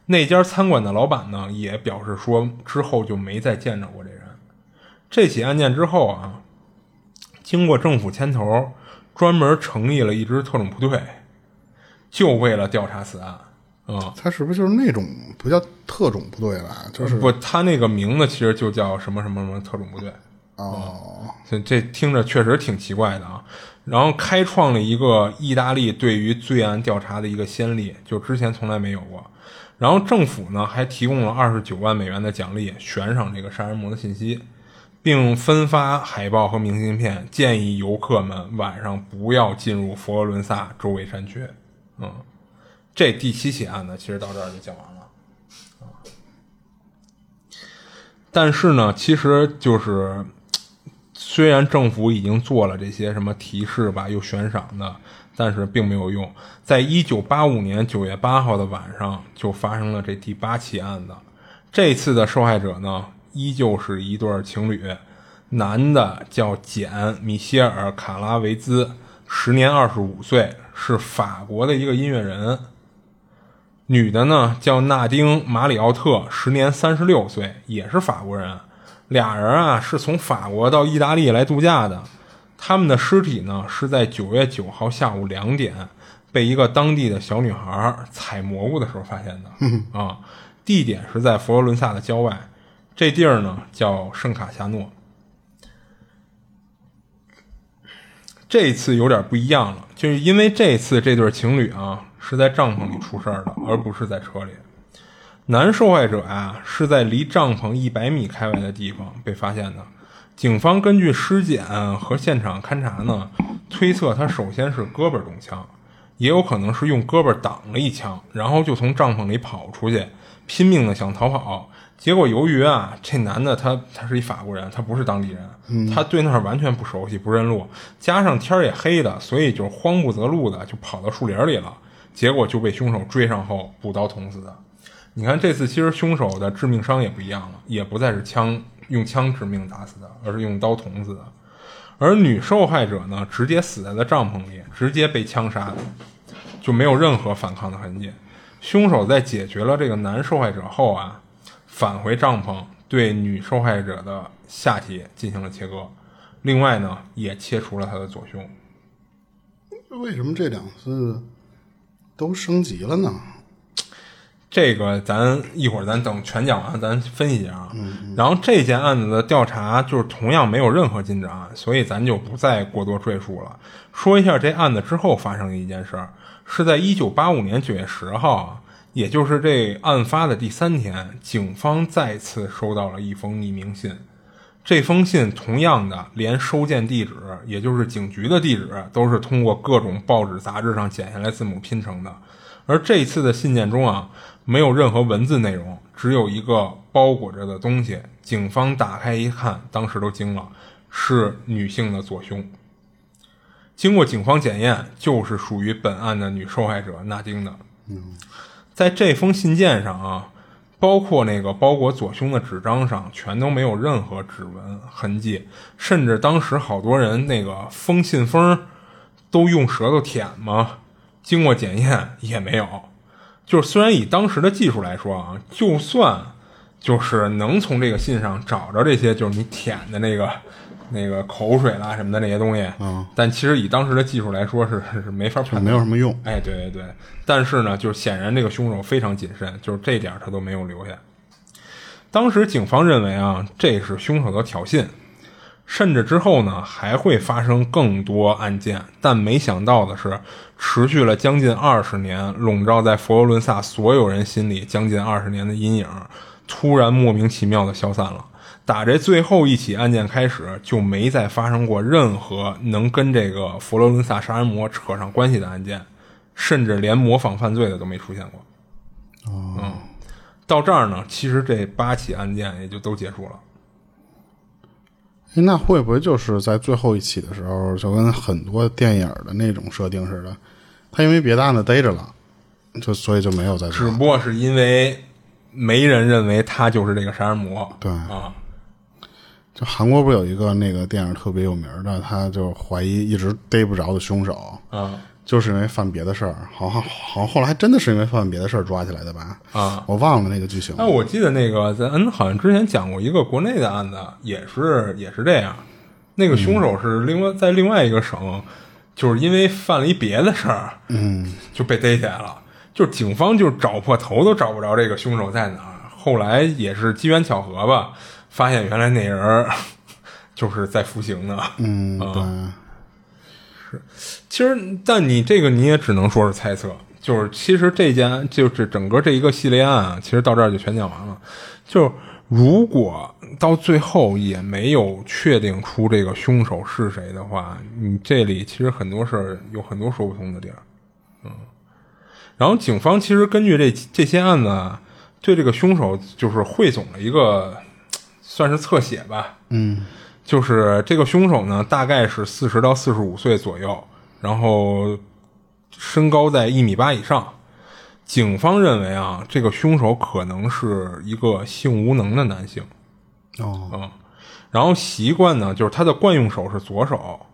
那家餐馆的老板呢也表示说之后就没再见着过这人。这起案件之后啊，经过政府牵头，专门成立了一支特种部队，就为了调查此案。嗯， 他是不是就是那种不叫特种部队吧？就是不，他那个名字其实就叫什么什么什么特种部队。 哦， 这这听着确实挺奇怪的啊。然后开创了一个意大利对于罪案调查的一个先例，就之前从来没有过。然后政府呢还提供了二十九万美元的奖励，悬赏这个杀人魔的信息，并分发海报和明信片，建议游客们晚上不要进入佛罗伦萨周围山区。嗯，这第七起案呢，其实到这儿就讲完了。啊，但是呢，其实就是虽然政府已经做了这些什么提示吧，又悬赏的，但是并没有用。在一九八五年九月八号的晚上，就发生了这第八起案子。这次的受害者呢，依旧是一对情侣，男的叫简·米歇尔·卡拉维兹，时年二十五岁，是法国的一个音乐人。女的呢叫纳丁·马里奥特，时年三十六岁，也是法国人。俩人啊是从法国到意大利来度假的。他们的尸体呢是在九月九号下午两点被一个当地的小女孩采蘑菇的时候发现的。嗯啊，地点是在佛罗伦萨的郊外，这地儿呢叫圣卡夏诺。这次有点不一样了，就是因为这次这对情侣啊是在帐篷里出事儿的，而不是在车里。男受害者啊是在离帐篷一百米开外的地方被发现的。警方根据尸检和现场勘查呢，推测他首先是胳膊中枪，也有可能是用胳膊挡了一枪，然后就从帐篷里跑出去，拼命的想逃跑。结果由于啊这男的他他是一法国人，他不是当地人，嗯、他对那儿完全不熟悉，不认路，加上天也黑的，所以就慌不择路的就跑到树林里了。结果就被凶手追上后补刀捅死的。你看这次其实凶手的致命伤也不一样了，也不再是枪用枪致命打死的，而是用刀捅死的。而女受害者呢，直接死在了帐篷里，直接被枪杀的，就没有任何反抗的痕迹。凶手在解决了这个男受害者后啊，返回帐篷，对女受害者的下体进行了切割，另外呢，也切除了她的左胸。 为什么这两次都升级了呢？ 这个咱一会儿咱等全讲完咱分析一下啊。嗯嗯，然后这件案子的调查就是同样没有任何进展，所以咱就不再过多赘述了。说一下这案子之后发生的一件事儿，是在一九八五年九月十号啊，也就是这案发的第三天，警方再次收到了一封匿名信。这封信同样的连收件地址，也就是警局的地址，都是通过各种报纸杂志上剪下来字母拼成的。而这一次的信件中啊，没有任何文字内容，只有一个包裹着的东西。警方打开一看，当时都惊了，是女性的左胸。经过警方检验，就是属于本案的女受害者纳丁的。嗯，在这封信件上啊，包括那个包裹左胸的纸张上，全都没有任何指纹痕迹，甚至当时好多人那个封信封都用舌头舔嘛。经过检验也没有，就是虽然以当时的技术来说啊，就算就是能从这个信上找着这些就是你舔的那个那个口水啦什么的那些东西，嗯，但其实以当时的技术来说是是没法判断， 没有什么用。 哎，对对对，但是呢，就是显然这个凶手非常谨慎，就是这点他都没有留下。当时警方认为啊，这是凶手的挑衅。甚至之后呢还会发生更多案件，但没想到的是持续了将近二十年，笼罩在佛罗伦萨所有人心里将近二十年的阴影突然莫名其妙的消散了。打这最后一起案件开始，就没再发生过任何能跟这个佛罗伦萨杀人魔扯上关系的案件，甚至连模仿犯罪的都没出现过。 哦， 嗯，到这儿呢其实这八起案件也就都结束了。 那会不会就是在最后一起的时候，就跟很多电影的那种设定似的，他因为别的案子逮着了，就所以就没有在这， 只不过是因为没人认为他就是这个杀人魔。 对啊， 就韩国不有一个那个电影特别有名的，他就怀疑一直逮不着的凶手， 啊， 就是因为犯别的事儿，好像好像后来还真的是因为犯别的事儿抓起来的吧？ 啊， 我忘了那个剧情。 哎，我记得那个咱好像之前讲过一个国内的案子，也是也是这样，那个凶手是另外在另外一个省，就是因为犯了一别的事儿， 嗯， 就被逮起来了。就警方就找破头都找不着这个凶手在哪儿，后来也是机缘巧合吧，发现原来那人就是在服刑呢。 嗯， 啊、 对。 其实，但你这个你也只能说是猜测，就是其实这件就是整个这一个系列案啊，其实到这儿就全讲完了。就是如果到最后也没有确定出这个凶手是谁的话，你这里其实很多事儿有很多说不通的地儿。嗯，然后警方其实根据这这些案子啊，对这个凶手就是汇总了一个算是侧写吧。 嗯。 就是这个凶手呢，大概是四十到四十五岁左右，然后身高在一米八以上。警方认为啊，这个凶手可能是一个性无能的男性。 哦， 嗯，然后习惯呢，就是他的惯用手是左手，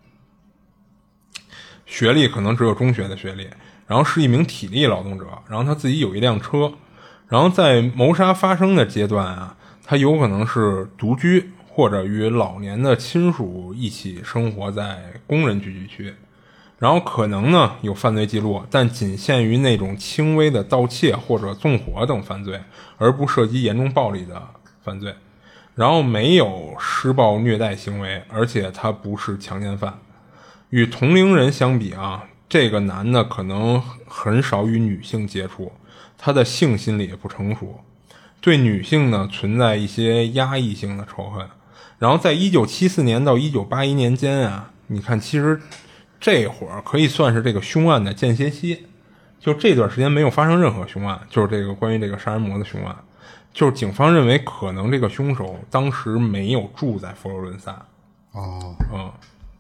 学历可能只有中学的学历，然后是一名体力劳动者，然后他自己有一辆车，然后在谋杀发生的阶段啊，他有可能是独居。或者与老年的亲属一起生活在工人聚居区，然后可能呢有犯罪记录，但仅限于那种轻微的盗窃或者纵火等犯罪，而不涉及严重暴力的犯罪。然后没有施暴虐待行为，而且他不是强奸犯。与同龄人相比啊，这个男的可能很少与女性接触，他的性心理也不成熟，对女性呢存在一些压抑性的仇恨。然后在一九七四年到一九八一年间啊，你看其实这会儿可以算是这个凶案的间歇期，就这段时间没有发生任何凶案，就是这个关于这个杀人魔的凶案，就是警方认为可能这个凶手当时没有住在佛罗伦萨。 哦， 嗯。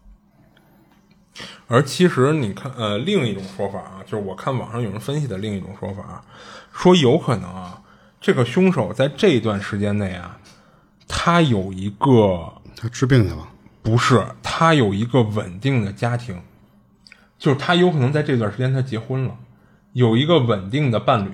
而其实你看，呃，另一种说法啊，就是我看网上有人分析的另一种说法，说有可能啊，这个凶手在这段时间内啊。他有一个， 他治病去了？ 不是，他有一个稳定的家庭，就是他有可能在这段时间他结婚了，有一个稳定的伴侣，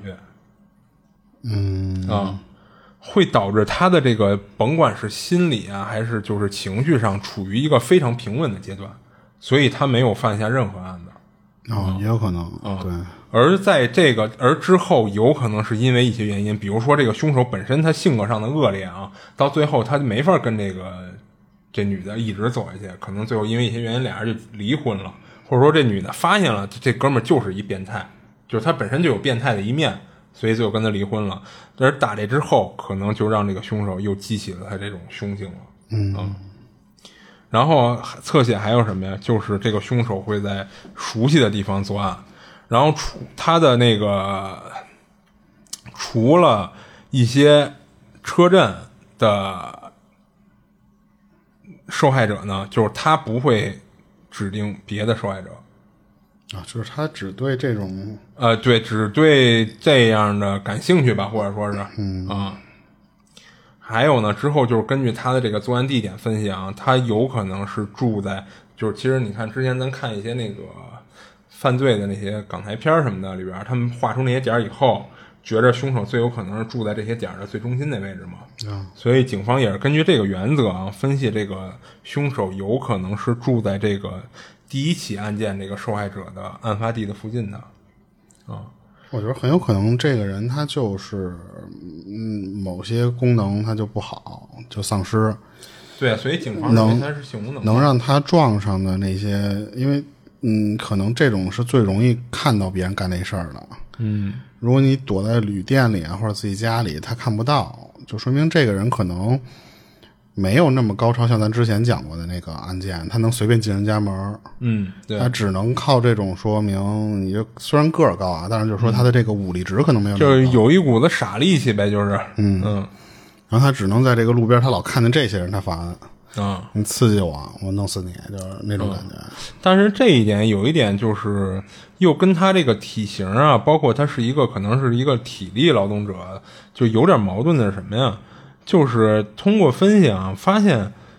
嗯啊，会导致他的这个甭管是心理啊，还是就是情绪上处于一个非常平稳的阶段，所以他没有犯下任何案子。 哦，也有可能， 嗯， 对。 而在这个而之后，有可能是因为一些原因，比如说这个凶手本身他性格上的恶劣啊，到最后他就没法跟这个这女的一直走下去，可能最后因为一些原因俩人就离婚了，或者说这女的发现了这哥们儿就是一变态，就是他本身就有变态的一面，所以最后跟他离婚了。而打这之后，可能就让这个凶手又激起了他这种凶性了。 嗯。 嗯，然后侧写还有什么呀？就是这个凶手会在熟悉的地方作案。然后除他的那个，除了一些车站的受害者呢，就是他不会指定别的受害者啊，就是他只对这种呃，对，只对这样的感兴趣吧，或者说是嗯啊。还有呢，之后就是根据他的这个作案地点分析啊，他有可能是住在，就是其实你看之前咱看一些那个。犯罪的那些港台片什么的里边，他们画出那些点以后，觉着凶手最有可能是住在这些点的最中心那位置嘛。 嗯， 所以警方也是根据这个原则啊，分析这个凶手有可能是住在这个第一起案件这个受害者的案发地的附近的。啊， 我觉得很有可能这个人他就是嗯某些功能他就不好，就丧失。 对，所以警方认为他是性无能， 能让他撞上的那些，因为。嗯，可能这种是最容易看到别人干那事儿的。 嗯， 如果你躲在旅店里啊，或者自己家里，他看不到，就说明这个人可能没有那么高超。像咱之前讲过的那个案件，他能随便进人家门。 嗯，对， 他只能靠这种说明。你就虽然个儿高啊，但是就是说他的这个武力值可能没有那么高， 就是有一股子傻力气呗，就是嗯嗯， 然后他只能在这个路边，他老看见这些人，他发案。 啊， 你刺激我，我弄死你，就是那种感觉。 嗯、但是这一点有一点就是又跟他这个体型啊，包括他是一个可能是一个体力劳动者，就有点矛盾的是什么呀？就是通过分析啊，发现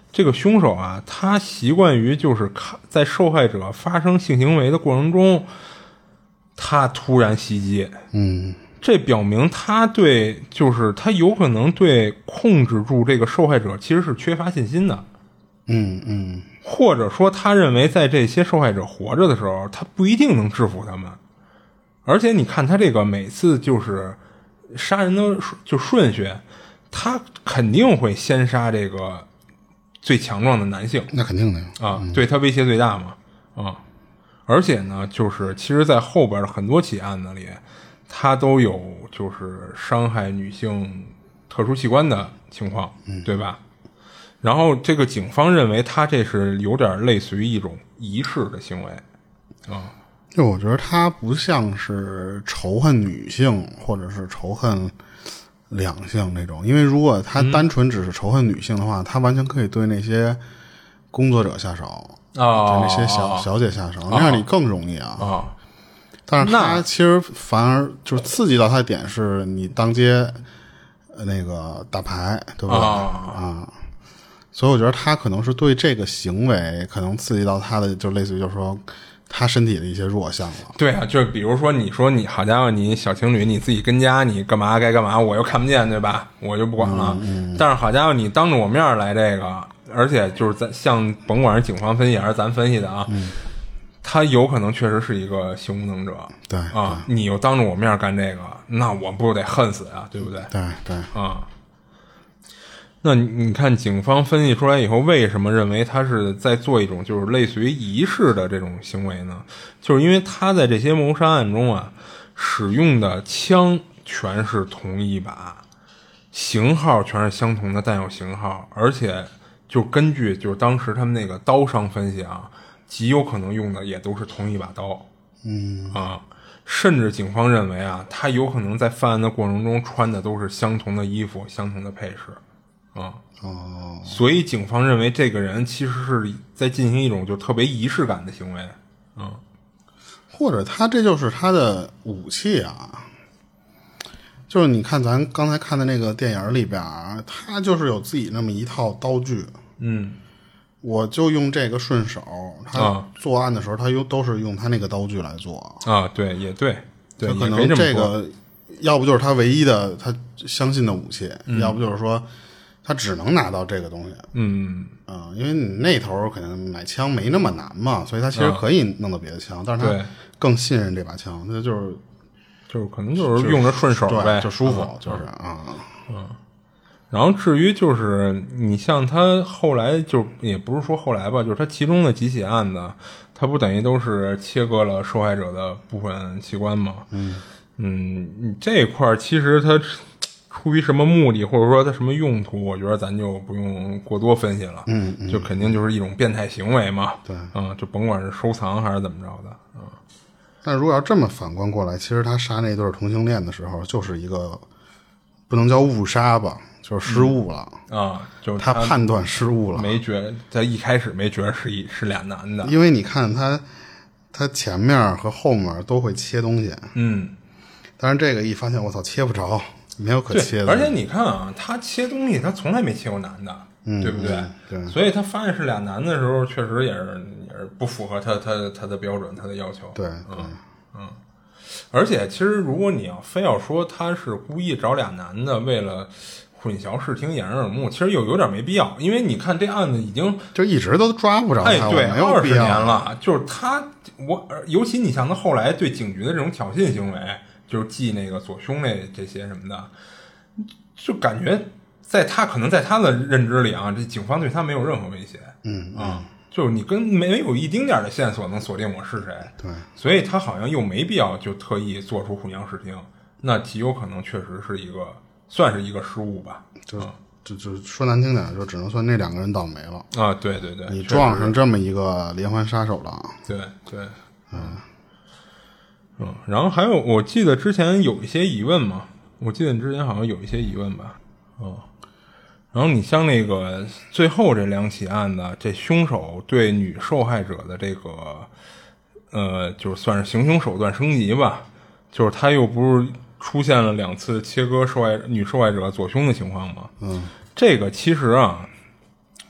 这个凶手啊，他习惯于就是看在受害者发生性行为的过程中，他突然袭击。 嗯， 这表明他对就是他有可能对控制住这个受害者其实是缺乏信心的。 嗯嗯， 或者说他认为在这些受害者活着的时候，他不一定能制服他们。而且你看他这个每次就是杀人的就顺序，他肯定会先杀这个最强壮的男性， 那肯定的啊，对他威胁最大嘛，啊，而且呢，就是其实在后边的很多起案子里，他都有就是伤害女性特殊器官的情况，嗯，对吧？然后这个警方认为他这是有点类似于一种仪式的行为，啊。 就我觉得他不像是仇恨女性或者是仇恨两性那种，因为如果他单纯只是仇恨女性的话，嗯、他完全可以对那些工作者下手， 哦， 对那些小小姐下手，那样你更容易啊。 哦、 但是他其实反而就是刺激到他的点是你当街那个打牌，对吧？ 哦、 啊。所以我觉得他可能是对这个行为可能刺激到他的，就类似于就是说他身体的一些弱项了。 对啊，就比如说你说你好家伙，你小情侣你自己跟家，你干嘛该干嘛，我又看不见，对吧？我就不管了。 嗯嗯、 但是好家伙，你当着我面来这个，而且就是咱像甭管是警方分析还是咱分析的啊， 嗯、 他有可能确实是一个性无能者。 对啊，你又当着我面干这个，那我不得恨死啊，对不对？ 对对啊。那你看警方分析出来以后，为什么认为他是在做一种就是类似于仪式的这种行为呢？就是因为他在这些谋杀案中啊，使用的枪全是同一把，型号全是相同的弹药型号，而且就根据就是当时他们那个刀伤分析啊，极有可能用的也都是同一把刀。 嗯啊，甚至警方认为啊，他有可能在犯案的过程中穿的都是相同的衣服、相同的配饰。啊、 哦， 所以警方认为这个人其实是在进行一种就特别仪式感的行为，嗯， 或者他这就是他的武器啊，就是你看咱刚才看的那个电影里边，他就是有自己那么一套刀具， 嗯， 我就用这个顺手，他作案的时候他用都是用他那个刀具来做啊，对，也对，对， 可能这个要不就是他唯一的他相信的武器， 嗯、 要不就是说。他只能拿到这个东西， 嗯啊、呃，因为你那头可能买枪没那么难嘛，所以他其实可以弄到别的枪，啊、但是他更信任这把枪，那就是就是可能就是用着顺手呗， 就舒服， 嗯、 就是啊， 嗯。然后至于就是你像他后来就也不是说后来吧，就是他其中的几起案子，他不等于都是切割了受害者的部分器官吗？ 嗯嗯，这一块其实他。出于什么目的，或者说它什么用途，我觉得咱就不用过多分析了。 嗯，嗯就肯定就是一种变态行为嘛。 对， 嗯，就甭管是收藏还是怎么着的，嗯。 但如果要这么反观过来，其实他杀那对同性恋的时候，就是一个不能叫误杀吧，就是失误了、 嗯、啊，就是他判断失误了， 没觉在一开始没觉得是一是俩男的， 因为你看他他前面和后面都会切东西， 嗯， 但是这个一发现，我操，切不着。没有可切的， 而且你看啊，他切东西，他从来没切过男的， 嗯、 对不对？ 嗯、对。 所以他发现是俩男的时候，确实也是也是不符合他他他的标准，他的要求。 对， 嗯嗯。而且其实如果你要非要说他是故意找俩男的，为了混淆视听、掩人耳目，其实又有点没必要，因为你看这案子已经就一直都抓不着他， 哎，对， 二十年了，就是他，我尤其你像他后来对警局的这种挑衅行为。就是记那个左胸那这些什么的，就感觉在他可能在他的认知里啊，这警方对他没有任何威胁， 嗯啊、嗯，就是你跟没有一丁点的线索能锁定我是谁， 对， 所以他好像又没必要就特意做出混淆视听，那极有可能确实是一个算是一个失误吧， 就、嗯、就就说难听点，就只能算那两个人倒霉了啊，对对对， 你撞上这么一个连环杀手了， 对对，嗯。嗯，然后还有，我记得之前有一些疑问嘛，我记得之前好像有一些疑问吧，哦，然后你像那个最后这两起案子，这凶手对女受害者的这个，呃，就是算是行凶手段升级吧，就是他又不是出现了两次切割受害女受害者左胸的情况吗？ 嗯， 这个其实啊，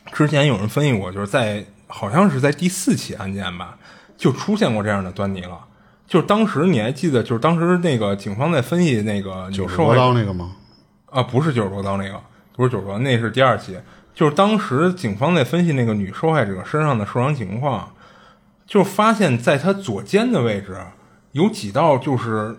之前有人分析过，就是在好像是在第四起案件吧，就出现过这样的端倪了。就是当时你还记得，就是当时那个警方在分析那个女受害者九十多刀那个吗？ 啊，不是九十多刀那个，不是九十多刀，那是第二起。就是当时警方在分析那个女受害者身上的受伤情况，就发现在她左肩的位置有几道就是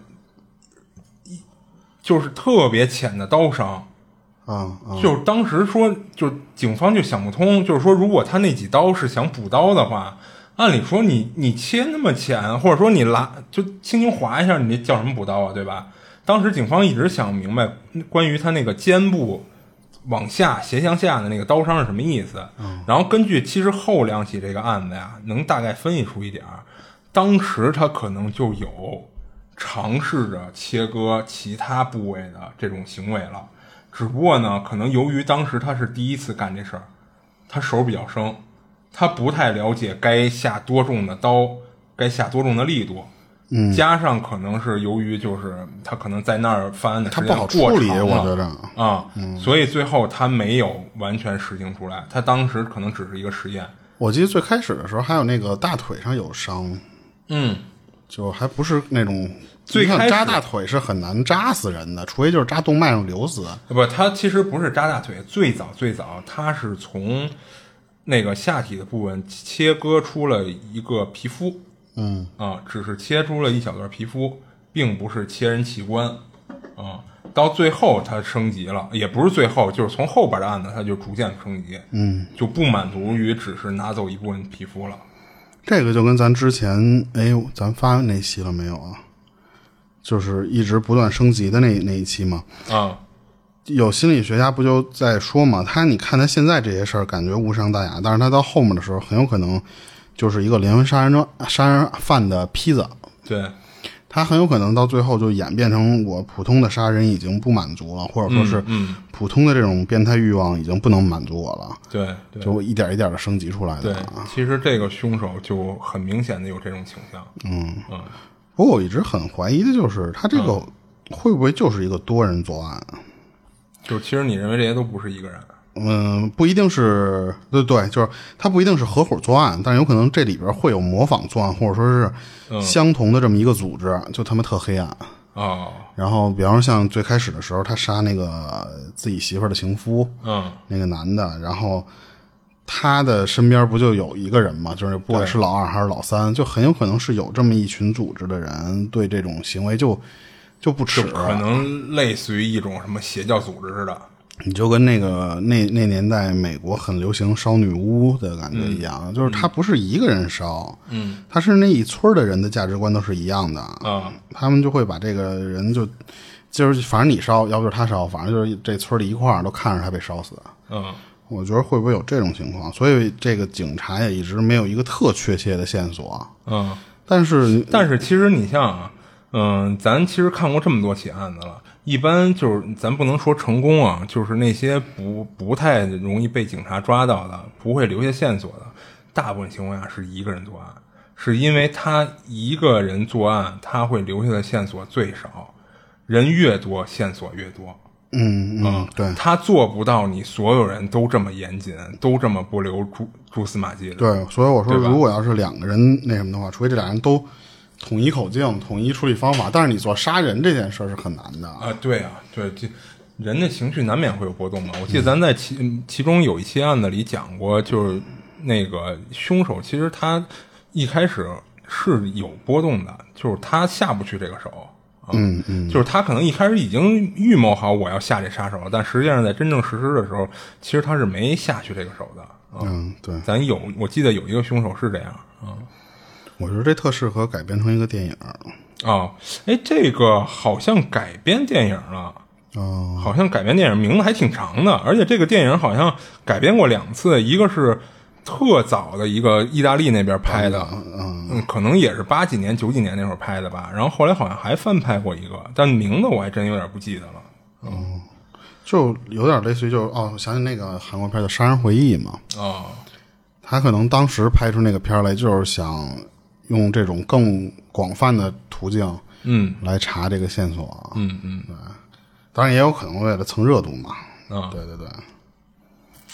就是特别浅的刀伤。 啊、嗯嗯， 就是当时说，就警方就想不通，就是说，如果他那几刀是想补刀的话，按理说你你切那么浅，或者说你拉就轻轻划一下，你这叫什么补刀啊，对吧？当时警方一直想明白关于他那个肩部往下斜向下的那个刀伤是什么意思，嗯、然后根据其实后两起这个案子呀，能大概分析出一点，当时他可能就有尝试着切割其他部位的这种行为了。只不过呢，可能由于当时他是第一次干这事儿，他手比较生，他不太了解该下多重的刀，该下多重的力度。嗯，加上可能是由于就是他可能在那儿犯案的时间过长了， 他不好处理，我觉着啊、嗯，所以最后他没有完全实行出来，他当时可能只是一个实验。 我记得最开始的时候还有那个大腿上有伤， 嗯， 就还不是那种。 最开始扎大腿是很难扎死人的，除非就是扎动脉上流死。 不，他其实不是扎大腿，最早最早他是从那个下体的部分切割出了一个皮肤， 嗯啊，只是切出了一小段皮肤，并不是切人器官啊。到最后他升级了，也不是最后，就是从后边的案子他就逐渐升级， 嗯， 就不满足于只是拿走一部分皮肤了。 这个就跟咱之前，哎，咱发那期了没有啊？就是一直不断升级的那那一期嘛， 啊， 有心理学家不就在说嘛，他你看他现在这些事儿感觉无伤大雅，但是他到后面的时候很有可能就是一个连环杀人杀人犯的坯子， 对， 他很有可能到最后就演变成我普通的杀人已经不满足了，或者说是普通的这种变态欲望已经不能满足我了， 对，对， 就一点一点的升级出来的。 对，其实这个凶手就很明显的有这种倾向， 嗯嗯。 不过我一直很怀疑的就是他这个会不会就是一个多人作案、嗯、 就其实你认为这些都不是一个人？ 嗯，不一定是，对对，就是他不一定是合伙作案，但是有可能这里边会有模仿作案，或者说是相同的这么一个组织，嗯、就他妈特黑暗哦。 然后比方说像最开始的时候他杀那个自己媳妇儿的情夫， 嗯， 那个男的，然后他的身边不就有一个人嘛，就是不管是老二还是老三，就很有可能是有这么一群组织的人对这种行为就就不耻， 可能类似于一种什么邪教组织似的。 你就跟那个那那年代美国很流行烧女巫的感觉一样， 嗯、 就是他不是一个人烧， 嗯， 他是那一村的人的价值观都是一样的啊、嗯， 他们就会把这个人就就是反正你烧，要不就是他烧，反正就是这村里一块儿都看着他被烧死， 嗯。 我觉得会不会有这种情况？所以这个警察也一直没有一个特确切的线索。 嗯， 但是但是其实你像啊，嗯，咱其实看过这么多起案子了，一般就是咱不能说成功啊，就是那些不不太容易被警察抓到的，不会留下线索的，大部分情况下是一个人作案，是因为他一个人作案，他会留下的线索最少，人越多线索越多。 嗯嗯，对， 他做不到你所有人都这么严谨，都这么不留蛛蛛丝马迹的。 对，所以我说，如果要是两个人那什么的话，除非这俩人都统一口径、统一处理方法，但是你做杀人这件事是很难的啊。对啊，对，这人的情绪难免会有波动嘛。我记得咱在其、嗯、其中有一期案子里讲过，就是那个凶手其实他一开始是有波动的，就是他下不去这个手。 嗯嗯， 就是他可能一开始已经预谋好我要下这杀手，但实际上在真正实施的时候，其实他是没下去这个手的。 嗯, 嗯，对， 咱有，我记得有一个凶手是这样。嗯， 我觉得这特适合改编成一个电影。 哦，哎，这个好像改编电影了。 哦， 好像改编电影名字还挺长的，而且这个电影好像改编过两次，一个是特早的一个意大利那边拍的， 嗯， 嗯，可能也是八几年九几年那会儿拍的吧，然后后来好像还翻拍过一个，但名字我还真有点不记得了。 嗯，就有点类似于就哦，想起那个韩国片的《杀人回忆》嘛。 哦， 他可能当时拍出那个片来，就是想用这种更广泛的途径， 嗯， 来查这个线索。 嗯嗯， 对，当然也有可能为了蹭热度嘛。 啊、哦， 对对对。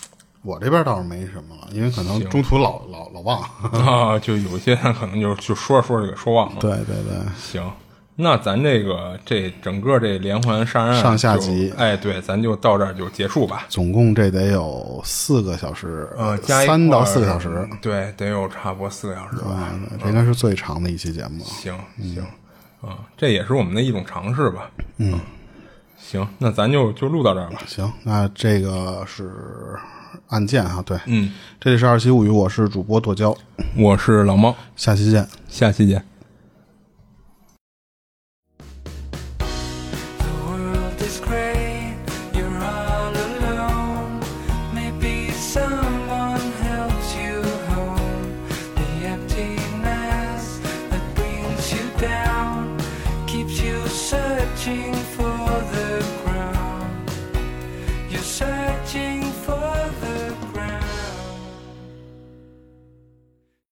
我这边倒是没什么了，因为可能中途老老老忘啊，就有些可能就就说着说着给说忘了。 对对对， 行，那咱这个这整个这连环杀人案上下集， 哎，对，咱就到这儿就结束吧。 总共这得有四个小时， 呃，加一三到四个小时， 对，得有差不多四个小时吧。 嗯，这应该是最长的一期节目。 行行，啊、嗯，这也是我们的一种尝试吧。 嗯， 行，那咱就就录到这儿吧。 行，那这个是案件啊，对， 嗯， 这里是二七物语，我是主播剁椒， 我是老猫， 下期见， 下期见。 Searching